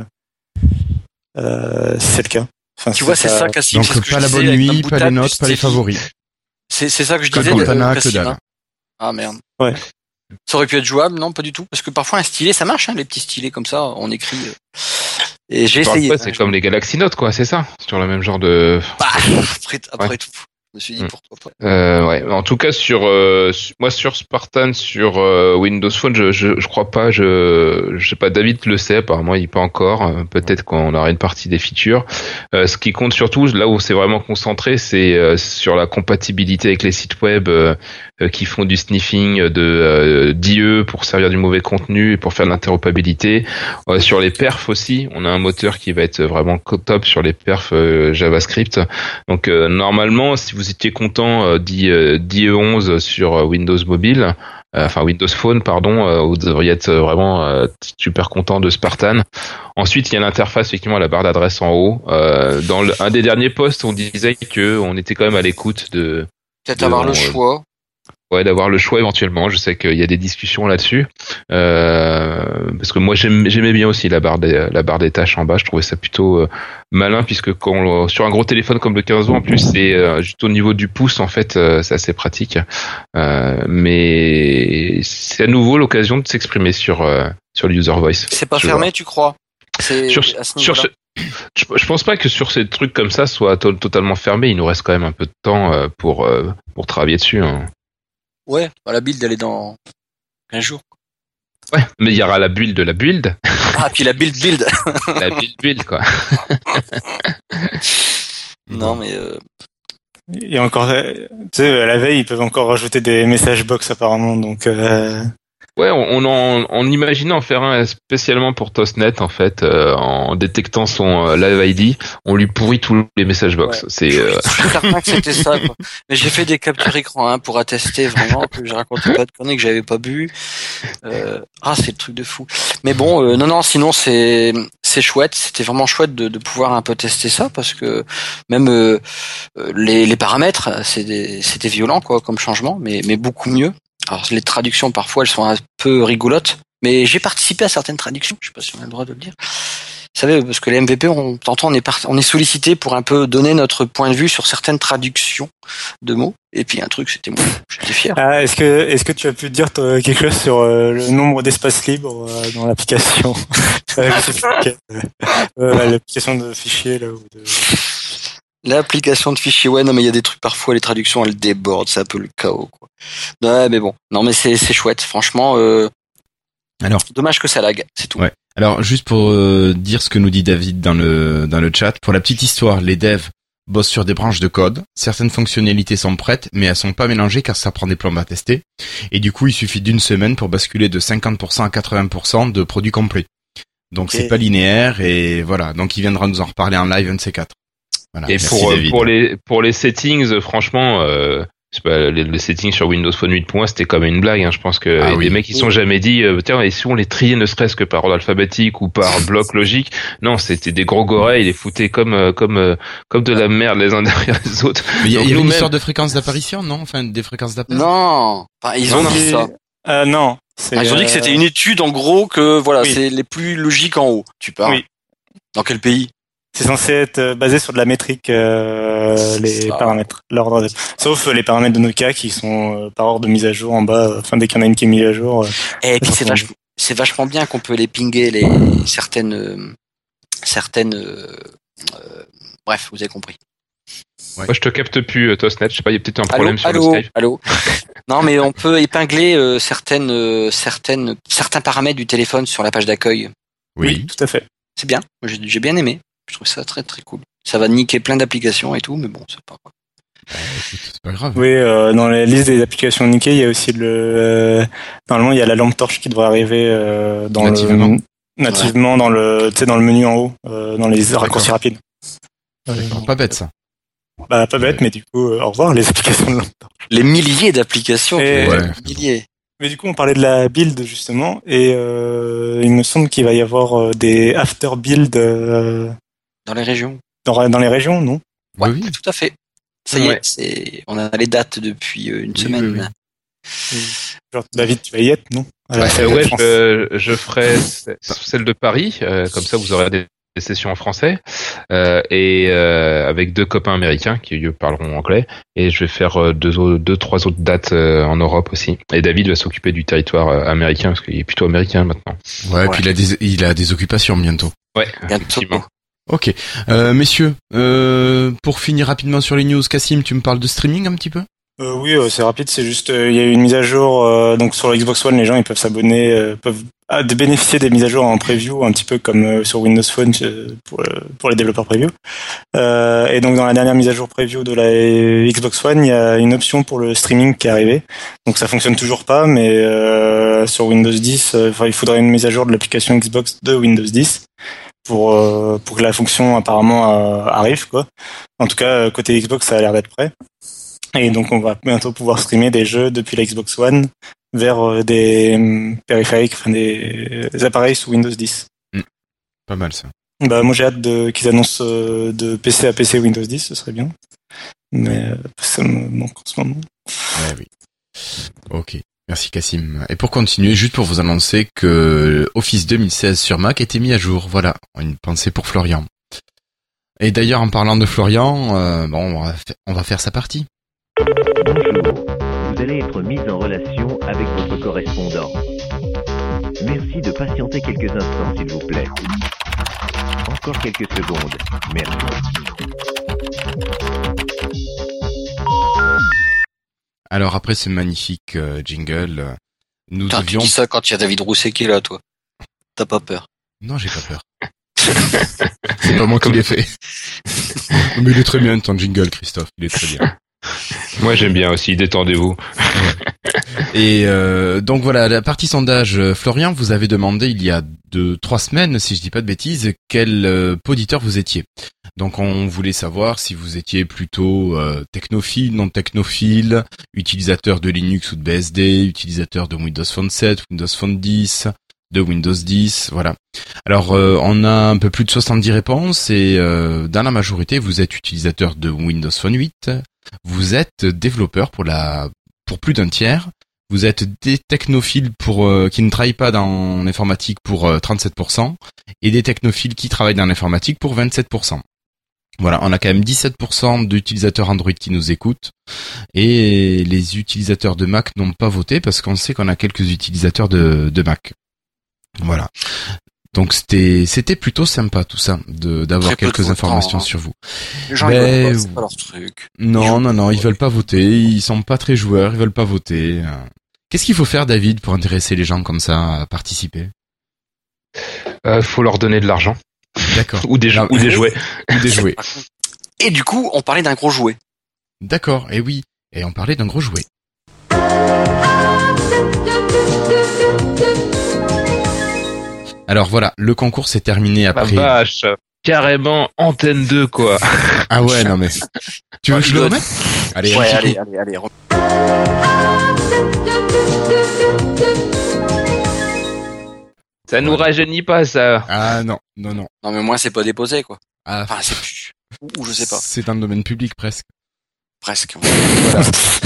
le cas. Enfin, tu vois, c'est ça, Cassim. Donc pas la bonne nuit, pas les notes, pas les favoris. C'est ça que je disais. Cortana, que dalle. Ah merde. Ouais. Ça aurait pu être jouable, non, pas du tout, parce que parfois un stylet, ça marche, hein, les petits stylets comme ça, on écrit. Et j'ai essayé. C'est comme les Galaxy Note, quoi, c'est ça, sur le même genre de. Bah, après tout. Je me suis dit pourquoi pas. Ouais. En tout cas, moi sur Spartan, sur Windows Phone, je crois pas. Je sais pas. David le sait. Apparemment, il pas encore. Peut-être qu'on aura une partie des features. Ce qui compte surtout, là où c'est vraiment concentré, c'est sur la compatibilité avec les sites web qui font du sniffing d'IE pour servir du mauvais contenu et pour faire de l'interopérabilité. Sur les perfs aussi, on a un moteur qui va être vraiment top sur les perfs JavaScript. Donc normalement, si vous étiez content d'IE 11 sur Windows Mobile, Windows Phone, pardon, vous devriez être vraiment super content de Spartan. Ensuite, il y a l'interface effectivement à la barre d'adresse en haut. Dans un des derniers posts, on disait que on était quand même à l'écoute de peut-être avoir le choix. Ouais, d'avoir le choix éventuellement. Je sais qu'il y a des discussions là-dessus, parce que moi j'aimais bien aussi la barre des tâches en bas. Je trouvais ça plutôt malin, puisque sur un gros téléphone comme le 15 en plus, c'est juste au niveau du pouce en fait, c'est assez pratique. Mais c'est à nouveau l'occasion de s'exprimer sur le user voice. C'est pas fermé, tu crois? Je pense pas que sur ces trucs comme ça soit totalement fermé. Il nous reste quand même un peu de temps pour travailler dessus. Hein. Ouais, la build elle est dans 15 jours. Ouais, mais il y aura la build de la build. Ah, puis la build. La build quoi. Non mais il y a encore, tu sais, à la veille ils peuvent encore rajouter des message box apparemment, donc Ouais, on imaginait en faire un spécialement pour Toastnet en fait, en détectant son Live ID, on lui pourrit tous les message box. Ouais. C'est Je suis certain que c'était ça, quoi. Mais j'ai fait des captures écran pour attester vraiment que je racontais pas de conneries, que j'avais pas bu. C'est le truc de fou. Mais bon, non, sinon c'est chouette. C'était vraiment chouette de pouvoir un peu tester ça parce que même les paramètres, c'était violent quoi comme changement, mais beaucoup mieux. Alors les traductions parfois elles sont un peu rigolotes, mais j'ai participé à certaines traductions. Je sais pas si on a le droit de le dire. Vous savez, parce que les MVP, on est sollicité pour un peu donner notre point de vue sur certaines traductions de mots. Et puis un truc, c'était moi, j'étais fier. Ah, est-ce que tu as pu dire quelque chose sur le nombre d'espaces libres dans l'application? L'application de fichiers là. L'application de fichiers, ouais, non, mais il y a des trucs parfois, les traductions, elles débordent, c'est un peu le chaos, quoi. Ouais, mais bon, non, mais c'est chouette, franchement. Alors, dommage que ça lag, c'est tout. Ouais. Alors, juste pour dire ce que nous dit David dans le chat, pour la petite histoire, les devs bossent sur des branches de code. Certaines fonctionnalités sont prêtes, mais elles sont pas mélangées car ça prend des plombes à tester. Et du coup, il suffit d'une semaine pour basculer de 50% à 80% de produits complets. Donc, c'est pas linéaire et voilà. Donc, il viendra nous en reparler en live, un de ces quatre. Voilà, et pour les settings, franchement, je sais pas, les settings sur Windows Phone 8 pour moi c'était comme une blague. Je pense que les mecs ils sont jamais dit tiens, et si on les triait ne serait-ce que par ordre alphabétique ou par bloc logique. Non, c'était des gros gorets, ils les foutaient comme de la merde les uns derrière les autres. Mais il y avait une histoire de fréquence d'apparition, non? Enfin, des fréquences d'appel. Non, enfin, ils ont dit ça. Non. Ils ont dit que c'était une étude en gros que voilà, c'est les plus logiques en haut. Tu parles. Oui. Dans quel pays? C'est censé être basé sur de la métrique, les paramètres, l'ordre, sauf les paramètres de Nokia qui sont par ordre de mise à jour en bas. Enfin, dès qu'il y en a une qui est mise à jour. Et puis c'est vachement bien qu'on peut les pinguer certaines. Bref, vous avez compris. Ouais. Moi, je te capte plus, Toastnet. Je sais pas, il y a peut-être un problème sur le Skype. Allô. Non, mais on peut épingler certains paramètres du téléphone sur la page d'accueil. Oui, tout à fait. C'est bien. Moi, j'ai bien aimé. Je trouve ça très très cool. Ça va niquer plein d'applications et tout, mais bon, c'est pas grave. C'est pas grave. Oui, dans la liste des applications niquées, il y a aussi normalement, il y a la lampe torche qui devrait arriver nativement dans le menu en haut, dans les raccourcis rapides. Pas bête ça. Bah pas bête, mais du coup, au revoir les applications de lampe torche. Les milliers d'applications. Milliers. Mais du coup, on parlait de la build justement, et il me semble qu'il va y avoir des after build dans les régions. Dans les régions, non? Ouais, oui. Tout à fait. Ça y est, on a les dates depuis une semaine. Oui. Genre, David, tu vas y être, non? Je ferai celle de Paris, comme ça vous aurez des sessions en français, et avec 2 copains américains qui eux parleront anglais, et je vais faire 2-3 autres dates en Europe aussi. Et David va s'occuper du territoire américain parce qu'il est plutôt américain maintenant. Ouais, puis il a des occupations bientôt. Ouais, bientôt. Ok, messieurs, pour finir rapidement sur les news, Cassim, tu me parles de streaming un petit peu? Oui, c'est rapide, c'est juste il y a eu une mise à jour donc sur le Xbox One, les gens ils peuvent s'abonner, peuvent bénéficier des mises à jour en preview, un petit peu comme sur Windows Phone pour les développeurs preview. Et donc dans la dernière mise à jour preview de la Xbox One, il y a une option pour le streaming qui est arrivée. Donc ça fonctionne toujours pas, mais sur Windows 10, il faudrait une mise à jour de l'application Xbox de Windows 10 pour que la fonction apparemment arrive quoi. En tout cas côté Xbox, ça a l'air d'être prêt. Et donc on va bientôt pouvoir streamer des jeux depuis la Xbox One vers des périphériques, enfin des appareils sous Windows 10. Pas mal ça. Bah moi j'ai hâte qu'ils annoncent de PC à PC Windows 10, ce serait bien. Mais ça me manque en ce moment. Ouais, oui. Ok. Merci Cassim. Et pour continuer, juste pour vous annoncer que Office 2016 sur Mac était mis à jour. Voilà, une pensée pour Florian. Et d'ailleurs, en parlant de Florian, on va faire sa partie. Bonjour, vous allez être mis en relation avec votre correspondant. Merci de patienter quelques instants, s'il vous plaît. Encore quelques secondes. Merci. Alors après ce magnifique jingle, nous devions... Tu dis ça quand il y a David Rousset qui est là, toi. T'as pas peur? Non, j'ai pas peur. C'est pas moi qui l'ai fait. Mais il est très bien ton jingle, Christophe. Il est très bien. Moi j'aime bien aussi, détendez-vous. Et donc voilà, la partie sondage, Florian, vous avez demandé il y a 2-3 semaines, si je dis pas de bêtises, quel poditeur vous étiez. Donc on voulait savoir si vous étiez plutôt technophile, non technophile, utilisateur de Linux ou de BSD, utilisateur de Windows Phone 7, Windows Phone 10, de Windows 10, voilà. Alors on a un peu plus de 70 réponses et dans la majorité vous êtes utilisateur de Windows Phone 8, vous êtes développeur pour plus d'un tiers, vous êtes des technophiles qui ne travaillent pas dans l'informatique pour 37% et des technophiles qui travaillent dans l'informatique pour 27%. Voilà, on a quand même 17% d'utilisateurs Android qui nous écoutent et les utilisateurs de Mac n'ont pas voté parce qu'on sait qu'on a quelques utilisateurs de Mac. Voilà. Donc c'était plutôt sympa tout ça d'avoir Très peu quelques de informations votants, sur vous. Les gens, ils veulent pas, c'est pas leur truc. Non, ils veulent pas voter, ils sont pas très joueurs, ils veulent pas voter. Qu'est-ce qu'il faut faire, David, pour intéresser les gens comme ça à participer? Faut leur donner de l'argent. D'accord. ou des jouets. Ou des jouets. Et du coup, on parlait d'un gros jouet. D'accord, et oui. Et on parlait d'un gros jouet. Alors voilà, le concours s'est terminé après. La vache, carrément Antenne 2 quoi. Ah ouais, non mais. Tu veux que je le remette? Allez, Ouais, un petit allez. coup. Ça nous rajeunit pas ça. Ah non. Non, mais moi, c'est pas déposé, quoi. Ah, Enfin, c'est plus. Ou je sais pas. c'est un domaine public presque. Presque. Voilà.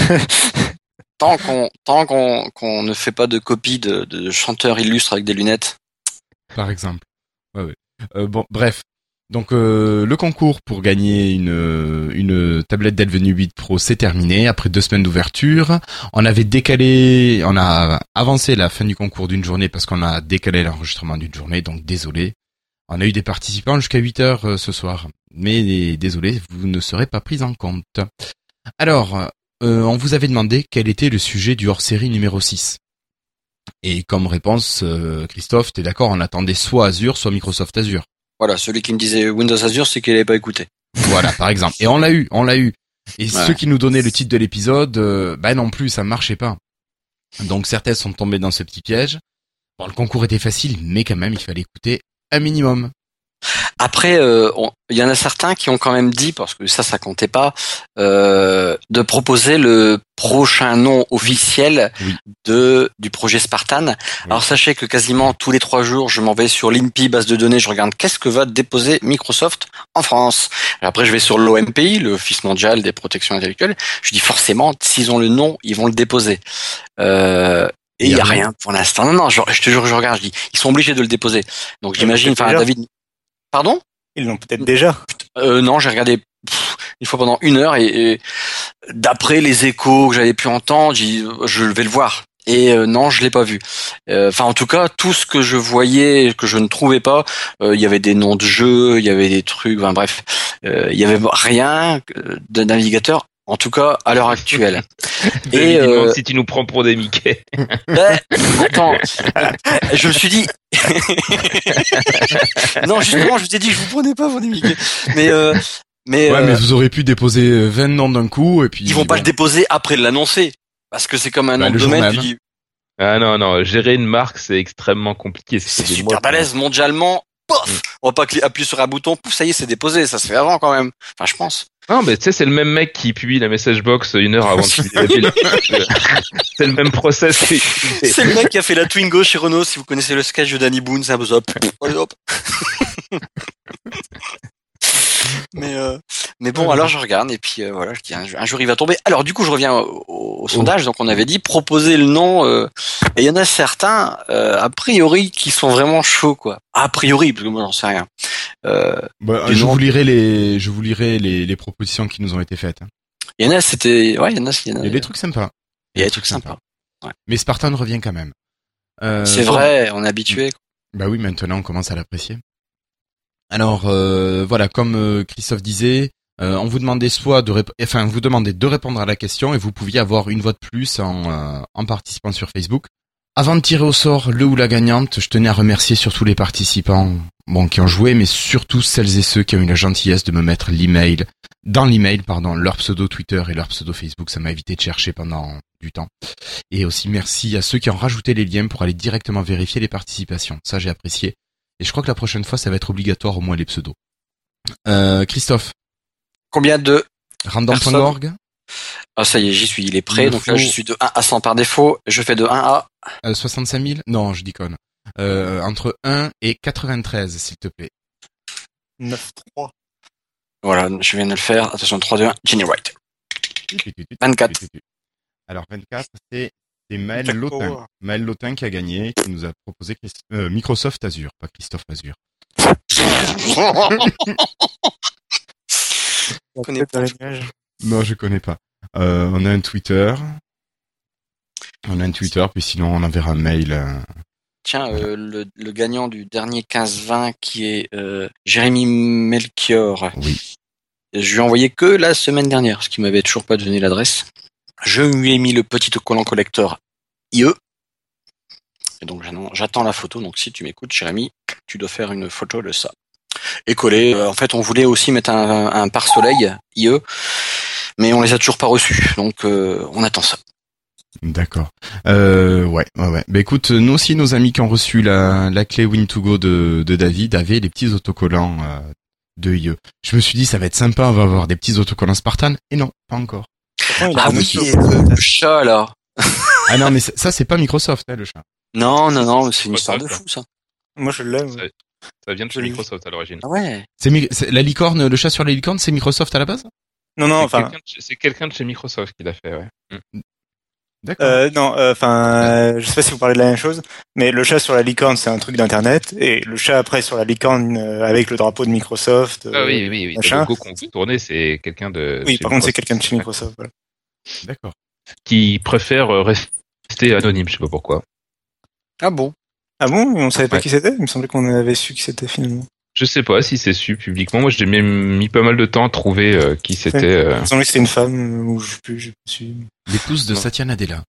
Tant qu'on ne fait pas de copie de chanteurs illustres avec des lunettes. Par exemple. Ouais. Bon, bref. Donc le concours pour gagner une tablette Dell Venue 8 Pro c'est terminé après 2 semaines d'ouverture. On a avancé la fin du concours d'une journée parce qu'on a décalé l'enregistrement d'une journée, donc désolé. On a eu des participants jusqu'à 8 heures ce soir, mais désolé, vous ne serez pas pris en compte. Alors, on vous avait demandé quel était le sujet du hors-série numéro 6. Et comme réponse, Christophe, t'es d'accord, on attendait soit Azure, soit Microsoft Azure. Voilà, celui qui me disait Windows Azure, c'est qu'il n'avait pas écouté. Voilà, par exemple. Et on l'a eu. Et Ouais. ceux qui nous donnaient le titre de l'épisode, non plus, ça marchait pas. Donc certains sont tombés dans ce petit piège. Bon, le concours était facile, mais quand même, il fallait écouter un minimum. Après, il y en a certains qui ont quand même dit, parce que ça comptait pas, de proposer le prochain nom officiel Oui. du projet Spartan. Alors sachez que quasiment tous les 3 jours, je m'en vais sur l'INPI, base de données, je regarde qu'est-ce que va déposer Microsoft en France. Et après, je vais sur l'OMPI, l'Office mondial des protections intellectuelles. Je dis forcément, s'ils ont le nom, ils vont le déposer. Et il y a rien pour l'instant. Non, je te jure, je regarde, je dis, ils sont obligés de le déposer. Donc j'imagine, enfin, David. Pardon? Ils l'ont peut-être déjà. Non, j'ai regardé une fois pendant 1 heure et d'après les échos que j'avais pu entendre, je vais le voir. Et non, je l'ai pas vu. Enfin, en tout cas, tout ce que je voyais, que je ne trouvais pas, il y avait des noms de jeux, il y avait des trucs, enfin bref, il y avait rien de navigateur. En tout cas, à l'heure actuelle. Et demande si tu nous prends pour des Mickey. Attends, je me suis dit. Non, justement, je vous ai dit, je vous prenais pas pour des Mickey. Mais vous aurez pu déposer 20 noms d'un coup et puis. Ils vont pas le déposer après l'annoncer, parce que c'est comme un nom de domaine. Tu dis. Ah non, gérer une marque c'est extrêmement compliqué. C'est super balèze mondialement. Pof, on va pas appuyer sur un bouton, pouf, ça y est, c'est déposé. Ça se fait avant quand même. Enfin, je pense. Non, mais tu sais, c'est le même mec qui publie la message box 1 heure avant de publier la pile. C'est le même process. C'est le mec qui a fait la Twingo chez Renault. Si vous connaissez le sketch de Danny Boone, c'est un peu ça. Hop. Mais bon, alors je regarde et puis voilà, je dis un jour il va tomber. Alors du coup, je reviens au sondage. Donc on avait dit proposer le nom et il y en a certains a priori qui sont vraiment chauds quoi. A priori, parce que moi j'en sais rien. Je vous lirai les propositions qui nous ont été faites. Il y en a, il y a des trucs sympas. Il y a des trucs sympas. Ouais. Mais Spartan revient quand même. C'est vrai, on est habitué. Bah oui, maintenant on commence à l'apprécier. Alors voilà, comme Christophe disait, on vous demandait vous demandait de répondre à la question et vous pouviez avoir une vote plus en participant sur Facebook. Avant de tirer au sort le ou la gagnante, je tenais à remercier surtout les participants. qui ont joué, mais surtout celles et ceux qui ont eu la gentillesse de me mettre dans l'email, leur pseudo Twitter et leur pseudo Facebook. Ça m'a évité de chercher pendant du temps. Et aussi merci à ceux qui ont rajouté les liens pour aller directement vérifier les participations. Ça, j'ai apprécié. Et je crois que la prochaine fois, ça va être obligatoire au moins les pseudos. Christophe. Combien de Random.org. Ah, ça y est, j'y suis, il est prêt. Donc là, je suis de 1 à 100 par défaut. Je fais de 1 à 65 000. Non, je déconne. Entre 1 et 93, s'il te plaît. 9-3. Voilà, je viens de le faire. Attention, 3, 2, 1, generate. 24. Alors 24, c'est Maël Lautin. Maël Lautin qui a gagné, qui nous a proposé Microsoft Azure, pas Christophe Azure. On connaît pas l'image. Non, je connais pas. On a un Twitter. Puis sinon on enverra un mail. Tiens, le gagnant du dernier 15-20 qui est Jérémy Melchior. Oui. Je lui ai envoyé que la semaine dernière, parce qu'il m'avait toujours pas donné l'adresse. Je lui ai mis le petit collant collector IE. Et donc j'attends la photo. Donc si tu m'écoutes, Jérémy, tu dois faire une photo de ça. Et coller. En fait, on voulait aussi mettre un pare-soleil IE, mais on les a toujours pas reçus. Donc on attend ça. D'accord. Ouais. Bah écoute, nous aussi, nos amis qui ont reçu la clé Win2Go de David avaient les petits autocollants de IE. Je me suis dit, ça va être sympa, on va avoir des petits autocollants Spartan. Et non, pas encore. Ah oui, le chat là. Ah non, mais ça c'est pas Microsoft, le chat. Non, c'est une histoire de fou ça. Moi je l'aime. Ça vient de chez Microsoft à l'origine. Ah ouais. C'est la licorne, le chat sur la licorne, c'est Microsoft à la base? Non, enfin. C'est quelqu'un de chez Microsoft qui l'a fait, ouais. D'accord. Non, je sais pas si vous parlez de la même chose, mais le chat sur la licorne, c'est un truc d'internet, et le chat après sur la licorne avec le drapeau de Microsoft. Oui. Machin. Le logo qu'on peut tourner, c'est quelqu'un de. Oui, par contre, c'est quelqu'un de chez Microsoft. Voilà. D'accord. Qui préfère rester anonyme, je sais pas pourquoi. Ah bon? Ah bon? On savait pas qui c'était? Il me semblait qu'on avait su qui c'était finalement. Je sais pas si c'est su publiquement. Moi, j'ai même mis pas mal de temps à trouver qui c'était. Il me semblait que c'était une femme, ou je sais plus, j'ai pas su. L'épouse de Satya Nadella.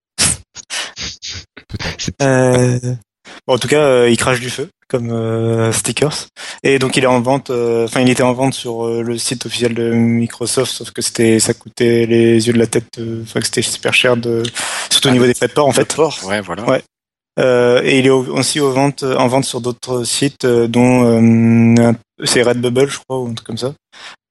Peut-être. Bon, en tout cas, il crache du feu, comme stickers. Et donc, il est en vente, il était en vente sur le site officiel de Microsoft, sauf que ça coûtait les yeux de la tête, que c'était super cher surtout au niveau des frais de port, en fait. Ouais, voilà. Ouais. Et il est aussi en vente sur d'autres sites, dont c'est Redbubble, je crois, ou un truc comme ça.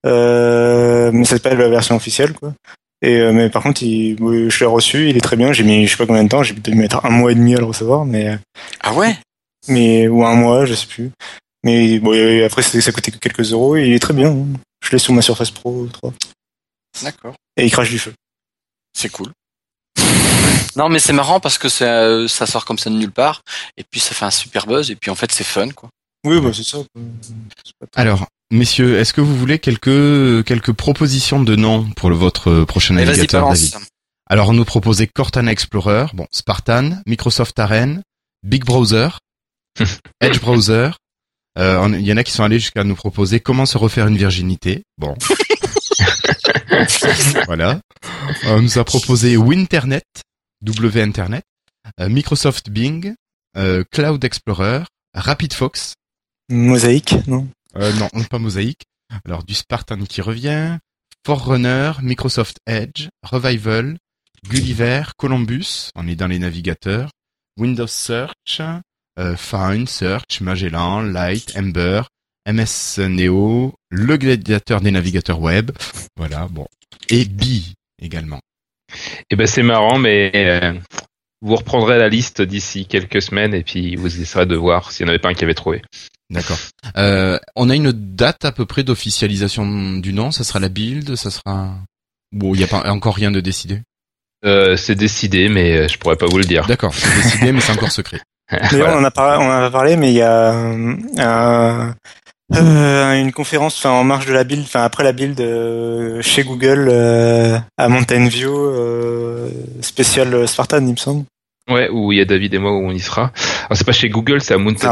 Mais c'est pas la version officielle, quoi. Mais par contre, je l'ai reçu, il est très bien. J'ai mis, je sais pas combien de temps, j'ai dû mettre 1 mois et demi à le recevoir, mais. Ah ouais? Ou 1 mois, je sais plus. Mais bon, après, ça coûtait que quelques euros, et il est très bien. Je l'ai sur ma Surface Pro 3. D'accord. Et il crache du feu. C'est cool. Non, mais c'est marrant parce que ça sort comme ça de nulle part, et puis ça fait un super buzz, et puis en fait c'est fun, quoi. Oui, bah c'est ça. Alors, messieurs, est-ce que vous voulez quelques propositions de noms pour votre prochain navigateur, David? Alors, on nous proposait Cortana Explorer, Spartan, Microsoft Arena, Big Browser, Edge Browser. Il y en a qui sont allés jusqu'à nous proposer comment se refaire une virginité. Bon. Voilà. On nous a proposé Winternet, W-Internet, Microsoft Bing, Cloud Explorer, RapidFox. Mosaïque, non? Non, pas Mosaïque. Alors, du Spartan qui revient, Forerunner, Microsoft Edge, Revival, Gulliver, Columbus, on est dans les navigateurs, Windows Search, Find, Search, Magellan, Light, Ember, MS Neo, le gladiateur des navigateurs web, voilà, bon, et Bee également. Eh ben c'est marrant, mais vous reprendrez la liste d'ici quelques semaines et puis vous essaierez de voir s'il n'y en avait pas un qui avait trouvé. D'accord. On a une date à peu près d'officialisation du nom, ça sera la build, ça sera... Bon, il n'y a pas encore rien de décidé. C'est décidé, mais je pourrais pas vous le dire. D'accord, c'est décidé, mais c'est encore secret. D'ailleurs, on en a parlé, mais il y a une conférence, en marge de la build, après la build chez Google à Mountain View, spécial Spartan, il me semble. Ouais, où il y a David et moi où on y sera. Alors c'est pas chez Google, c'est à Mountain View.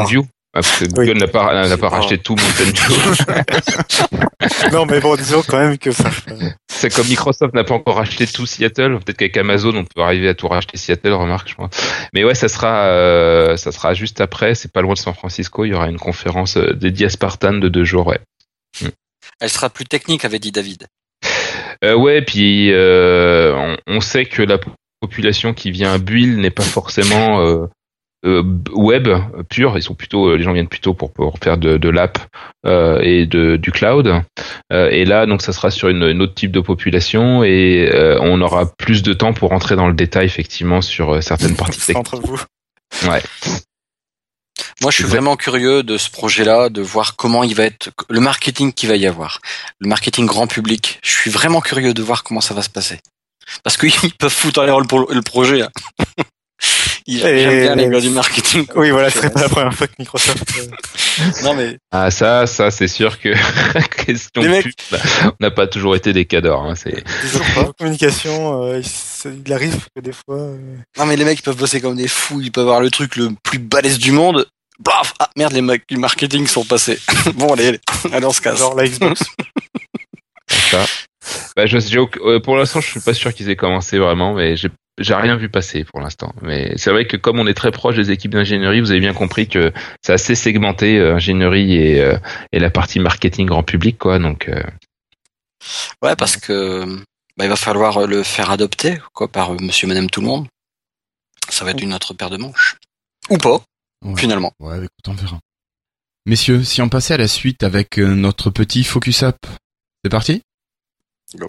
Parce que Oui. Google n'a pas racheté tout Mountain View. Non, mais bon, disons quand même que ça. C'est comme Microsoft n'a pas encore racheté tout Seattle. Peut-être qu'avec Amazon, on peut arriver à tout racheter Seattle, remarque, je pense. Mais ouais, ça sera juste après. C'est pas loin de San Francisco. Il y aura une conférence dédiée à Spartan de 2 jours, ouais. Elle sera plus technique, avait dit David. Ouais, puis on sait que la population qui vient à Buil n'est pas forcément web pur. Ils sont plutôt, les gens viennent plutôt pour faire de l'app et du cloud. Et là, donc, ça sera sur une autre type de population et on aura plus de temps pour rentrer dans le détail effectivement sur certaines parties techniques. Entre vous. Ouais. Moi, je suis vraiment curieux de ce projet-là, de voir comment il va être, le marketing qu'il va y avoir, le marketing grand public. Je suis vraiment curieux de voir comment ça va se passer. Parce qu'ils peuvent foutre en l'air le projet. Hein. J'aime bien les gars du marketing. Oui, voilà, ce serait pas la première fois que Microsoft. Non mais. Ah ça c'est sûr que question Les mecs- pub, on n'a pas toujours été des cadors. Hein, c'est. Toujours pas. Communication, il arrive que des fois. Non mais les mecs ils peuvent bosser comme des fous, ils peuvent avoir le truc le plus balèze du monde. Blaf, ah merde, les mecs du marketing sont passés. Bon allez, on se casse. Genre la Xbox. Ça. Bah, pour l'instant, je suis pas sûr qu'ils aient commencé vraiment, mais j'ai rien vu passer pour l'instant. Mais c'est vrai que comme on est très proche des équipes d'ingénierie, vous avez bien compris que c'est assez segmenté ingénierie et la partie marketing grand public, quoi. Donc Ouais, parce que il va falloir le faire adopter quoi par monsieur madame tout le monde. Ça va être une autre paire de manches. Ou pas, Ouais. finalement. Ouais, écoute, on verra. Messieurs, si on passait à la suite avec notre petit Focus Up, c'est parti? Go.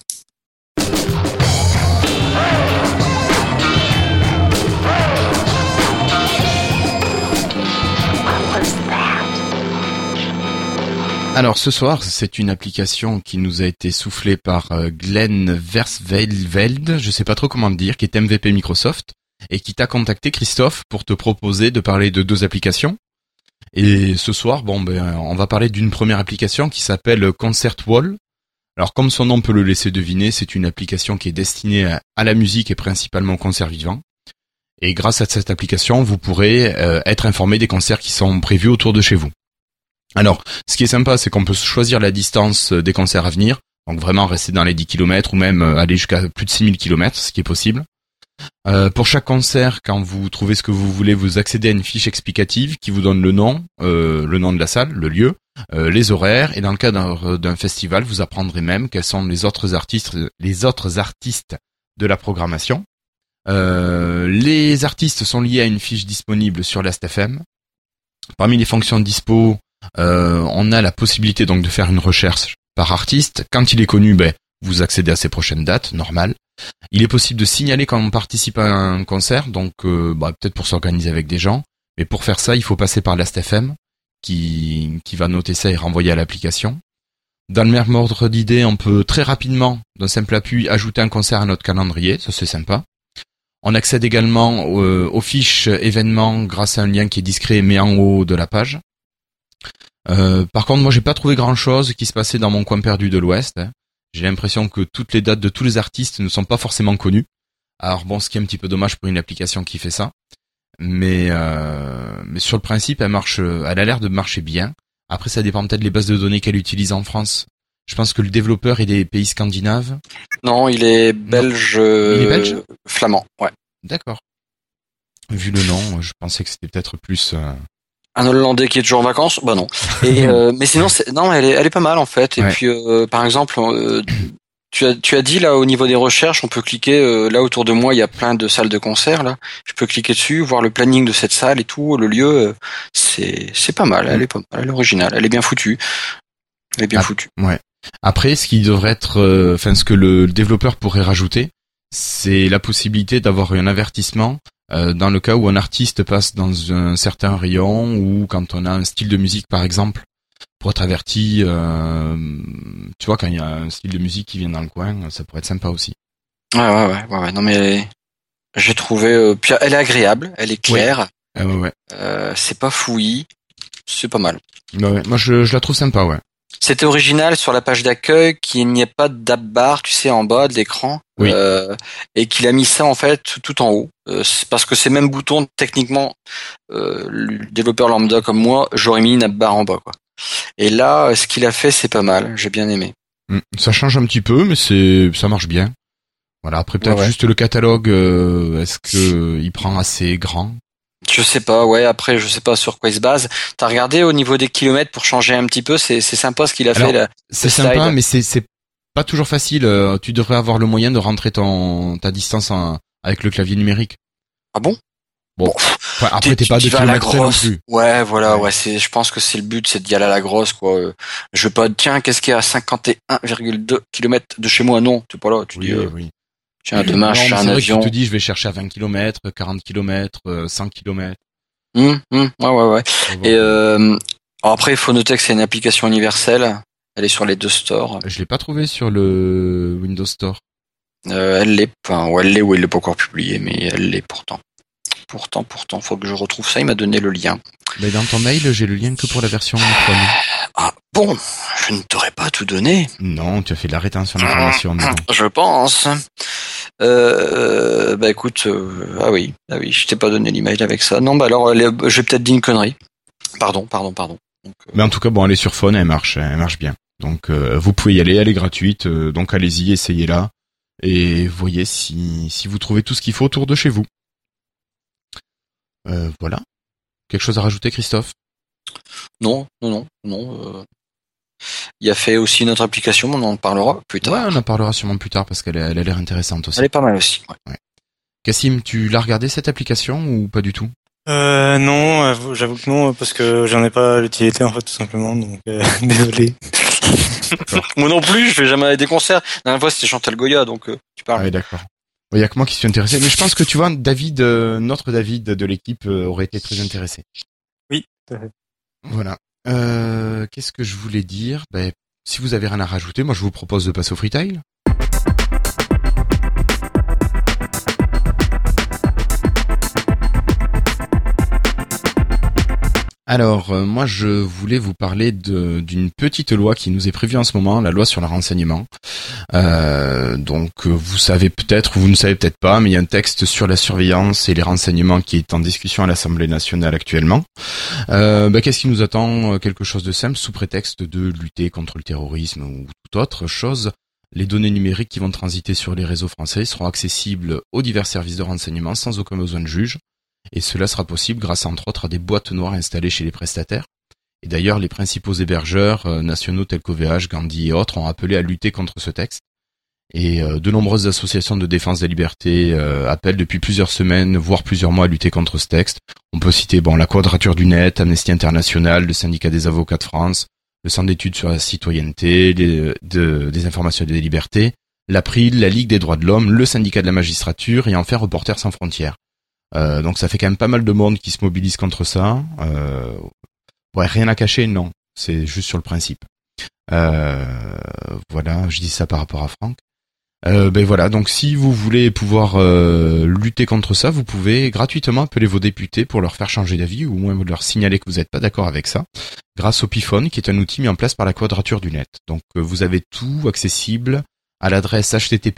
Alors ce soir, c'est une application qui nous a été soufflée par Glenn Versveld, je sais pas trop comment le dire, qui est MVP Microsoft, et qui t'a contacté, Christophe, pour te proposer de parler de 2 applications. Et ce soir, on va parler d'une première application qui s'appelle Concert Wall. Alors comme son nom peut le laisser deviner, c'est une application qui est destinée à la musique et principalement aux concerts vivants. Et grâce à cette application, vous pourrez être informé des concerts qui sont prévus autour de chez vous. Alors, ce qui est sympa, c'est qu'on peut choisir la distance des concerts à venir, donc vraiment rester dans les 10 km ou même aller jusqu'à plus de 6000 km, ce qui est possible. Pour chaque concert, quand vous trouvez ce que vous voulez, vous accédez à une fiche explicative qui vous donne le nom de la salle, le lieu, les horaires, et dans le cadre d'un festival, vous apprendrez même quels sont les autres artistes de la programmation. Les artistes sont liés à une fiche disponible sur Last.fm. Parmi les fonctions dispo, on a la possibilité donc de faire une recherche par artiste. Quand il est connu, vous accédez à ses prochaines dates, normal. Il est possible de signaler quand on participe à un concert, donc peut-être pour s'organiser avec des gens. Mais pour faire ça, il faut passer par Last.fm, qui va noter ça et renvoyer à l'application. Dans le même ordre d'idée, on peut très rapidement, d'un simple appui, ajouter un concert à notre calendrier, ça c'est sympa. On accède également aux fiches événements grâce à un lien qui est discret mais en haut de la page. Par contre, moi j'ai pas trouvé grand chose qui se passait dans mon coin perdu de l'Ouest. J'ai l'impression que toutes les dates de tous les artistes ne sont pas forcément connues. Alors bon, ce qui est un petit peu dommage pour une application qui fait ça. Mais sur le principe, elle a l'air de marcher bien. Après, ça dépend peut-être des bases de données qu'elle utilise en France. Je pense que le développeur est des pays scandinaves. Non, il est belge. Il est belge ? Flamand, ouais. D'accord. Vu le nom, je pensais que c'était peut-être plus... Un Hollandais qui est toujours en vacances, bah non. Et mais sinon, elle est pas mal en fait. Et Ouais. puis, par exemple, tu as dit là au niveau des recherches, on peut cliquer là autour de moi, il y a plein de salles de concert là. Je peux cliquer dessus, voir le planning de cette salle et tout, le lieu. C'est pas mal. Elle est pas mal, elle est originale, elle est bien foutue. Elle est bien foutue. Ouais. Après, ce qui devrait être, ce que le développeur pourrait rajouter, c'est la possibilité d'avoir un avertissement dans le cas où un artiste passe dans un certain rayon ou quand on a un style de musique par exemple, pour être averti, tu vois, quand il y a un style de musique qui vient dans le coin, ça pourrait être sympa aussi. Ouais. Non mais j'ai trouvé, puis elle est agréable, elle est claire. Ouais. C'est pas fouillis, c'est pas mal. Ouais. Moi, je la trouve sympa, ouais. C'était original sur la page d'accueil qu'il n'y ait pas d'app bar, tu sais, en bas de l'écran. Oui. Et qu'il a mis ça en fait tout en haut. C'est parce que ces mêmes boutons, techniquement, le développeur lambda comme moi, j'aurais mis une app bar en bas, quoi. Et là, ce qu'il a fait, c'est pas mal. J'ai bien aimé. Ça change un petit peu, mais ça marche bien. Voilà. Après, peut-être Ouais. juste le catalogue, est-ce que il prend assez grand? Je sais pas, ouais, après, je sais pas sur quoi il se base. T'as regardé au niveau des kilomètres pour changer un petit peu, c'est sympa ce qu'il a Alors, fait là. C'est Le sympa, slide. mais c'est pas toujours facile. Tu devrais avoir le moyen de rentrer ta distance avec le clavier numérique. Ah bon? Bon. Bon. Ouais, après, t'es pas de Tu vas à la kilomètres près non grosse. plus. Ouais, voilà, Ouais. ouais, je pense que c'est le but, c'est d'y aller à la grosse, quoi. Je veux pas, tiens, qu'est-ce qu'il y a à 51,2 km de chez moi? Non, t'es pas là. Tu dis, Oui. tiens, demain, Non, je mais fais c'est un vrai avion. que tu te dis, je vais chercher à 20 km, 40 km, 100 km. Ouais. Et alors après, il faut noter que c'est une application universelle. Elle est sur les deux stores. Je l'ai pas trouvé sur le Windows Store. Elle l'est, enfin, ou elle l'est, ou il l'est pas encore publié, mais elle l'est pourtant. Pourtant, faut que je retrouve ça. Il m'a donné le lien. Mais dans ton mail, j'ai le lien que pour la version iPhone. Ah bon, je ne t'aurais pas tout donné. Non, tu as fait de la rétention d'informations, dis donc. Je pense. Bah écoute, ah oui, je t'ai pas donné l'email avec ça. Non, bah alors, j'ai peut-être dit une connerie. Pardon. Donc, Mais en tout cas, bon, elle est sur phone, elle marche bien. Donc, vous pouvez y aller, elle est gratuite. Donc, allez-y, essayez-la. Et voyez si vous trouvez tout ce qu'il faut autour de chez vous. Voilà. Quelque chose à rajouter, Christophe? non. Il a fait aussi une autre application, mais on en parlera plus tard. Ouais, on en parlera sûrement plus tard parce qu'elle a l'air intéressante aussi. Elle est pas mal aussi. Ouais. Cassim, tu l'as regardé cette application ou pas du tout? Non, j'avoue que non, parce que j'en ai pas l'utilité en fait tout simplement, donc désolé. Moi non plus, je fais jamais aller des concerts. La dernière fois, c'était Chantal Goya, donc tu parles. Ah oui, d'accord. Il y a que moi qui suis intéressé, mais je pense que tu vois, David, notre David de l'équipe aurait été très intéressé. Oui, tout à fait. Voilà. Qu'est-ce que je voulais dire? Ben, si vous avez rien à rajouter, moi je vous propose de passer au freetile. Alors, moi, je voulais vous parler d'une petite loi qui nous est prévue en ce moment, la loi sur le renseignement. Donc, vous savez peut-être ou vous ne savez peut-être pas, mais il y a un texte sur la surveillance et les renseignements qui est en discussion à l'Assemblée nationale actuellement. Qu'est-ce qui nous attend? Quelque chose de simple, sous prétexte de lutter contre le terrorisme ou toute autre chose. Les données numériques qui vont transiter sur les réseaux français seront accessibles aux divers services de renseignement sans aucun besoin de juge. Et cela sera possible grâce entre autres à des boîtes noires installées chez les prestataires. Et d'ailleurs, les principaux hébergeurs nationaux tels qu'OVH, Gandhi et autres ont appelé à lutter contre ce texte. Et de nombreuses associations de défense des libertés appellent depuis plusieurs semaines, voire plusieurs mois à lutter contre ce texte. On peut citer la Quadrature du Net, Amnesty International, le Syndicat des avocats de France, le Centre d'études sur la citoyenneté, des informations et des libertés, l'April, la Ligue des droits de l'homme, le Syndicat de la magistrature et enfin Reporters sans frontières. Donc ça fait quand même pas mal de monde qui se mobilise contre ça. Rien à cacher, non. C'est juste sur le principe. Voilà, je dis ça par rapport à Franck. Voilà, donc si vous voulez pouvoir lutter contre ça, vous pouvez gratuitement appeler vos députés pour leur faire changer d'avis ou au moins leur signaler que vous n'êtes pas d'accord avec ça, grâce au Piphone, qui est un outil mis en place par la Quadrature du Net. Donc vous avez tout accessible à l'adresse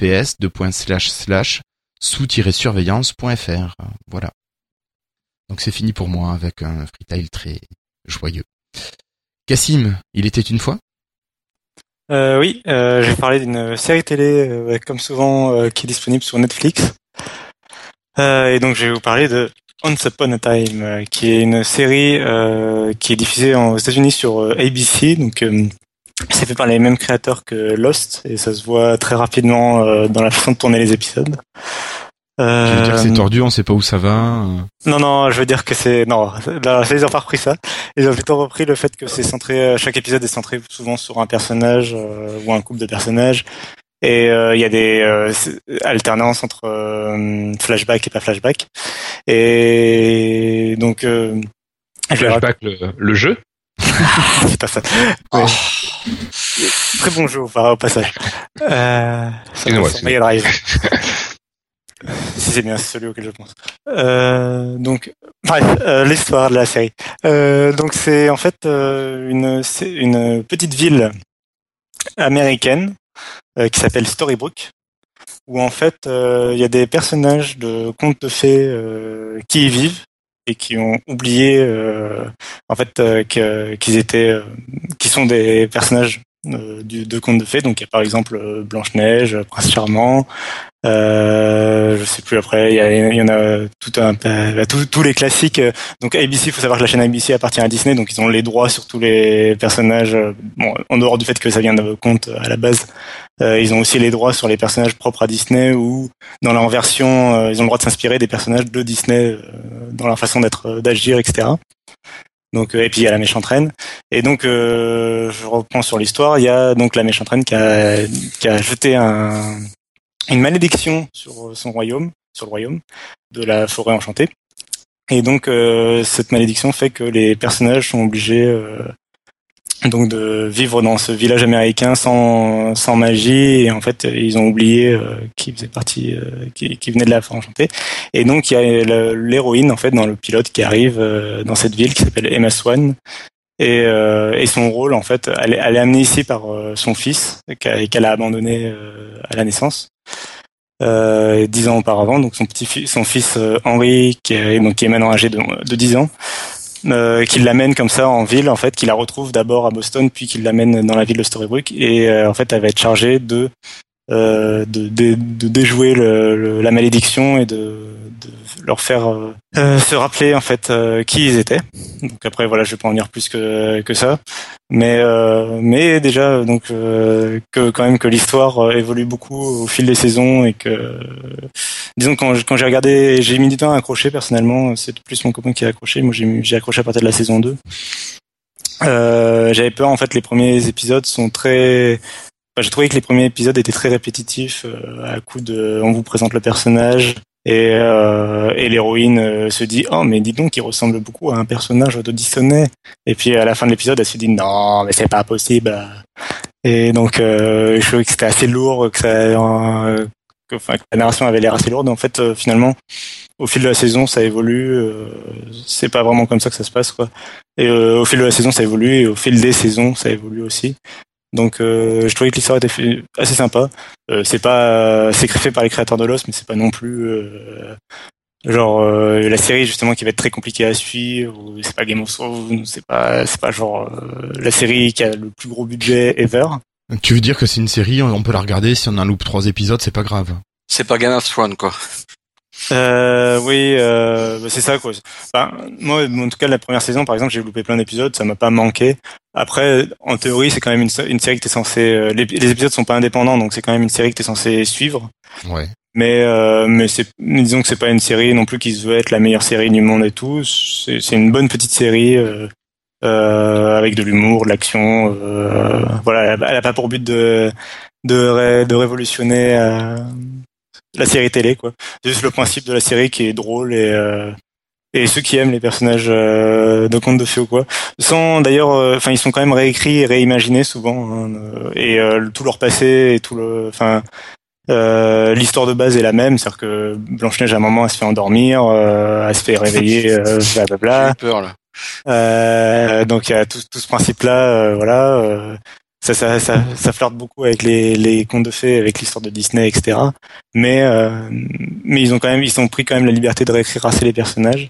https://sous-surveillance.fr. Voilà. Donc c'est fini pour moi avec un freestyle très joyeux. Cassim, il était une fois? Oui, je vais parler d'une série télé, comme souvent, qui est disponible sur Netflix. Et donc je vais vous parler de Once Upon a Time, qui est une série qui est diffusée aux États-Unis sur ABC. Donc c'est fait par les mêmes créateurs que Lost et ça se voit très rapidement dans la façon de tourner les épisodes. Je veux dire que c'est tordu, on sait pas où ça va. Non, je veux dire que c'est là, ils ont pas repris ça. Ils ont plutôt repris le fait que c'est centré, chaque épisode est centré souvent sur un personnage ou un couple de personnages. Et il y a des alternances entre flashback et pas flashback. Et donc Flashback, le jeu. c'est pas ça. Ouais. Très bon jeu au passage. Excusez-moi. Sur Mega Drive. Si c'est bien celui auquel je pense. Donc, bref, l'histoire de la série. Donc c'est en fait c'est une petite ville américaine qui s'appelle Storybrooke, où en fait il y a des personnages de contes de fées qui y vivent et qui ont oublié en fait qui sont des personnages de contes de fées. Donc il y a par exemple Blanche-Neige, Prince Charmant. Je sais plus après, il y en a tous les classiques. Donc ABC, il faut savoir que la chaîne ABC appartient à Disney, donc ils ont les droits sur tous les personnages. Bon, en dehors du fait que ça vient de contes à la base, ils ont aussi les droits sur les personnages propres à Disney ou dans leur version, ils ont le droit de s'inspirer des personnages de Disney dans leur façon d'agir, etc. Donc et puis il y a la méchante reine. Et donc je reprends sur l'histoire. Il y a donc la méchante reine qui a jeté une malédiction sur son royaume, sur le royaume de la forêt enchantée. Et donc cette malédiction fait que les personnages sont obligés donc de vivre dans ce village américain sans magie, et en fait ils ont oublié qu'ils faisaient partie qui venait de la forêt enchantée. Et donc il y a l'héroïne en fait dans le pilote qui arrive dans cette ville qui s'appelle Emma Swan. Et son rôle en fait, elle est amenée ici par son fils qu'elle a abandonné à la naissance 10 ans auparavant. Donc son fils Henry qui est maintenant âgé de 10 ans, qui l'amène comme ça en ville en fait, qui la retrouve d'abord à Boston puis qui l'amène dans la ville de Storybrooke, et en fait elle va être chargée de déjouer la malédiction et de leur faire se rappeler en fait qui ils étaient. Donc après voilà, je vais pas en dire plus que ça, mais déjà donc que quand même que l'histoire évolue beaucoup au fil des saisons, et que disons quand j'ai regardé, j'ai mis du temps à accrocher personnellement, c'est plus mon copain qui a accroché, moi j'ai accroché à partir de la saison 2. J'avais peur en fait, les premiers épisodes sont très j'ai trouvé que les premiers épisodes étaient très répétitifs, à coup de on vous présente le personnage et l'héroïne se dit oh mais dis donc il ressemble beaucoup à un personnage de Disney, et puis à la fin de l'épisode elle se dit non mais c'est pas possible, et donc je trouvais que c'était assez lourd, que la narration avait l'air assez lourde. En fait finalement au fil de la saison ça évolue, c'est pas vraiment comme ça que ça se passe quoi, et au fil de la saison ça évolue, et au fil des saisons ça évolue aussi. Donc je trouvais que l'histoire était assez sympa. C'est fait par les créateurs de Lost, mais c'est pas non plus la série justement qui va être très compliquée à suivre, ou c'est pas Game of Thrones, c'est pas genre la série qui a le plus gros budget ever. Tu veux dire que c'est une série, on peut la regarder, si on en loupe 3 épisodes, c'est pas grave. C'est pas Game of Thrones quoi. Oui, c'est ça quoi. Enfin, moi, en tout cas, la première saison, par exemple, j'ai loupé plein d'épisodes, ça m'a pas manqué. Après, en théorie, c'est quand même une série que t'es censé. Les épisodes sont pas indépendants, donc c'est quand même une série que t'es censé suivre. Ouais. Mais disons que c'est pas une série non plus qui se veut être la meilleure série du monde et tout. C'est une bonne petite série avec de l'humour, de l'action. Voilà, elle a pas pour but de révolutionner la série télé quoi. C'est juste le principe de la série qui est drôle, et ceux qui aiment les personnages de contes de fées ou quoi, sans d'ailleurs ils sont quand même réécrits et réimaginés souvent, hein, et tout leur passé et tout l'histoire de base est la même, c'est-à-dire que Blanche-Neige à un moment elle se fait endormir, elle se fait réveiller, blablabla. J'ai eu peur là. Donc il y a tout ce principe là, voilà. Ça flirte beaucoup avec les contes de fées, avec l'histoire de Disney, etc. Mais ils ont pris quand même la liberté de réécrire assez les personnages.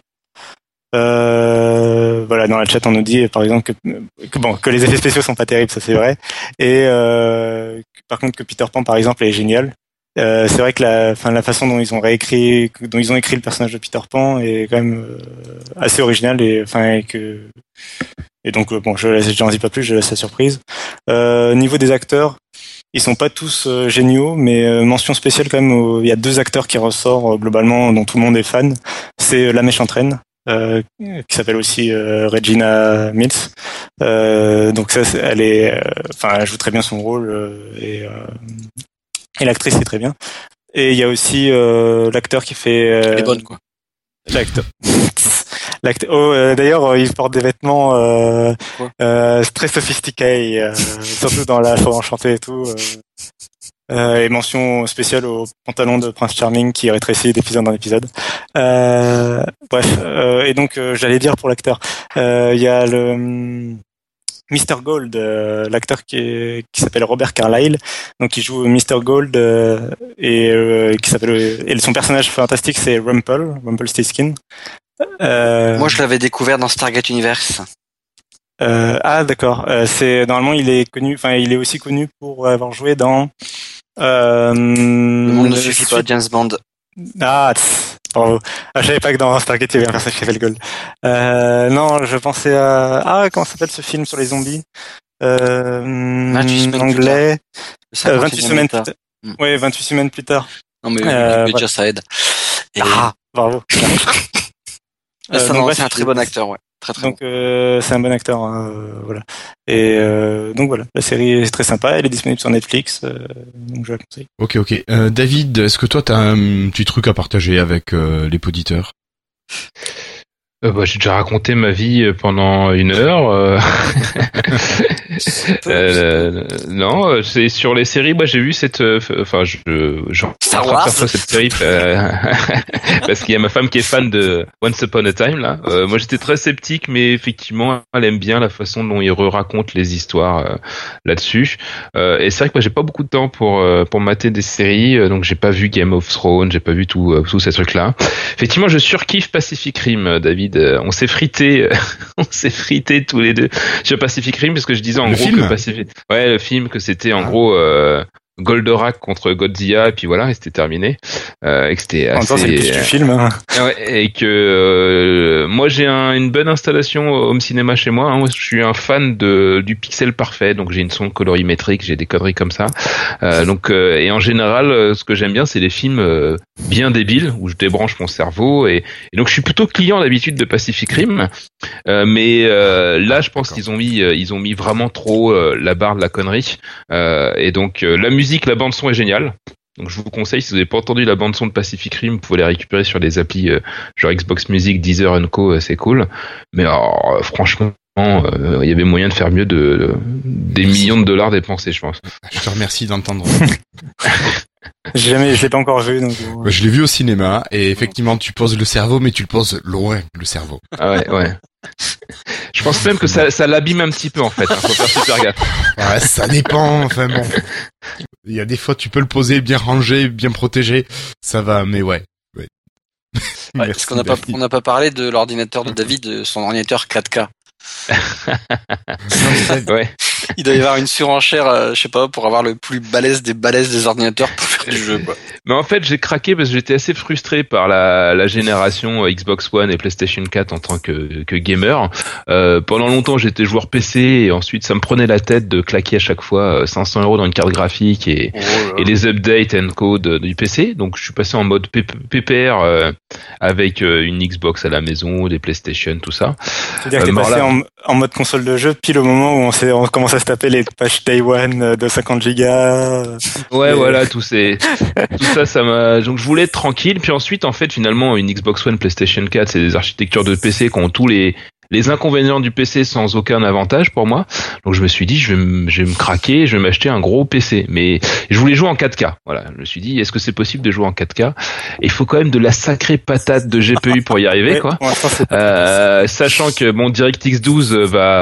Voilà, dans la chat on nous dit par exemple que les effets spéciaux sont pas terribles, ça c'est vrai. Et par contre que Peter Pan par exemple est génial. C'est vrai que la façon dont ils ont écrit le personnage de Peter Pan est quand même assez original, et donc bon, j'en dis pas plus, je laisse la surprise. Niveau des acteurs, ils sont pas tous géniaux, mais mention spéciale quand même, il y a 2 acteurs qui ressortent globalement, dont tout le monde est fan. C'est la méchante reine, qui s'appelle aussi Regina Mills. Donc ça, elle joue très bien son rôle, et l'actrice est très bien. Et il y a aussi l'acteur qui fait. Elle est bonne quoi. L'acteur. D'ailleurs, il porte des vêtements très sophistiqués, surtout dans la forêt enchantée et tout. Et mention spéciale au pantalon de Prince Charming qui rétrécit d'épisode en épisode. Bref, et donc j'allais dire pour l'acteur, il y a le Mr. Gold, l'acteur qui s'appelle Robert Carlyle, donc il joue Mr. Gold et qui s'appelle et son personnage fantastique c'est Rumpelstiltskin. Moi, je l'avais découvert dans Stargate Universe. Ah d'accord, c'est normalement il est aussi connu pour avoir joué dans Le monde ne suffit pas, James Bond. Ah, bravo. Je savais pas que dans Stargate il y avait un personnage qui s'appelle Gold. Non, je pensais à comment s'appelle ce film sur les zombies 28 semaines anglais. plus tard. 28 semaines plus tard. Ouais, 28 semaines plus tard. Non mais déjà ça aide. Et bravo. c'est un très bon acteur, ouais. Très Donc bon. c'est un bon acteur, voilà. Et donc voilà, la série est très sympa, elle est disponible sur Netflix, donc je la conseille. Ok. David, est-ce que toi t'as un petit truc à partager avec les poditeurs? J'ai déjà raconté ma vie pendant 1 heure. Non, c'est sur les séries. Moi, j'ai vu cette. Star Wars. Cette série parce qu'il y a ma femme qui est fan de Once Upon a Time là. Moi, j'étais très sceptique, mais effectivement, elle aime bien la façon dont il raconte les histoires là-dessus. Et c'est vrai que moi, j'ai pas beaucoup de temps pour mater des séries, donc j'ai pas vu Game of Thrones, j'ai pas vu tous ces trucs-là. Effectivement, je surkiffe Pacific Rim, David. On s'est frité tous les deux sur Pacific Rim parce que je disais en gros que le film que c'était en gros Goldorak contre Godzilla et puis voilà, et c'était terminé. Et que c'était en même temps, c'est le pitch du film. Hein. Ouais, et que moi j'ai une bonne installation home cinéma chez moi. Hein. Moi, je suis un fan du pixel parfait, donc j'ai une sonde colorimétrique, j'ai des conneries comme ça. Et en général, ce que j'aime bien, c'est les films bien débiles où je débranche mon cerveau et donc je suis plutôt client d'habitude de Pacific Rim. Mais là, je pense qu'ils ont mis vraiment trop la barre de la connerie. Et donc la musique, la bande son est géniale. Donc je vous conseille, si vous n'avez pas entendu la bande son de Pacific Rim, vous pouvez les récupérer sur des applis genre Xbox Music, Deezer & Co, c'est cool. Mais franchement, il y avait moyen de faire mieux des millions de dollars dépensés, je pense. Je te remercie d'entendre. Je l'ai pas encore vu, donc. Je l'ai vu au cinéma et effectivement, tu poses le cerveau, mais tu le poses loin, le cerveau. Ah ouais. Je pense même que ça l'abîme un petit peu en fait. Faut faire super gaffe. Ouais, ça dépend. Enfin bon, il y a des fois tu peux le poser bien rangé, bien protégé, ça va. Mais ouais. Parce qu'on n'a pas parlé de l'ordinateur de David, de son ordinateur 4K. Ouais. Il doit y avoir une surenchère, je sais pas, pour avoir le plus balèze des ordinateurs pour faire du jeu, quoi. Mais en fait, j'ai craqué parce que j'étais assez frustré par la génération Xbox One et PlayStation 4 en tant que gamer. Pendant longtemps, j'étais joueur PC et ensuite, ça me prenait la tête de claquer à chaque fois 500 € dans une carte graphique et les updates and code du PC. Donc, je suis passé en mode PPR avec une Xbox à la maison, des PlayStation, tout ça. C'est-à-dire que t'es passé en mode console de jeu pile au moment où on commence à se taper les pages Day One de 50 gigas. Ouais, voilà, tout ça m'a. Donc je voulais être tranquille. Puis ensuite, en fait, finalement, une Xbox One, PlayStation 4, c'est des architectures de PC qui ont tous les inconvénients du PC sans aucun avantage pour moi. Donc je me suis dit, je vais me craquer, je vais m'acheter un gros PC. Mais je voulais jouer en 4K. Voilà, je me suis dit, est-ce que c'est possible de jouer en 4K ? Et il faut quand même de la sacrée patate de GPU pour y arriver, quoi. Sachant que mon DirectX 12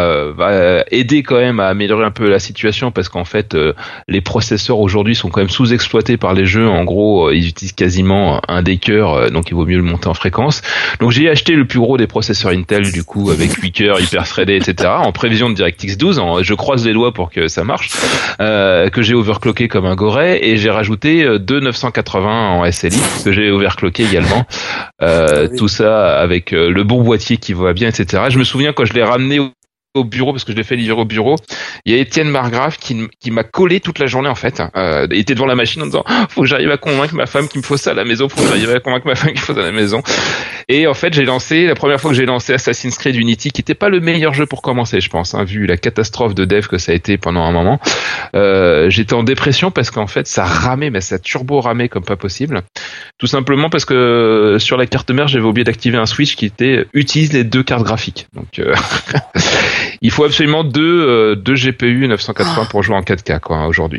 va aider quand même à améliorer un peu la situation parce qu'en fait, les processeurs aujourd'hui sont quand même sous-exploités par les jeux. En gros, ils utilisent quasiment un des cœurs, donc il vaut mieux le monter en fréquence. Donc j'ai acheté le plus gros des processeurs Intel du coup avec 8 cœurs hyper threadés, etc. en prévision de DirectX 12. Je croise les doigts pour que ça marche. Que j'ai overclocké comme un goret et j'ai rajouté 2 980 en SLI que j'ai overclocké également. Tout ça avec le bon boîtier qui va bien, etc. Je me souviens quand je l'ai ramené au bureau parce que je l'ai fait livrer au bureau, il y a Étienne Margrave qui m'a collé toute la journée en fait. Il était devant la machine en disant faut que j'arrive à convaincre ma femme qu'il me faut ça à la maison, faut que j'arrive à convaincre ma femme qu'il faut ça à la maison. Et en fait, la première fois que j'ai lancé Assassin's Creed Unity, qui était pas le meilleur jeu pour commencer, je pense, vu la catastrophe de dev que ça a été pendant un moment. J'étais en dépression parce qu'en fait, ça ramait, mais ça turbo ramait comme pas possible. Tout simplement parce que sur la carte mère, j'avais oublié d'activer un switch qui utilise les 2 cartes graphiques. Donc il faut absolument deux GPU 980 pour jouer en 4K quoi aujourd'hui.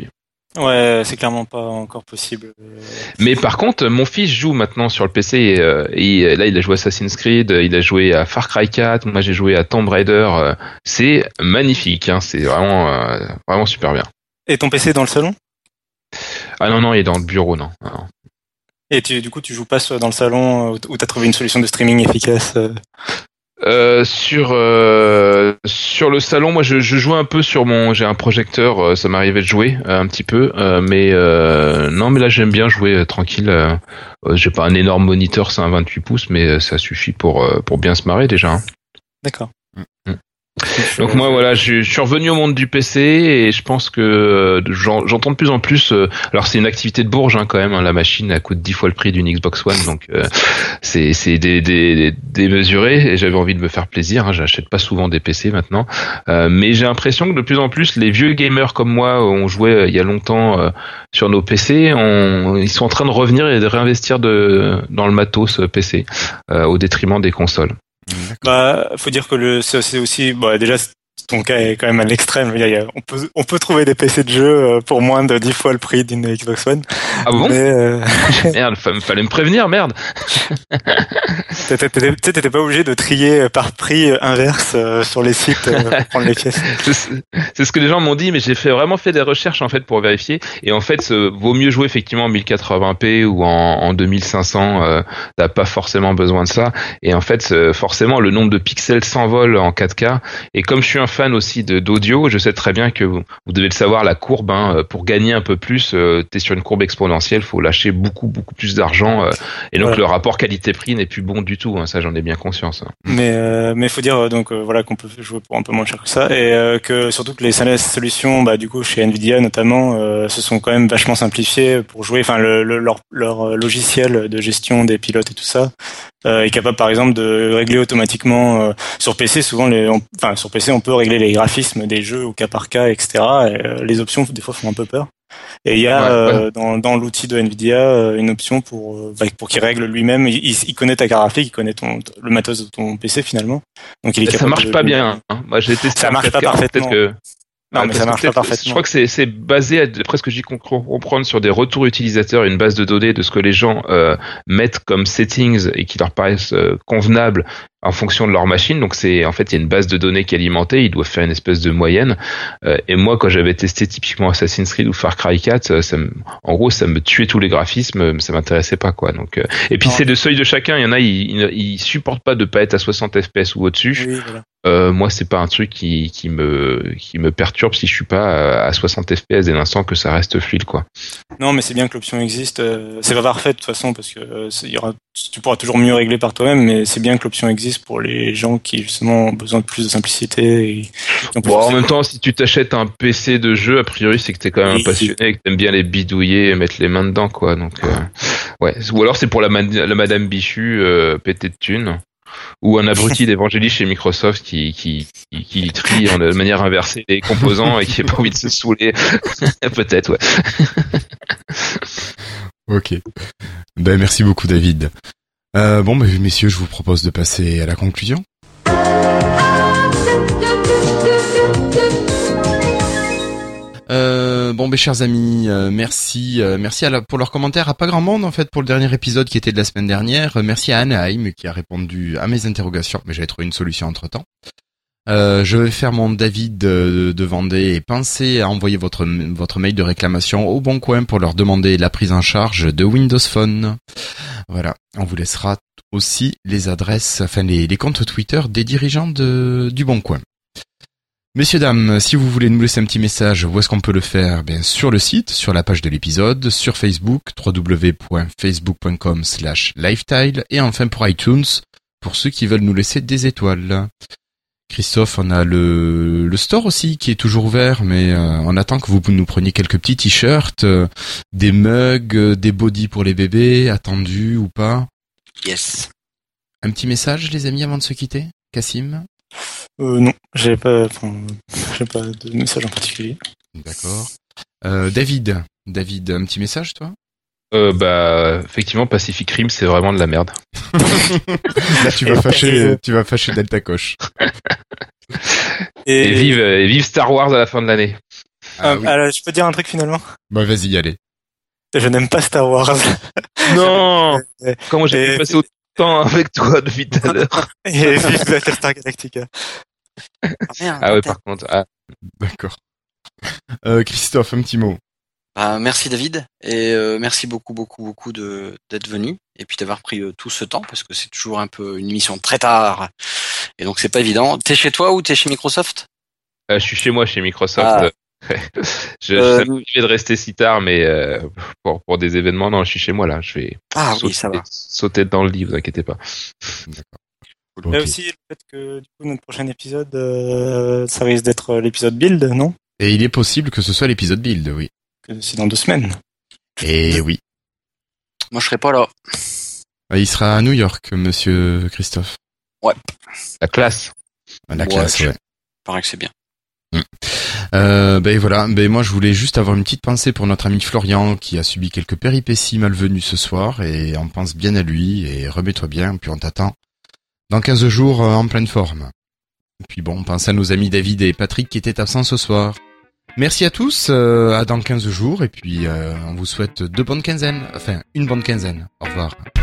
Ouais, c'est clairement pas encore possible. Mais par contre, mon fils joue maintenant sur le PC. Et là, il a joué à Assassin's Creed, il a joué à Far Cry 4. Moi, j'ai joué à Tomb Raider. C'est magnifique. Hein, c'est vraiment super bien. Et ton PC est dans le salon? Ah non, il est dans le bureau, non. Et du coup, tu joues pas dans le salon où t'as trouvé une solution de streaming efficace? Sur le salon, moi je joue un peu j'ai un projecteur, ça m'arrivait de jouer un petit peu, mais non, mais là j'aime bien jouer tranquille. J'ai pas un énorme moniteur, c'est un 28 pouces, mais ça suffit pour bien se marrer déjà. Hein. D'accord. Donc moi voilà, je suis revenu au monde du PC et je pense que j'entends de plus en plus. Alors c'est une activité de bourge hein, quand même. Hein, la machine elle coûte 10 fois le prix d'une Xbox One, donc c'est démesuré. Et j'avais envie de me faire plaisir. Hein, j'achète pas souvent des PC maintenant, mais j'ai l'impression que de plus en plus les vieux gamers comme moi, on jouait il y a longtemps sur nos PC, ils sont en train de revenir et de réinvestir dans le matos PC au détriment des consoles. Bah, faut dire que c'est aussi, bah, déjà, ton cas est quand même à l'extrême. On peut trouver des PC de jeu pour moins de 10 fois le prix d'une Xbox One. Ah bon? Mais, Merde, fallait me prévenir, merde. T'étais pas obligé de trier par prix inverse sur les sites pour prendre les pièces. C'est ce que les gens m'ont dit, mais j'ai vraiment fait des recherches en fait pour vérifier. Et en fait, vaut mieux jouer effectivement en 1080p ou en 2500. T'as pas forcément besoin de ça. Et en fait, forcément, le nombre de pixels s'envole en 4K. Et comme je suis un fan aussi d'audio, je sais très bien que vous devez le savoir, la courbe, hein, pour gagner un peu plus, t'es sur une courbe exponentielle, faut lâcher beaucoup plus d'argent. Et donc le rapport qualité-prix n'est plus bon du tout. Hein, ça, j'en ai bien conscience. Hein. Mais faut dire voilà qu'on peut jouer pour un peu moins cher que ça et que surtout que les solutions, bah du coup chez Nvidia notamment, se sont quand même vachement simplifiées pour jouer. Enfin leur logiciel de gestion des pilotes et tout ça est capable par exemple de régler automatiquement sur PC. Souvent sur PC on peut régler les graphismes des jeux au cas par cas, etc. Et les options des fois font un peu peur. Et il y a dans l'outil de Nvidia une option pour qu'il règle lui-même. Il connaît ta carte graphique, il connaît le matos de ton PC finalement. Donc il est capable. Ça marche pas bien. Hein. Moi j'ai testé. Ça marche pas parfaitement. Non, mais ça marche pas parfaitement. Je crois que c'est basé, d'après ce que j'y comprendre, sur des retours utilisateurs, une base de données de ce que les gens mettent comme settings et qui leur paraissent convenables en fonction de leur machine. Donc il y a une base de données qui est alimentée, ils doivent faire une espèce de moyenne. Et moi, quand j'avais testé typiquement Assassin's Creed ou Far Cry 4, en gros, ça me tuait tous les graphismes, ça m'intéressait pas quoi. Donc et puis c'est le seuil de chacun. Il y en a, ils supportent pas de pas être à 60 FPS ou au-dessus. Oui, voilà. Moi, c'est pas un truc qui me perturbe si je suis pas à 60 FPS dès l'instant que ça reste fluide, quoi. Non, mais c'est bien que l'option existe. C'est pas parfait de toute façon parce que tu pourras toujours mieux régler par toi-même, mais c'est bien que l'option existe pour les gens qui justement ont besoin de plus de simplicité. En même temps, si tu t'achètes un PC de jeu, a priori, c'est que t'es quand même un passionné et que t'aimes bien les bidouiller et mettre les mains dedans, quoi. Donc, ouais. Ou alors c'est pour la Madame Bichu pété de thunes. Ou un abruti d'évangéliste chez Microsoft qui trie de manière inversée les composants et qui n'a pas envie de se saouler. Peut-être, ouais. Ok. Ben, merci beaucoup, David. Messieurs, je vous propose de passer à la conclusion. Chers amis, merci pour leurs commentaires. À pas grand monde en fait pour le dernier épisode qui était de la semaine dernière. Merci à Anaheim qui a répondu à mes interrogations, mais j'avais trouvé une solution entre temps. Je vais faire mon David de Vendée et pensez à envoyer votre mail de réclamation au Bon Coin pour leur demander la prise en charge de Windows Phone. Voilà, on vous laissera aussi les adresses, les comptes Twitter des dirigeants du Bon Coin. Messieurs, dames, si vous voulez nous laisser un petit message, où est-ce qu'on peut le faire? Bien, sur le site, sur la page de l'épisode, sur Facebook, www.facebook.com/lifetile, et enfin pour iTunes, pour ceux qui veulent nous laisser des étoiles. Christophe, on a le store aussi qui est toujours ouvert, mais on attend que vous nous preniez quelques petits t-shirts, des mugs, des bodys pour les bébés, attendus ou pas. Yes. Un petit message, les amis, avant de se quitter? Cassim? Non, j'ai pas de message en particulier. D'accord. David, un petit message, toi? Effectivement, Pacific Rim, c'est vraiment de la merde. Là, tu vas fâcher Delta Coche. Et vive Star Wars à la fin de l'année. Oui. Alors, je peux dire un truc finalement? Bah vas-y, allez. Je n'aime pas Star Wars. Non. Et- Comment j'ai pu et- passer autant avec toi depuis tout à l'heure? Et vive Battlestar Galactica. Merde, Ah ouais, putain. par contre, D'accord. Christophe, un petit mot. Bah, merci David et merci beaucoup d'être venu et puis d'avoir pris tout ce temps parce que c'est toujours un peu une émission très tard et donc c'est pas évident. T'es chez toi ou t'es chez Microsoft? je suis chez moi, chez Microsoft. Ah. Je ça m'est arrivé de rester si tard, mais pour des événements, non, je suis chez moi là. Je vais Ah oui, ça va. sauter dans le lit, vous inquiétez pas. D'accord. Et Ok. aussi le fait que du coup notre prochain épisode, ça risque d'être l'épisode build, non? Et il est possible que ce soit l'épisode build, oui. Que c'est dans 2 semaines. Et oui. Moi je serai pas là. Il sera à New York, monsieur Christophe. La classe. La Ouais, classe, ouais. Paraît que c'est bien. Ben voilà, ben moi je voulais juste avoir une petite pensée pour notre ami Florian qui a subi quelques péripéties malvenues ce soir et on pense bien à lui et remets-toi bien, puis on t'attend dans 15 jours en pleine forme. Et puis bon, on pense à nos amis David et Patrick qui étaient absents ce soir. Merci à tous, à dans 15 jours et puis on vous souhaite une bonne quinzaine. Au revoir.